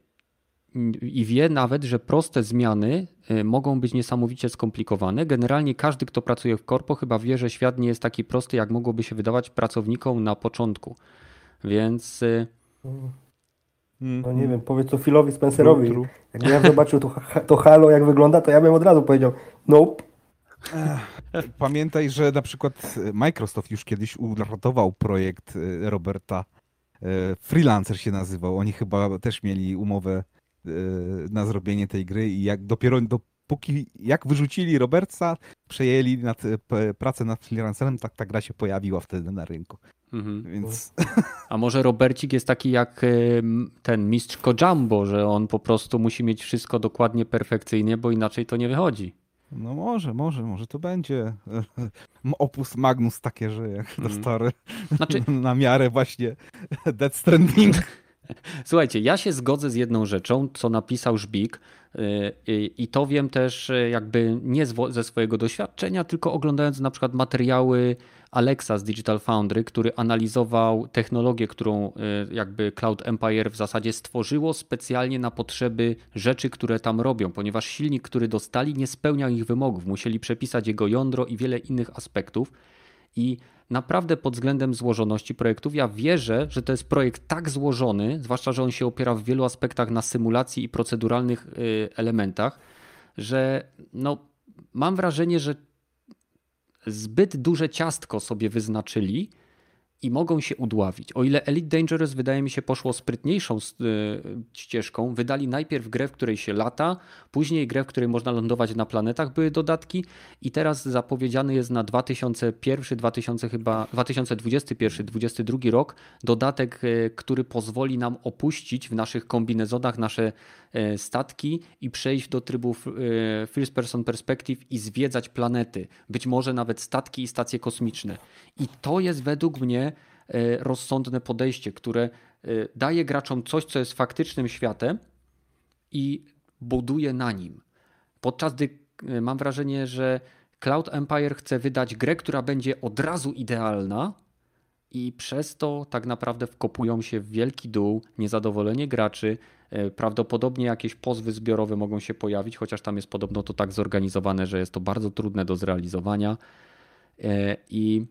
I wie nawet, że proste zmiany e, mogą być niesamowicie skomplikowane. Generalnie każdy, kto pracuje w korpo, chyba wie, że świat nie jest taki prosty, jak mogłoby się wydawać pracownikom na początku. Więc e, No nie wiem, powiedz to Philowi Spencerowi. True, true. Jakby ja zobaczył to, to Halo, jak wygląda, to ja bym od razu powiedział nope. Pamiętaj, że na przykład Microsoft już kiedyś uratował projekt e, Roberta. E, Freelancer się nazywał. Oni chyba też mieli umowę e, na zrobienie tej gry i jak dopiero dopóki jak wyrzucili Roberta, przejęli nad, e, p- pracę nad freelancerem, tak ta gra się pojawiła wtedy na rynku. mhm. Więc A może Robercik jest taki jak e, m, ten mistrz Kojambo, że on po prostu musi mieć wszystko dokładnie perfekcyjnie, bo inaczej to nie wychodzi. no może, może, może to będzie opus magnus takie, że jak Mhm. dostary Znaczy, na miarę właśnie Death Stranding. słuchajcie, ja się zgodzę z jedną rzeczą, co napisał Żbik yy, yy, i to wiem też yy, jakby nie zwo- ze swojego doświadczenia, tylko oglądając na przykład materiały Alexa z Digital Foundry, który analizował technologię, którą yy, jakby Cloud Empire w zasadzie stworzyło specjalnie na potrzeby rzeczy, które tam robią, ponieważ silnik, który dostali, nie spełniał ich wymogów. Musieli przepisać jego jądro i wiele innych aspektów. I naprawdę pod względem złożoności projektów ja wierzę, że to jest projekt tak złożony, zwłaszcza, że on się opiera w wielu aspektach na symulacji i proceduralnych y, elementach, że no, mam wrażenie, że zbyt duże ciastko sobie wyznaczyli i mogą się udławić. O ile Elite Dangerous wydaje mi się poszło sprytniejszą ścieżką, wydali najpierw grę, w której się lata, później grę, w której można lądować na planetach, były dodatki i teraz zapowiedziany jest na dwa tysiące pierwszy, dwa tysiące chyba dwa tysiące dwudziesty pierwszy, dwudziesty drugi rok dodatek, który pozwoli nam opuścić w naszych kombinezonach nasze statki i przejść do trybów first person perspective i zwiedzać planety, być może nawet statki i stacje kosmiczne. I to jest według mnie rozsądne podejście, które daje graczom coś, co jest faktycznym światem i buduje na nim. Podczas gdy mam wrażenie, że Cloud Empire chce wydać grę, która będzie od razu idealna i przez to tak naprawdę wkopują się w wielki dół, niezadowolenie graczy. Prawdopodobnie jakieś pozwy zbiorowe mogą się pojawić, chociaż tam jest podobno to tak zorganizowane, że jest to bardzo trudne do zrealizowania. I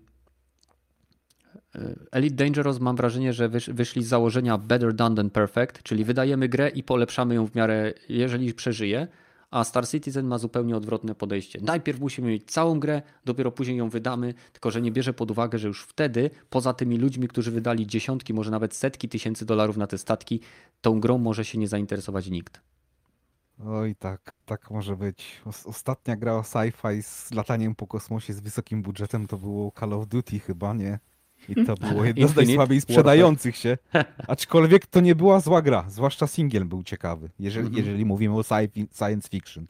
Elite Dangerous mam wrażenie, że wyszli z założenia better done than perfect, czyli wydajemy grę i polepszamy ją w miarę, jeżeli przeżyje, a Star Citizen ma zupełnie odwrotne podejście. Najpierw musimy mieć całą grę, dopiero później ją wydamy, tylko że nie bierze pod uwagę, że już wtedy, poza tymi ludźmi, którzy wydali dziesiątki, może nawet setki tysięcy dolarów na te statki, tą grą może się nie zainteresować nikt. Oj tak, tak może być. Ostatnia gra o sci-fi z lataniem po kosmosie z wysokim budżetem to było Call of Duty chyba, nie? I to było jedno z najsłabiej sprzedających się. Aczkolwiek to nie była zła gra, zwłaszcza singiel był ciekawy, jeżeli, mm-hmm. jeżeli mówimy o sci- science fiction.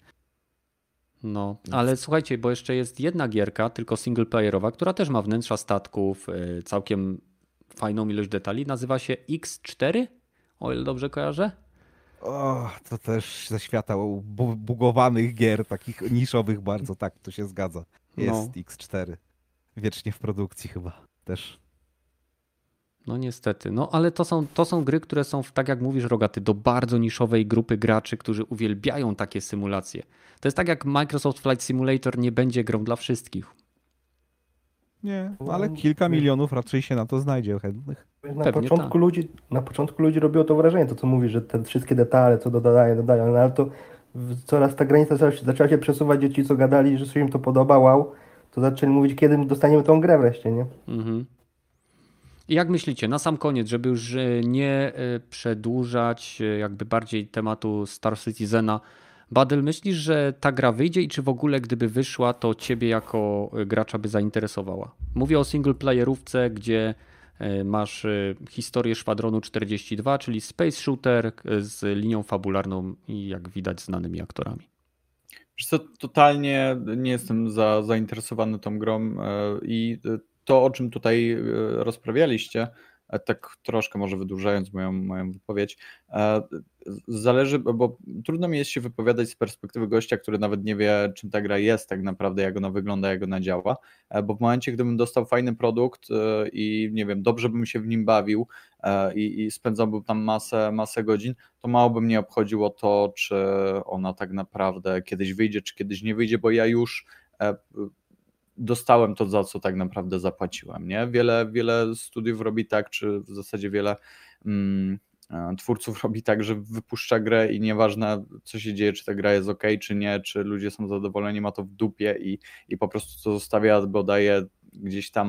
No, ale słuchajcie, bo jeszcze jest jedna gierka, tylko singleplayerowa, która też ma wnętrza statków, całkiem fajną ilość detali. Nazywa się X cztery, o ile dobrze kojarzę. O, to też ze świata bu- bugowanych gier, takich niszowych bardzo, tak, to się zgadza. Jest no. X cztery. Wiecznie w produkcji chyba też. No niestety, no ale to są, to są gry, które są, tak jak mówisz Rogaty, do bardzo niszowej grupy graczy, którzy uwielbiają takie symulacje. To jest tak jak Microsoft Flight Simulator nie będzie grą dla wszystkich. Nie, ale kilka milionów raczej się na to znajdzie chętnych. Na początku, tak. ludzi, na początku ludzi robiło to wrażenie, to co mówisz, że te wszystkie detale, co dodają, dodają, no ale to coraz ta granica zaczęła się, zaczęła się przesuwać, dzieci co gadali, że się im to podoba, wow, to zaczęli mówić, kiedy dostaniemy tą grę wreszcie, nie? Mhm. I jak myślicie, na sam koniec, żeby już nie przedłużać jakby bardziej tematu Star Citizena, Badel, myślisz, że ta gra wyjdzie i czy w ogóle gdyby wyszła, to ciebie jako gracza by zainteresowała? Mówię o singleplayerówce, gdzie masz historię Szwadronu czterdzieści dwa, czyli space shooter z linią fabularną i jak widać znanymi aktorami. Wiesz co, totalnie nie jestem za, zainteresowany tą grą i to, o czym tutaj rozprawialiście, tak troszkę może wydłużając moją, moją wypowiedź, zależy, bo trudno mi jest się wypowiadać z perspektywy gościa, który nawet nie wie, czym ta gra jest tak naprawdę, jak ona wygląda, jak ona działa, bo w momencie, gdybym dostał fajny produkt i nie wiem, dobrze bym się w nim bawił i, i spędzałbym tam masę, masę godzin, to mało by mnie obchodziło to, czy ona tak naprawdę kiedyś wyjdzie, czy kiedyś nie wyjdzie, bo ja już dostałem to, za co tak naprawdę zapłaciłem. Nie? Wiele, wiele studiów robi tak, czy w zasadzie wiele mm, twórców robi tak, że wypuszcza grę i nieważne co się dzieje, czy ta gra jest ok, czy nie, czy ludzie są zadowoleni, ma to w dupie i, i po prostu to zostawia, bo daje gdzieś tam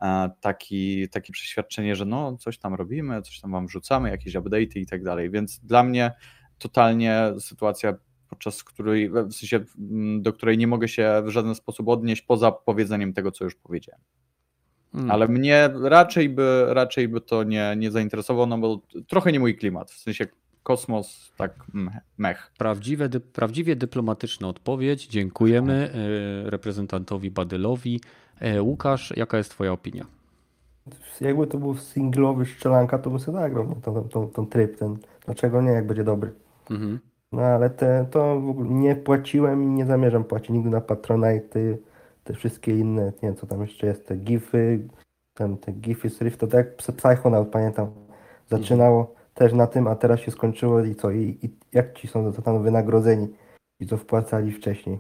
taki, takie przeświadczenie, że no coś tam robimy, coś tam wam wrzucamy, jakieś update'y i tak dalej. Więc dla mnie totalnie sytuacja, podczas której, w sensie, do której nie mogę się w żaden sposób odnieść poza powiedzeniem tego, co już powiedziałem. Hmm. Ale mnie raczej by, raczej by to nie, nie zainteresowało, no bo trochę nie mój klimat, w sensie kosmos, tak mech. Prawdziwe, dy, prawdziwie dyplomatyczna odpowiedź. Dziękujemy reprezentantowi Badylowi. Łukasz, jaka jest twoja opinia? Jakby to był singlowy strzelanka, to by sobie zagrał ten, ten, ten tryb, ten, dlaczego nie, jak będzie dobry. Mhm. No ale te, to w ogóle nie płaciłem i nie zamierzam płacić nigdy na Patronite, te wszystkie inne, nie wiem co tam jeszcze jest, te gify, tam te gify z Rift, to tak jak Psychonaut, pamiętam, zaczynało mhm. też na tym, a teraz się skończyło i co, i, i jak ci są za to wynagrodzeni i co wpłacali wcześniej.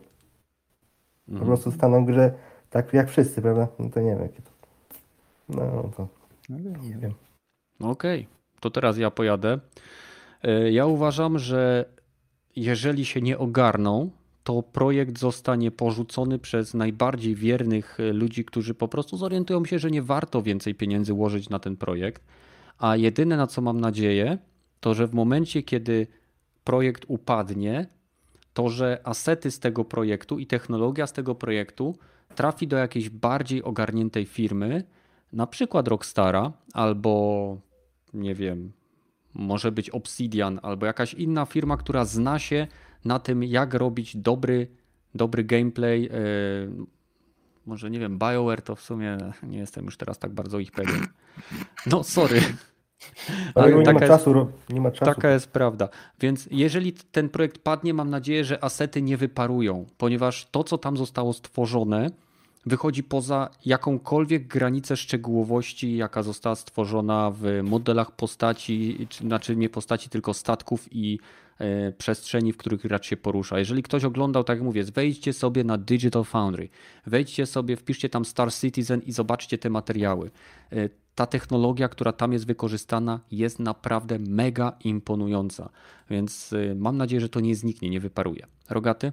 Mhm. Po prostu staną w grze tak jak wszyscy, prawda? No to nie wiem jakie to. No to nie wiem. Okej, okay. To teraz ja pojadę. Ja uważam, że jeżeli się nie ogarną, to projekt zostanie porzucony przez najbardziej wiernych ludzi, którzy po prostu zorientują się, że nie warto więcej pieniędzy łożyć na ten projekt. A jedyne, na co mam nadzieję, to że w momencie, kiedy projekt upadnie, to że asety z tego projektu i technologia z tego projektu trafi do jakiejś bardziej ogarniętej firmy, na przykład Rockstara albo nie wiem, może być Obsidian albo jakaś inna firma, która zna się na tym, jak robić dobry, dobry gameplay. Yy, może nie wiem, BioWare to w sumie nie jestem już teraz tak bardzo ich pewien. No sorry. Ale, Ale nie, taka ma jest, czasu, nie ma czasu. Taka jest prawda. Więc jeżeli ten projekt padnie, mam nadzieję, że asety nie wyparują, ponieważ to, co tam zostało stworzone, wychodzi poza jakąkolwiek granicę szczegółowości, jaka została stworzona w modelach postaci, czy, znaczy nie postaci, tylko statków i e, przestrzeni, w których gracz się porusza. Jeżeli ktoś oglądał, tak jak mówię, wejdźcie sobie na Digital Foundry, wejdźcie sobie, wpiszcie tam Star Citizen i zobaczcie te materiały. E, ta technologia, która tam jest wykorzystana, jest naprawdę mega imponująca. Więc e, mam nadzieję, że to nie zniknie, nie wyparuje. Rogaty?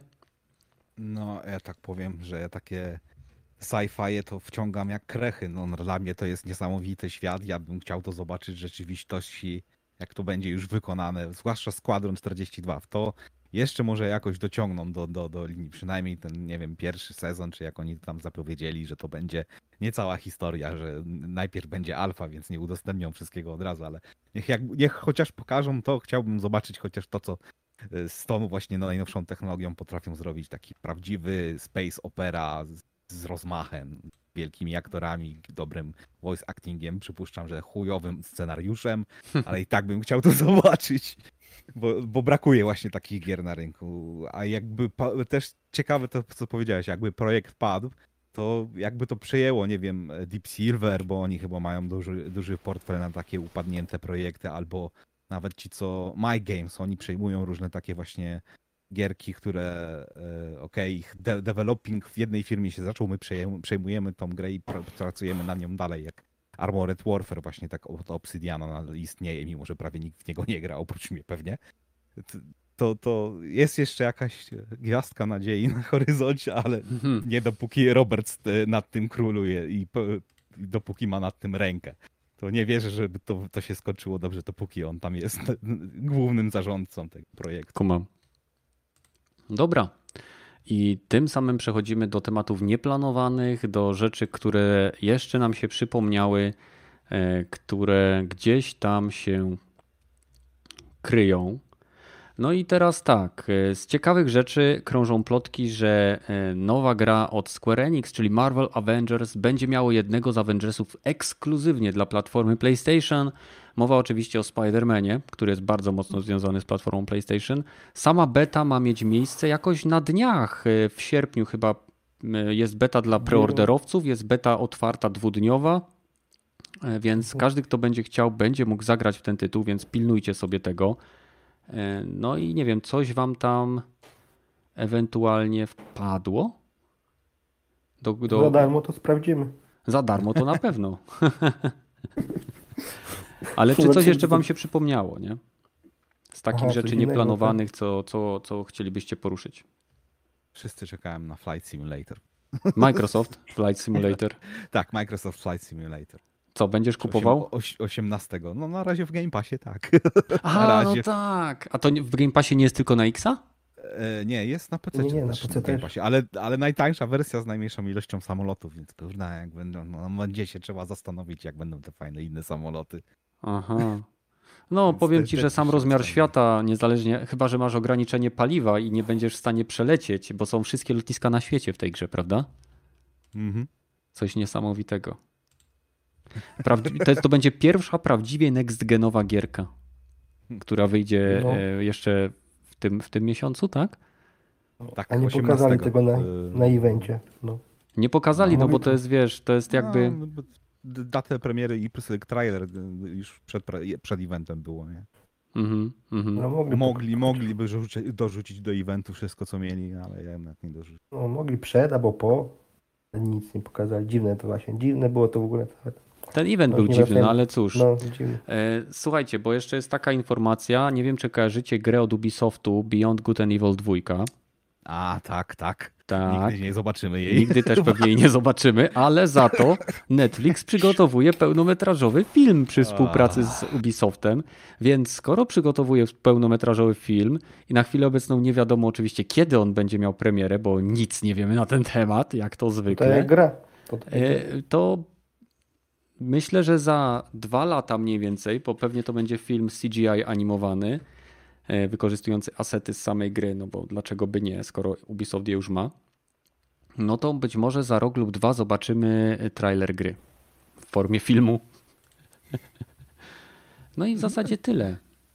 No, ja tak powiem, że ja takie sci-fi to wciągam jak krechy. No, dla mnie to jest niesamowity świat. Ja bym chciał to zobaczyć w rzeczywistości, jak to będzie już wykonane, zwłaszcza Squadron czterdzieści dwa. W to jeszcze może jakoś dociągną do, do, do linii, przynajmniej ten, nie wiem, pierwszy sezon, czy jak oni tam zapowiedzieli, że to będzie nie cała historia, że najpierw będzie alfa, więc nie udostępnią wszystkiego od razu, ale niech, jak, niech chociaż pokażą to, chciałbym zobaczyć chociaż to, co z tą właśnie najnowszą technologią potrafią zrobić. Taki prawdziwy space opera z, z rozmachem, wielkimi aktorami, dobrym voice actingiem, przypuszczam, że chujowym scenariuszem, ale i tak bym chciał to zobaczyć, bo, bo brakuje właśnie takich gier na rynku. A jakby pa- też ciekawe to, co powiedziałeś, jakby projekt padł, to jakby to przejęło, nie wiem, Deep Silver, bo oni chyba mają duży, duży portfel na takie upadnięte projekty, albo nawet ci, co My Games, oni przejmują różne takie właśnie gierki, które okej, okay, ich de- developing w jednej firmie się zaczął, my przejmujemy, przejmujemy tą grę i pr- pracujemy na nią dalej, jak Armored Warfare, właśnie tak od Obsidiana istnieje, mimo że prawie nikt w niego nie gra, oprócz mnie pewnie. To, to jest jeszcze jakaś gwiazdka nadziei na horyzoncie, ale mhm. nie dopóki Roberts nad tym króluje i, po, i dopóki ma nad tym rękę. To nie wierzę, żeby to, to się skończyło dobrze, dopóki on tam jest głównym zarządcą tego projektu. Kumam. Dobra. I tym samym przechodzimy do tematów nieplanowanych, do rzeczy, które jeszcze nam się przypomniały, które gdzieś tam się kryją. No i teraz tak, z ciekawych rzeczy krążą plotki, że nowa gra od Square Enix, czyli Marvel Avengers, będzie miało jednego z Avengersów ekskluzywnie dla platformy PlayStation. Mowa oczywiście o Spider-Manie, który jest bardzo mocno związany z platformą PlayStation. Sama beta ma mieć miejsce jakoś na dniach, w sierpniu chyba jest beta dla preorderowców, jest beta otwarta dwudniowa, więc każdy, kto będzie chciał, będzie mógł zagrać w ten tytuł, więc pilnujcie sobie tego. No i nie wiem, coś wam tam ewentualnie wpadło? Do, do... Za darmo to sprawdzimy. Za darmo to na pewno. Ale czy coś jeszcze wam się przypomniało, nie? Z takich Aha, rzeczy nieplanowanych, co, co, co chcielibyście poruszyć? Wszyscy czekałem na Flight Simulator. Microsoft Flight Simulator. Tak, Microsoft Flight Simulator. Co, będziesz kupował? osiemnastego. No na razie w Game Passie tak. Aha, razie. No tak. A to w Game Passie nie jest tylko na X-a? E, nie, jest na P C. Nie, nie, na P C też. Ale, ale najtańsza wersja z najmniejszą ilością samolotów, więc kurde, jak będą, no, będzie się trzeba zastanowić, jak będą te fajne inne samoloty. Aha. No, więc powiem ci, że sam rozmiar świata, niezależnie, chyba że masz ograniczenie paliwa i nie będziesz w stanie przelecieć, bo są wszystkie lotniska na świecie w tej grze, prawda? Mhm. Coś niesamowitego. Prawdzi- to, jest, to będzie pierwsza prawdziwie next-genowa gierka, która wyjdzie no. jeszcze w tym, w tym miesiącu, tak? tak A nie pokazali tego na, na evencie. No. Nie pokazali, no, no bo to jest, wiesz, to jest jakby... No, datę premiery i trailer już przed, przed eventem było, nie? Mhm, mhm. No, mogli, mogli mogliby dorzucić, dorzucić do eventu wszystko, co mieli, ale ja jednak nie dorzuciłem. No, mogli przed albo po. Nic nie pokazali. Dziwne to właśnie. Dziwne było to w ogóle. Ten event no, był dziwny, no ale cóż. No, Słuchajcie, bo jeszcze jest taka informacja, nie wiem czy kojarzycie grę od Ubisoftu Beyond Good and Evil dwa. A, tak, tak. Tak. Nigdy nie zobaczymy jej. Nigdy też pewnie jej nie zobaczymy, ale za to Netflix przygotowuje pełnometrażowy film przy współpracy z Ubisoftem, więc skoro przygotowuje pełnometrażowy film i na chwilę obecną nie wiadomo oczywiście kiedy on będzie miał premierę, bo nic nie wiemy na ten temat, jak to To zwykle, jak gra. To, to, e, to myślę, że za dwa lata mniej więcej, bo pewnie to będzie film C G I animowany, e, wykorzystujący asety z samej gry, no bo dlaczego by nie, skoro Ubisoft je już ma. No to być może za rok lub dwa zobaczymy trailer gry w formie filmu. No i w zasadzie tyle.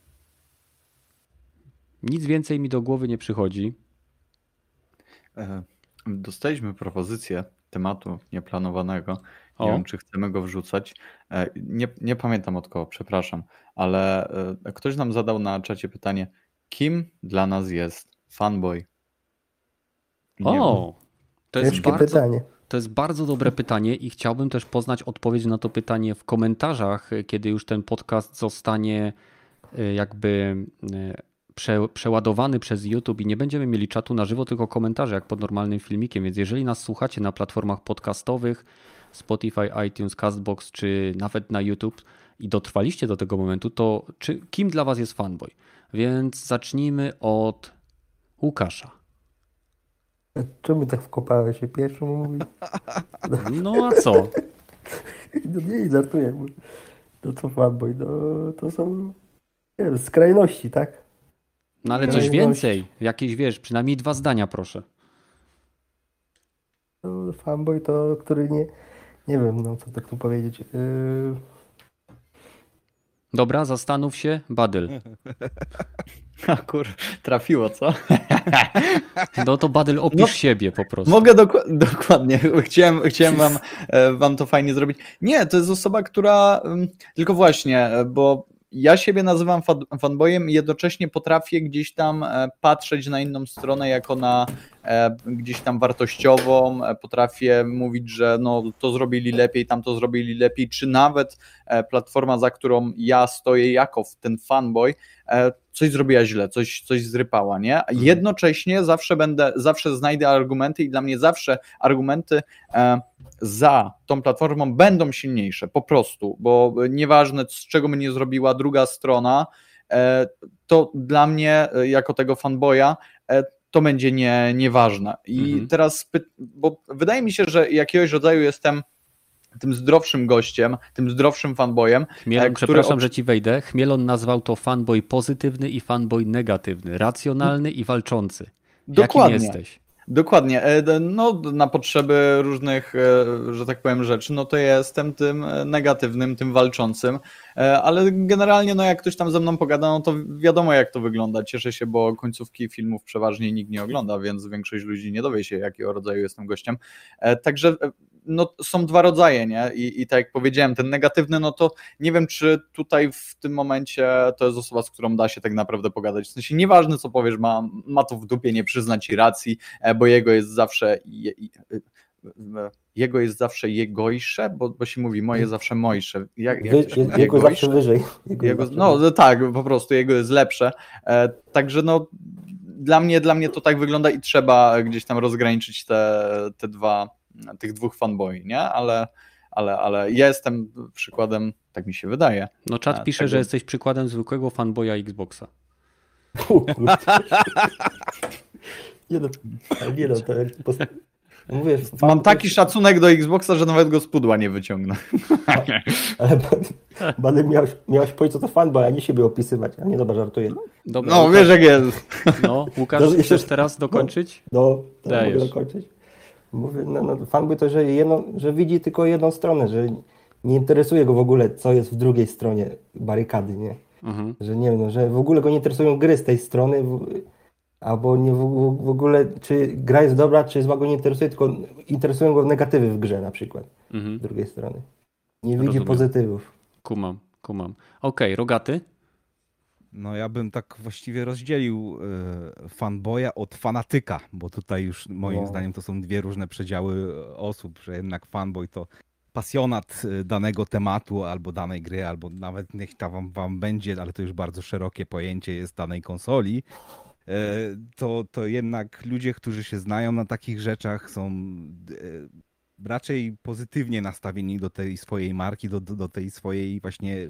Nic więcej mi do głowy nie przychodzi. E, Dostaliśmy propozycję tematu nieplanowanego. Nie O. wiem, czy chcemy go wrzucać. E, Nie, nie pamiętam od kogo, przepraszam, ale e, ktoś nam zadał na czacie pytanie, kim dla nas jest fanboy? I nie wiem. O, to jest, ciężkie bardzo, pytanie. to jest bardzo dobre pytanie i chciałbym też poznać odpowiedź na to pytanie w komentarzach, kiedy już ten podcast zostanie y, jakby y, prze, przeładowany przez YouTube i nie będziemy mieli czatu na żywo, tylko komentarze jak pod normalnym filmikiem, więc jeżeli nas słuchacie na platformach podcastowych, Spotify, iTunes, Castbox czy nawet na YouTube i dotrwaliście do tego momentu, to czy, kim dla was jest fanboy? Więc zacznijmy od Łukasza. Czemu tak wkopałeś się pierwszy mówi? No a co? No nie, żartuję. bo To co fanboy, no to są nie wiem, skrajności, tak? No ale coś więcej, jakieś wiesz, przynajmniej dwa zdania proszę. No, fanboy to, który nie, nie wiem, no co tak tu powiedzieć. Yy, Dobra, zastanów się, Badyl. A kur, trafiło, co? No to Badyl opisz No, siebie po prostu. Mogę doku- dokładnie. Chciałem, chciałem wam, e, wam to fajnie zrobić. Nie, to jest osoba, która. ym, Tylko właśnie, e, bo ja siebie nazywam fan- fanboyem i jednocześnie potrafię gdzieś tam e, patrzeć na inną stronę jako na e, gdzieś tam wartościową. E, Potrafię mówić, że no to zrobili lepiej, tam to zrobili lepiej, czy nawet e, platforma, za którą ja stoję jako ten fanboy, e, coś zrobiła źle, coś, coś zrypała, nie? Jednocześnie zawsze będę, zawsze znajdę argumenty i dla mnie zawsze argumenty e, za tą platformą będą silniejsze, po prostu, bo nieważne z czego by nie zrobiła druga strona, e, to dla mnie e, jako tego fanboya e, to będzie nie, nieważne. I Mhm. teraz, py- bo wydaje mi się, że jakiegoś rodzaju jestem tym zdrowszym gościem, tym zdrowszym fanboyem. Chmielon, e, który przepraszam, ob- że ci wejdę. Chmielon nazwał to fanboy pozytywny i fanboy negatywny, racjonalny i walczący. Dokładnie. Jakim jesteś? Dokładnie. E, d- No, na potrzeby różnych, e, że tak powiem, rzeczy, no to ja jestem tym e, negatywnym, tym walczącym, E, ale generalnie, no jak ktoś tam ze mną pogada, no to wiadomo jak to wygląda. Cieszę się, bo końcówki filmów przeważnie nikt nie ogląda, więc większość ludzi nie dowie się, jakiego rodzaju jestem gościem. E, Także e, no, są dwa rodzaje, nie? I, I tak jak powiedziałem, ten negatywny, no to nie wiem, czy tutaj w tym momencie to jest osoba, z którą da się tak naprawdę pogadać. W sensie nieważne, co powiesz, ma, ma to w dupie, nie przyzna ci racji, e, bo jego jest zawsze je, je, jego jest zawsze jegojsze, bo, bo się mówi moje zawsze mojsze. Jak, jak wy, to się mówi? je, jego Jegojsze? zawsze wyżej. Jego Jego, zawsze no wyżej. tak, po prostu jego jest lepsze. E, także no dla mnie, dla mnie to tak wygląda i trzeba gdzieś tam rozgraniczyć te, te dwa, tych dwóch fanboy, nie? Ale, ale, ale ja jestem przykładem, tak mi się wydaje. No czat A, pisze, tego- że jesteś przykładem zwykłego fanboya Xboxa. O kurde. Nie no, ale nie no, to post- mówię, Mam fanboy- taki szacunek do Xboxa, że nawet go z pudła nie wyciągnę. Ale Bany miałeś, miałeś powiedzieć, co to fanboy, a nie siebie opisywać. A nie, dobra, żartuję. Dobra, No Łukasz, wiesz jak jest. no, Łukasz, Dobrze, chcesz jeszcze- teraz dokończyć? No, to Dajesz. mogę dokończyć. Mówię, no, no, fanboy to, że, jedno, że widzi tylko jedną stronę, że nie interesuje go w ogóle, co jest w drugiej stronie barykady, nie? Mhm. Że nie wiem, no, że w ogóle go nie interesują gry z tej strony, w, albo nie w, w ogóle, czy gra jest dobra, czy zła go nie interesuje, tylko interesują go negatywy w grze na przykład, Mhm. z drugiej strony. Nie widzi Rozumiem. pozytywów. Kumam, kumam. Okej, Rogaty? No ja bym tak właściwie rozdzielił e, fanboya od fanatyka, bo tutaj już moim No. zdaniem to są dwie różne przedziały osób, że jednak fanboy to pasjonat e, danego tematu albo danej gry, albo nawet niech tam wam, wam będzie, ale to już bardzo szerokie pojęcie jest danej konsoli. to, to jednak ludzie, którzy się znają na takich rzeczach, są raczej pozytywnie nastawieni do tej swojej marki, do, do tej swojej właśnie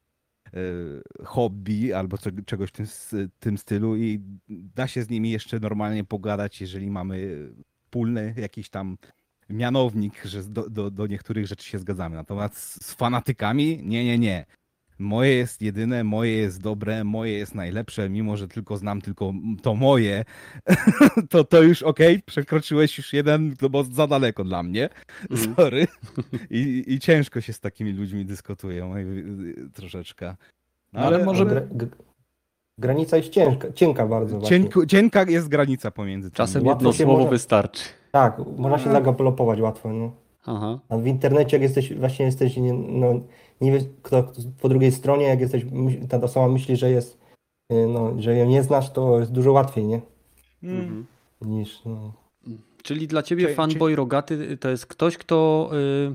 hobby albo czegoś w tym, tym stylu i da się z nimi jeszcze normalnie pogadać, jeżeli mamy wspólny jakiś tam mianownik, że do, do, do niektórych rzeczy się zgadzamy. Natomiast z fanatykami nie, nie, nie. Moje jest jedyne, moje jest dobre, moje jest najlepsze, mimo że tylko znam tylko to moje, to to już okej, okay, przekroczyłeś już jeden, no bo za daleko dla mnie, mm. sorry. I, I ciężko się z takimi ludźmi dyskutuje troszeczkę. No, ale, ale może... Gra, granica jest ciężka, cienka bardzo. Cienku, cienka jest granica pomiędzy tym. Czasem jedno słowo można... wystarczy. Tak, można się zagalopować łatwo. No. Aha. A w internecie, jak jesteś, właśnie jesteś, no, nie wiesz, kto po drugiej stronie, jak jesteś, ta osoba myśli, że jest, no, że ją nie znasz, to jest dużo łatwiej, nie? Mhm. Niż, no. Czyli dla ciebie czy, fanboy czy... rogaty to jest ktoś, kto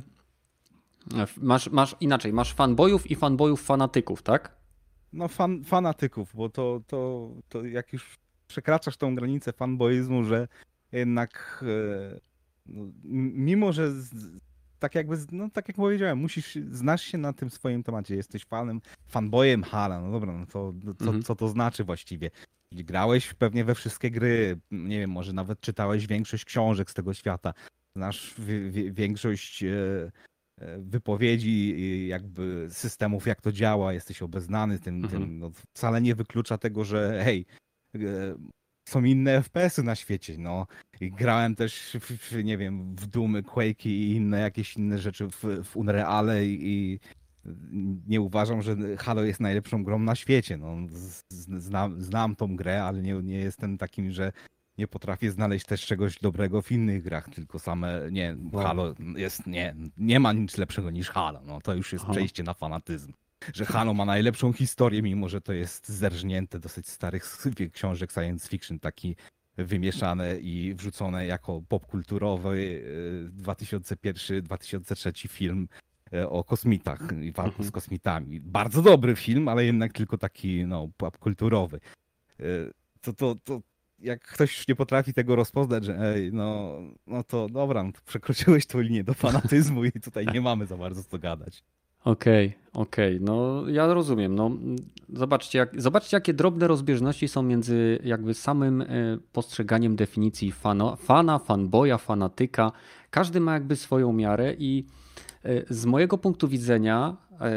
yy, masz, masz inaczej, masz fanboyów i fanboyów fanatyków, tak? No fan, fanatyków, bo to, to, to jak już przekraczasz tą granicę fanboyzmu, że jednak yy, no, mimo, że z, tak jakby, no tak jak powiedziałem, musisz, znasz się na tym swoim temacie, jesteś fanem, fanboyem Hala, no dobra, no to co, mhm. co to znaczy właściwie? Grałeś pewnie we wszystkie gry, nie wiem, może nawet czytałeś większość książek z tego świata, znasz w, w, większość e, wypowiedzi, jakby systemów, jak to działa, jesteś obeznany tym, mhm. tym no, wcale nie wyklucza tego, że hej, e, są inne F P S-y na świecie, no. I grałem też, w, w, nie wiem, w Doomy, Quake'i i inne jakieś inne rzeczy w, w Unreale i, i nie uważam, że Halo jest najlepszą grą na świecie. No, znam, znam tą grę, ale nie, nie jestem takim, że nie potrafię znaleźć też czegoś dobrego w innych grach, tylko same, nie, Halo jest, nie, nie ma nic lepszego niż Halo. No, to już jest Aha. przejście na fanatyzm. Że Halo ma najlepszą historię, mimo że to jest zerżnięte dosyć starych książek science fiction, taki wymieszane i wrzucone jako popkulturowy dwa tysiące pierwszy dwa tysiące trzeci film o kosmitach i walku mhm. z kosmitami. Bardzo dobry film, ale jednak tylko taki no, popkulturowy. To, to, to jak ktoś już nie potrafi tego rozpoznać, że ej, no, no to dobra, no to przekroczyłeś tą linię do fanatyzmu i tutaj nie mamy za bardzo co gadać. Okej, okay, okej, okay. No ja rozumiem. No, zobaczcie, jak, zobaczcie, jakie drobne rozbieżności są między jakby samym postrzeganiem definicji fana, fana, fanboya, fanatyka. Każdy ma jakby swoją miarę i z mojego punktu widzenia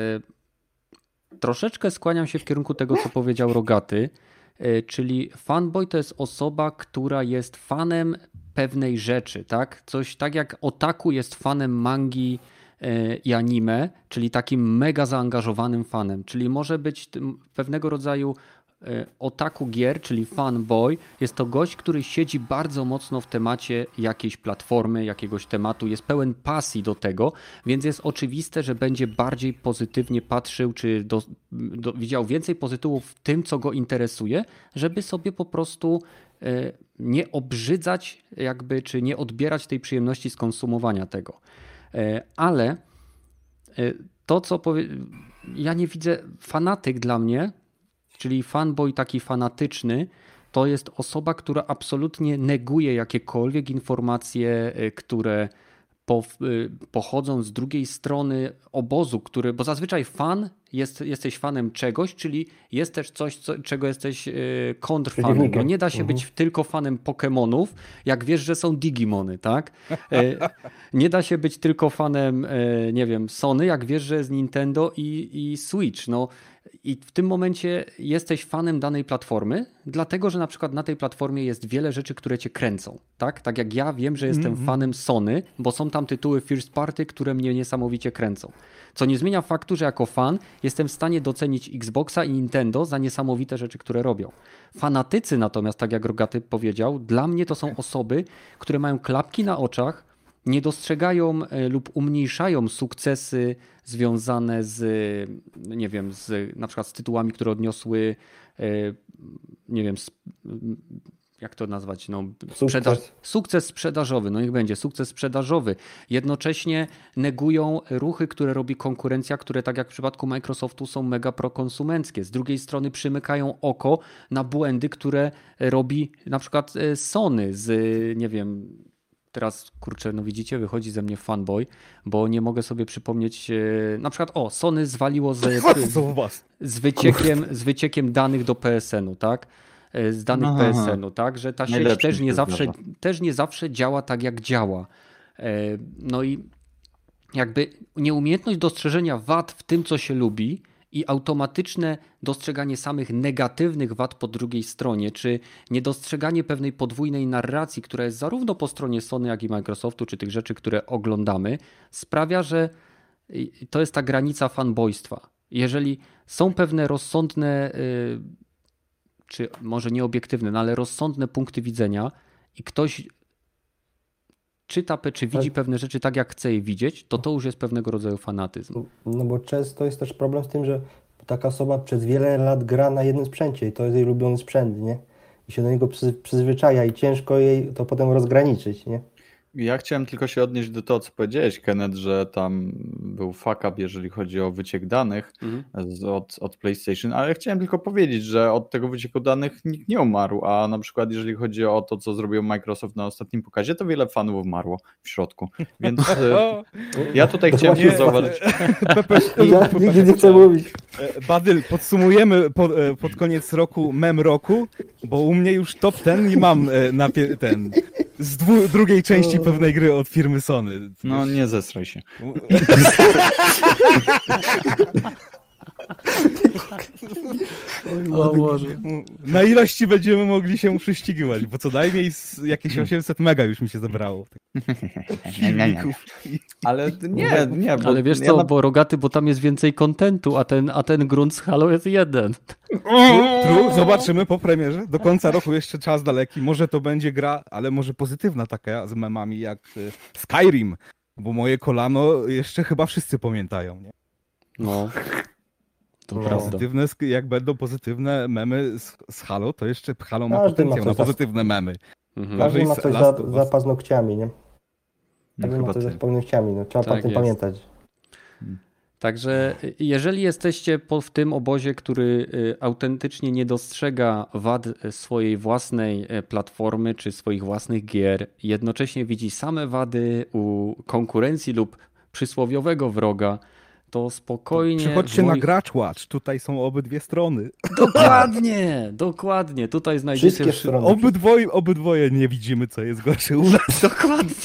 troszeczkę skłaniam się w kierunku tego, co powiedział Rogaty, czyli fanboy to jest osoba, która jest fanem pewnej rzeczy, tak? Coś tak jak otaku jest fanem mangi i anime, czyli takim mega zaangażowanym fanem, czyli może być pewnego rodzaju otaku gier, czyli fanboy, jest to gość, który siedzi bardzo mocno w temacie jakiejś platformy, jakiegoś tematu, jest pełen pasji do tego, więc jest oczywiste, że będzie bardziej pozytywnie patrzył, czy do, do, widział więcej pozytywów w tym, co go interesuje, żeby sobie po prostu nie obrzydzać jakby, czy nie odbierać tej przyjemności z konsumowania tego. Ale to, co powie... ja nie widzę, fanatyk dla mnie, czyli fanboy taki fanatyczny, to jest osoba, która absolutnie neguje jakiekolwiek informacje, które po, pochodzą z drugiej strony obozu, który, bo zazwyczaj fan, jest, jesteś fanem czegoś, czyli jest też coś, co, czego jesteś kontrfanem. No nie da się mhm. być tylko fanem Pokémonów, jak wiesz, że są Digimony, tak? Nie da się być tylko fanem, nie wiem, Sony, jak wiesz, że jest Nintendo i, i Switch. No, i w tym momencie jesteś fanem danej platformy, dlatego że na przykład na tej platformie jest wiele rzeczy, które cię kręcą. Tak, tak jak ja wiem, że jestem mm-hmm. fanem Sony, bo są tam tytuły first party, które mnie niesamowicie kręcą. Co nie zmienia faktu, że jako fan jestem w stanie docenić Xboxa i Nintendo za niesamowite rzeczy, które robią. Fanatycy natomiast, tak jak Rogaty powiedział, dla mnie to są osoby, które mają klapki na oczach, nie dostrzegają lub umniejszają sukcesy związane z, nie wiem, z, na przykład z tytułami, które odniosły, nie wiem, jak to nazwać, no, Sukces. sprzedaż, sukces sprzedażowy, no niech będzie, sukces sprzedażowy. Jednocześnie negują ruchy, które robi konkurencja, które tak jak w przypadku Microsoftu są mega prokonsumenckie. Z drugiej strony przymykają oko na błędy, które robi na przykład Sony z, nie wiem, teraz kurczę, no widzicie, wychodzi ze mnie fanboy, bo nie mogę sobie przypomnieć, na przykład o, Sony zwaliło z, z, wyciekiem, z wyciekiem danych do P S N-u, tak? Z danych Aha. P S N-u, tak? Że ta sieć Najlepszy też nie, się zawsze, zdarza. też nie zawsze działa tak, jak działa. No i jakby nieumiejętność dostrzeżenia wad w tym, co się lubi i automatyczne dostrzeganie samych negatywnych wad po drugiej stronie, czy niedostrzeganie pewnej podwójnej narracji, która jest zarówno po stronie Sony, jak i Microsoftu, czy tych rzeczy, które oglądamy, sprawia, że to jest ta granica fanboystwa. Jeżeli są pewne rozsądne, czy może nie obiektywne, no ale rozsądne punkty widzenia i ktoś czyta, czy widzi pewne rzeczy tak, jak chce je widzieć, to to już jest pewnego rodzaju fanatyzm. No bo często jest też problem z tym, że taka osoba przez wiele lat gra na jednym sprzęcie i to jest jej ulubiony sprzęt, nie? I się do niego przy, przyzwyczaja i ciężko jej to potem rozgraniczyć, nie? Ja chciałem tylko się odnieść do tego, co powiedziałeś, Kenneth, że tam był fuck up, jeżeli chodzi o wyciek danych Mhm. z, od, od PlayStation, ale chciałem tylko powiedzieć, że od tego wycieku danych nikt nie umarł, a na przykład jeżeli chodzi o to, co zrobił Microsoft na ostatnim pokazie, to wiele fanów umarło w środku, więc e, ja tutaj chciałem właśnie- to zauważyć. Pepe, Ja nigdy nie chcę mówić. Badyl, podsumujemy pod, pod koniec roku mem roku, bo u mnie już top ten i mam e, na pie, ten z dwu, drugiej części pewnej gry od firmy Sony. No nie zesraj się. O Boże. Na ilości będziemy mogli się prześcigiwać, bo co najmniej z jakieś osiemset mega już mi się zebrało. Nie, nie, nie. Ale nie, nie. Bo Ale wiesz ja co, na- bo Rogaty, bo tam jest więcej kontentu, a ten, a ten grunt z Halo jest jeden. Tru, zobaczymy po premierze. Do końca roku jeszcze czas daleki. Może to będzie gra, ale może pozytywna taka z memami jak e, Skyrim, bo moje kolano jeszcze chyba wszyscy pamiętają. Nie? No, to No. prawda. Pozytywne, sk- jak będą pozytywne memy z, z Halo, to jeszcze Halo ma Każdy ma potencjał coś na za- pozytywne memy. Mhm. Każdy- Każdy ma z coś Last za, of Us. za paznokciami, nie? No, Każdy ma chyba coś za ty. paznokciami, no. Trzeba Tak o tym jest. pamiętać. Także jeżeli jesteście po, w tym obozie, który y, autentycznie nie dostrzega wad swojej własnej e, platformy czy swoich własnych gier, jednocześnie widzi same wady u konkurencji lub przysłowiowego wroga, to spokojnie... Przychodźcie w na moich- Gracz Watch, tutaj są obydwie strony. Dokładnie, dokładnie. Tutaj znajdziecie... Wszystkie wszy- strony. Obydwoje, obydwoje nie widzimy, co jest gorsze u nas. Dokładnie.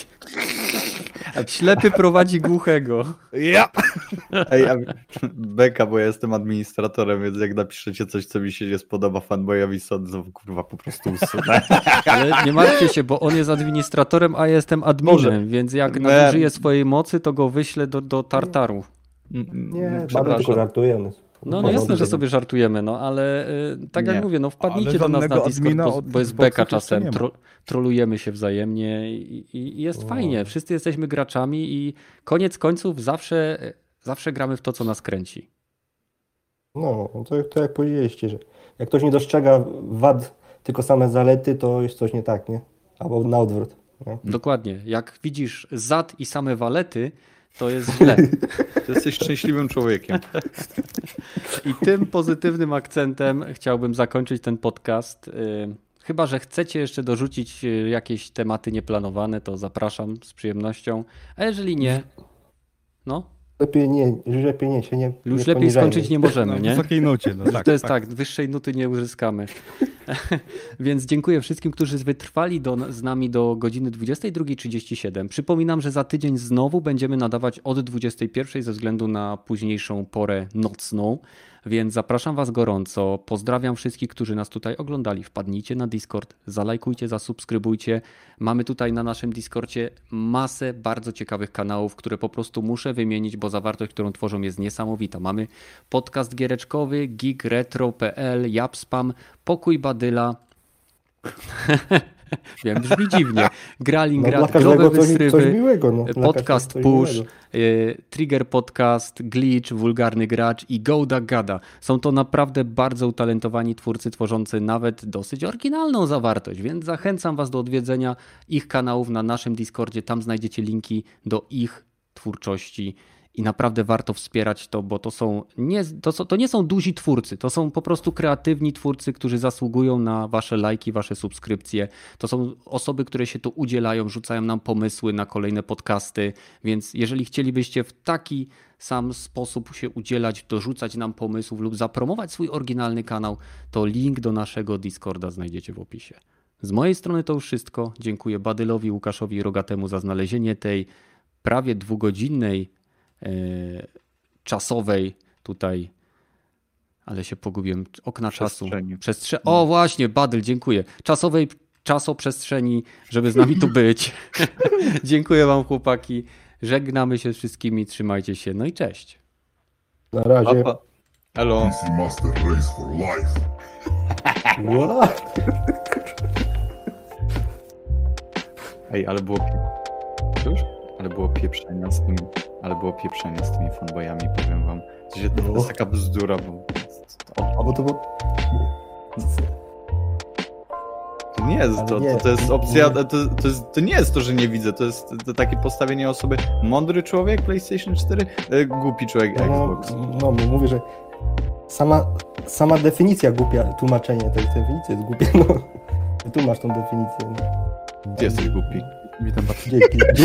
Ślepy prowadzi głuchego. Ja! Ej, a, beka, bo ja jestem administratorem, więc jak napiszecie coś, co mi się nie spodoba fanboyowi Sony, to kurwa po prostu usunę. Ale nie martwcie się, bo on jest administratorem, a ja jestem adminem, Może. więc jak Nie. nadużyje swojej mocy, to go wyślę do, do tartaru. Nie, Mm, bardzo tylko żartuję. on jest No, no porządny. jasne, że sobie żartujemy, no ale y, tak Nie. jak mówię, no wpadnijcie Ale do nas na żadnego Discord, admina bo, od bo jest Xboxa beka jeszcze czasem, nie ma. tro, trolujemy się wzajemnie i, i, i jest fajnie. Wszyscy jesteśmy graczami i koniec końców zawsze, zawsze gramy w to, co nas kręci. No, to, to jak powiedzieliście, że jak ktoś nie dostrzega wad, tylko same zalety, to jest coś nie tak, nie? Albo na odwrót. Nie? Dokładnie. Jak widzisz zad i same walety, to jest źle. Ty jesteś szczęśliwym człowiekiem. I tym pozytywnym akcentem chciałbym zakończyć ten podcast. Y, Chyba że chcecie jeszcze dorzucić y, jakieś tematy nieplanowane, to zapraszam z przyjemnością. A jeżeli nie, no, Lepiej nie, już lepiej nie, się nie już nie lepiej poniżajmy. skończyć nie Na możemy, nie? wysokiej nucie. No, tak, To jest tak. tak, wyższej nuty nie uzyskamy. Więc dziękuję wszystkim, którzy wytrwali do, z nami do godziny dwudziestej drugiej trzydzieści siedem. Przypominam, że za tydzień znowu będziemy nadawać od dwudziestej pierwszej ze względu na późniejszą porę nocną. Więc zapraszam Was gorąco. Pozdrawiam wszystkich, którzy nas tutaj oglądali. Wpadnijcie na Discord, zalajkujcie, zasubskrybujcie. Mamy tutaj na naszym Discordzie masę bardzo ciekawych kanałów, które po prostu muszę wymienić, bo zawartość, którą tworzą, jest niesamowita. Mamy podcast giereczkowy, geek retro kropka p l, Japspam, Pokój Badyla, Wiem, brzmi dziwnie. Gralingrad, No, dla każdego growe coś, coś wystrywy, miłego. No. Dla podcast każdego coś Push, miłego. y, Trigger Podcast, Glitch, Wulgarny Gracz i Goda Gada. Są to naprawdę bardzo utalentowani twórcy tworzący nawet dosyć oryginalną zawartość, więc zachęcam was do odwiedzenia ich kanałów na naszym Discordzie. Tam znajdziecie linki do ich twórczości i naprawdę warto wspierać to, bo to są nie, to, są, to nie są duzi twórcy, to są po prostu kreatywni twórcy, którzy zasługują na wasze lajki, wasze subskrypcje. To są osoby, które się tu udzielają, rzucają nam pomysły na kolejne podcasty, więc jeżeli chcielibyście w taki sam sposób się udzielać, dorzucać nam pomysłów lub zapromować swój oryginalny kanał, to link do naszego Discorda znajdziecie w opisie. Z mojej strony to już wszystko. Dziękuję Badylowi, Łukaszowi i Rogatemu za znalezienie tej prawie dwugodzinnej czasowej tutaj, ale się pogubiłem, okna Przestrzeni. czasu. Przestrze- o właśnie, Badyl, dziękuję. Czasowej czasoprzestrzeni, żeby z nami tu być. Dziękuję wam, chłopaki. Żegnamy się z wszystkimi, trzymajcie się, no i cześć. Na razie. Pa, pa. Hello. P C Master Race for life. What? Ej, ale było pie... Już? Ale było pieprzenia z tym, ale było pieprzenia z tymi fanboyami, powiem wam. W sensie to, to jest taka bzdura, bo... O, Bo to było... to nie jest, to, nie, to, to jest opcja, to, to, jest, to nie jest to, że nie widzę, to jest to takie postawienie osoby mądry człowiek PlayStation cztery, e, głupi człowiek No, Xbox. no, mówię, że sama, sama definicja głupia, tłumaczenie tej definicji jest głupie, no. Ty tu masz tą definicję. No. Ty jesteś głupi. Witam bardzo. Dzięki.